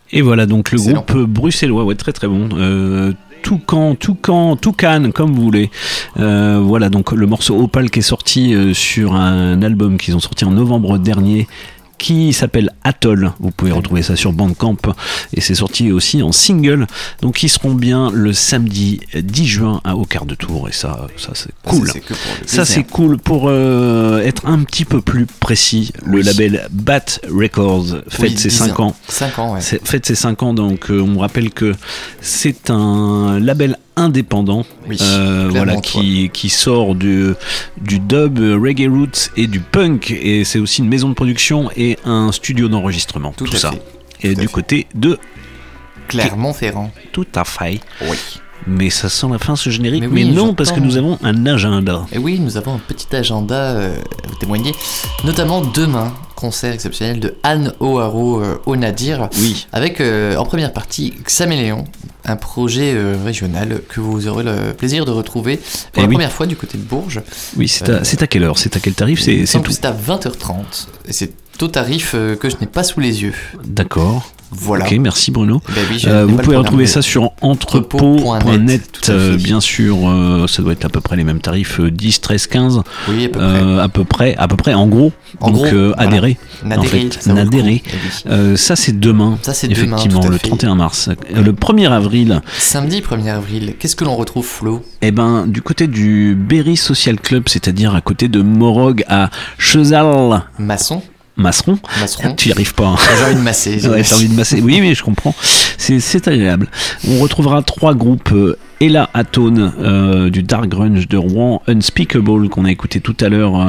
Et voilà donc le Excellent. groupe bruxellois, ouais, très très bon. Toucan, comme vous voulez. Voilà donc le morceau Opal qui est sorti sur un album qu'ils ont sorti en novembre dernier, qui s'appelle Atoll. Vous pouvez retrouver ça sur Bandcamp et c'est sorti aussi en single. Donc ils seront bien le samedi 10 juin au quart de tour et ça c'est cool. Ça c'est cool pour être un petit peu plus précis. Le label Bat Records fête ses 5 ans. 5 ans, ouais. Fête ses 5 ans, donc on rappelle que c'est un label indépendant, voilà, qui sort du dub, reggae roots et du punk, et c'est aussi une maison de production et un studio d'enregistrement, tout ça. Et du côté de Clermont-Ferrand. Tout à fait. Oui. Mais ça sent la fin ce générique, Mais oui, non, parce que nous avons un agenda. Et oui, nous avons un petit agenda à vous témoigner, notamment demain, concert exceptionnel de Anne O'Haro au Nadir, avec en première partie Xaméléon, un projet régional que vous aurez le plaisir de retrouver pour la première fois du côté de Bourges. Oui, c'est à quelle heure, c'est à quel tarif, c'est tout. C'est à 20h30, et c'est au tarif que je n'ai pas sous les yeux. D'accord. Voilà. Ok, merci Bruno. Ben oui, vous pouvez retrouver ça sur entrepôt.net, bien sûr. Ça doit être à peu près les mêmes tarifs, 10, 13, 15. Oui, à peu près en gros. Adhérer. Voilà. En fait, n'adhérer. Ça c'est demain. Ça c'est effectivement demain, le 31 mars. Le 1er avril. Samedi 1er avril. Qu'est-ce que l'on retrouve, Flo ? Eh ben, du côté du Berry Social Club, c'est-à-dire à côté de Morog à Chezal. Masseron. Tu n'y arrives pas. Hein. J'ai envie de masser. Ouais, t'as envie de masser. Oui, mais je comprends. C'est agréable. On retrouvera 3 groupes. Ella Atone du Dark Grunge de Rouen, Unspeakable qu'on a écouté tout à l'heure,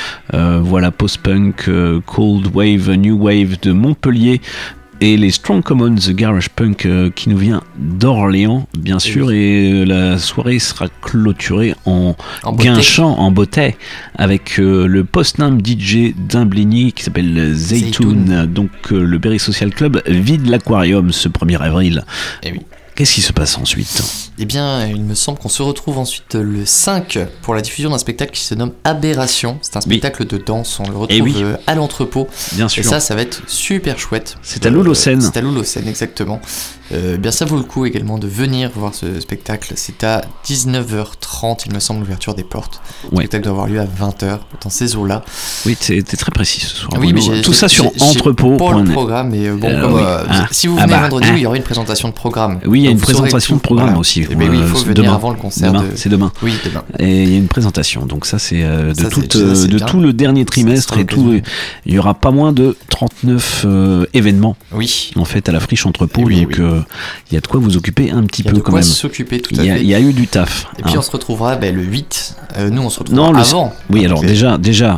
voilà, post-punk, Cold Wave, New Wave de Montpellier, et les Strong Commons Garage Punk qui nous vient d'Orléans, bien sûr, et la soirée sera clôturée en guinchant, en beauté, avec le post-name DJ d'Imbligny qui s'appelle Zaytoun. Donc le Berry Social Club vide l'aquarium ce 1er avril. Et oui. Qu'est-ce qui se passe ensuite ? Eh bien, il me semble qu'on se retrouve ensuite le 5 pour la diffusion d'un spectacle qui se nomme Aberration. C'est un spectacle de danse, on le retrouve à l'entrepôt. Bien sûr. Et ça va être super chouette. C'est à Loulocène. C'est à Loulocène, exactement. Bien, ça vaut le coup également de venir voir ce spectacle. C'est à 19h30, il me semble, l'ouverture des portes. Le spectacle doit avoir lieu à 20h, dans ces eaux-là. Oui, t'es très précis ce soir. Oui, mais tout ça sur entrepôt.net. Pour le programme, mais bon, si vous venez vendredi, il y aura une présentation de programme. Oui, il y a une présentation de programme aussi. Mais oui, il faut venir avant le concert. C'est demain. Oui, demain. Et il y a une présentation, donc ça c'est de tout le dernier trimestre et tout. Il y aura pas moins de 39 événements. Oui. En fait, à la friche entrepôt, donc il y a de quoi vous occuper un petit peu quand même. Il y a de quoi s'occuper, tout à fait. Il y a eu du taf. Et puis on se retrouvera le 8. Nous, on se retrouvera avant. Oui, alors déjà,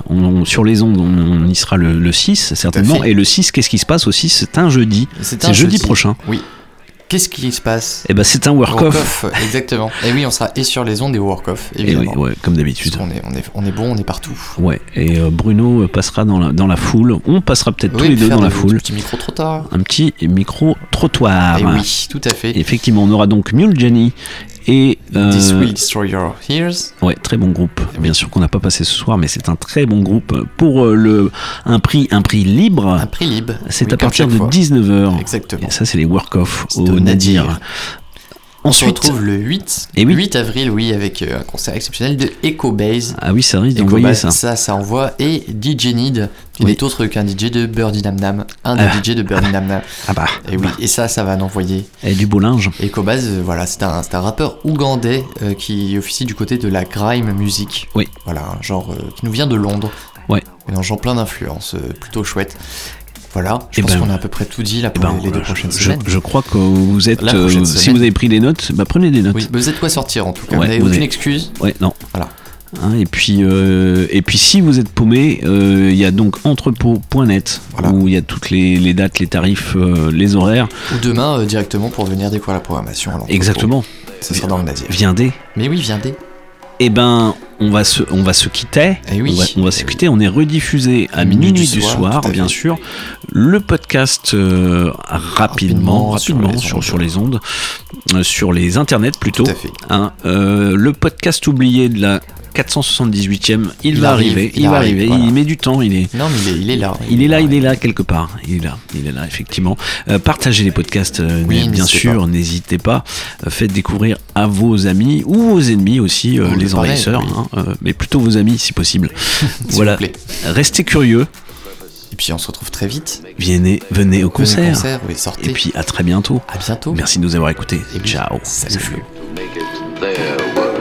sur les ondes, on y sera le 6 certainement. Et le 6, qu'est-ce qui se passe aussi ? C'est un jeudi. C'est jeudi prochain. Oui. Qu'est-ce qui se passe ? Eh ben, c'est un work-off. Exactement. Et oui, on sera et sur les ondes et au work-off, évidemment. Et oui, comme d'habitude. On est bon, on est partout. Ouais. Et Bruno passera dans la foule. On passera peut-être tous les deux dans la foule. Un petit micro-trottoir. Un petit micro-trottoir. Et oui, tout à fait. Effectivement, on aura donc Mule Jenny et This Will Destroy Your Ears. Ouais, très bon groupe. Bien sûr qu'on n'a pas passé ce soir, mais c'est un très bon groupe pour un prix libre. Un prix libre. C'est à partir de 19h. Exactement. Et ça, c'est les work-off au Nadir. Ensuite, on se retrouve le 8, 8 avril, avec un concert exceptionnel de Ecobase. Ah oui, ça risque d'envoyer ça. Ça envoie. Et DJ Need, qui n'est autre qu'un DJ de Birdie Nam Nam. Un des DJ de Birdie Nam Nam. Ah bah. Et oui, et ça va envoyer. Et du beau linge. Ecobase, voilà, c'est un rappeur ougandais qui officie du côté de la grime music. Oui. Voilà, un genre qui nous vient de Londres. Ouais. Mélangeant plein d'influences, plutôt chouette. Voilà, je pense qu'on a à peu près tout dit là pour les 2 prochaines semaines. Je crois que vous êtes, si vous avez pris des notes, prenez des notes. Oui, vous êtes quoi sortir en tout cas, vous n'avez aucune excuse. Ouais, non. Voilà. Et puis si vous êtes paumé, il y a donc entrepôt.net où il y a toutes les dates, les tarifs, les horaires. Ou demain directement pour venir découvrir la programmation. Exactement. Ça sera dans le Nadir. Viendez. Mais oui, viendez. Eh ben, on va se quitter. On va se quitter. On est rediffusé à minuit du soir, bien sûr. Le podcast rapidement sur les ondes, sur les internets plutôt. Tout à fait. Le podcast oublié de la 478e. Il va arriver. Voilà. Il met du temps. Non, mais il est là. Il est là quelque part. Il est là effectivement. Partagez les podcasts, bien sûr. N'hésitez pas. Faites découvrir à vos amis ou vos ennemis aussi les envahisseurs, mais plutôt vos amis si possible. Voilà. Restez curieux. Et puis on se retrouve très vite. Venez au concert. Oui, sortez. Et puis à très bientôt. À bientôt. Merci de nous avoir écoutés. Et ciao. Salut. Salut.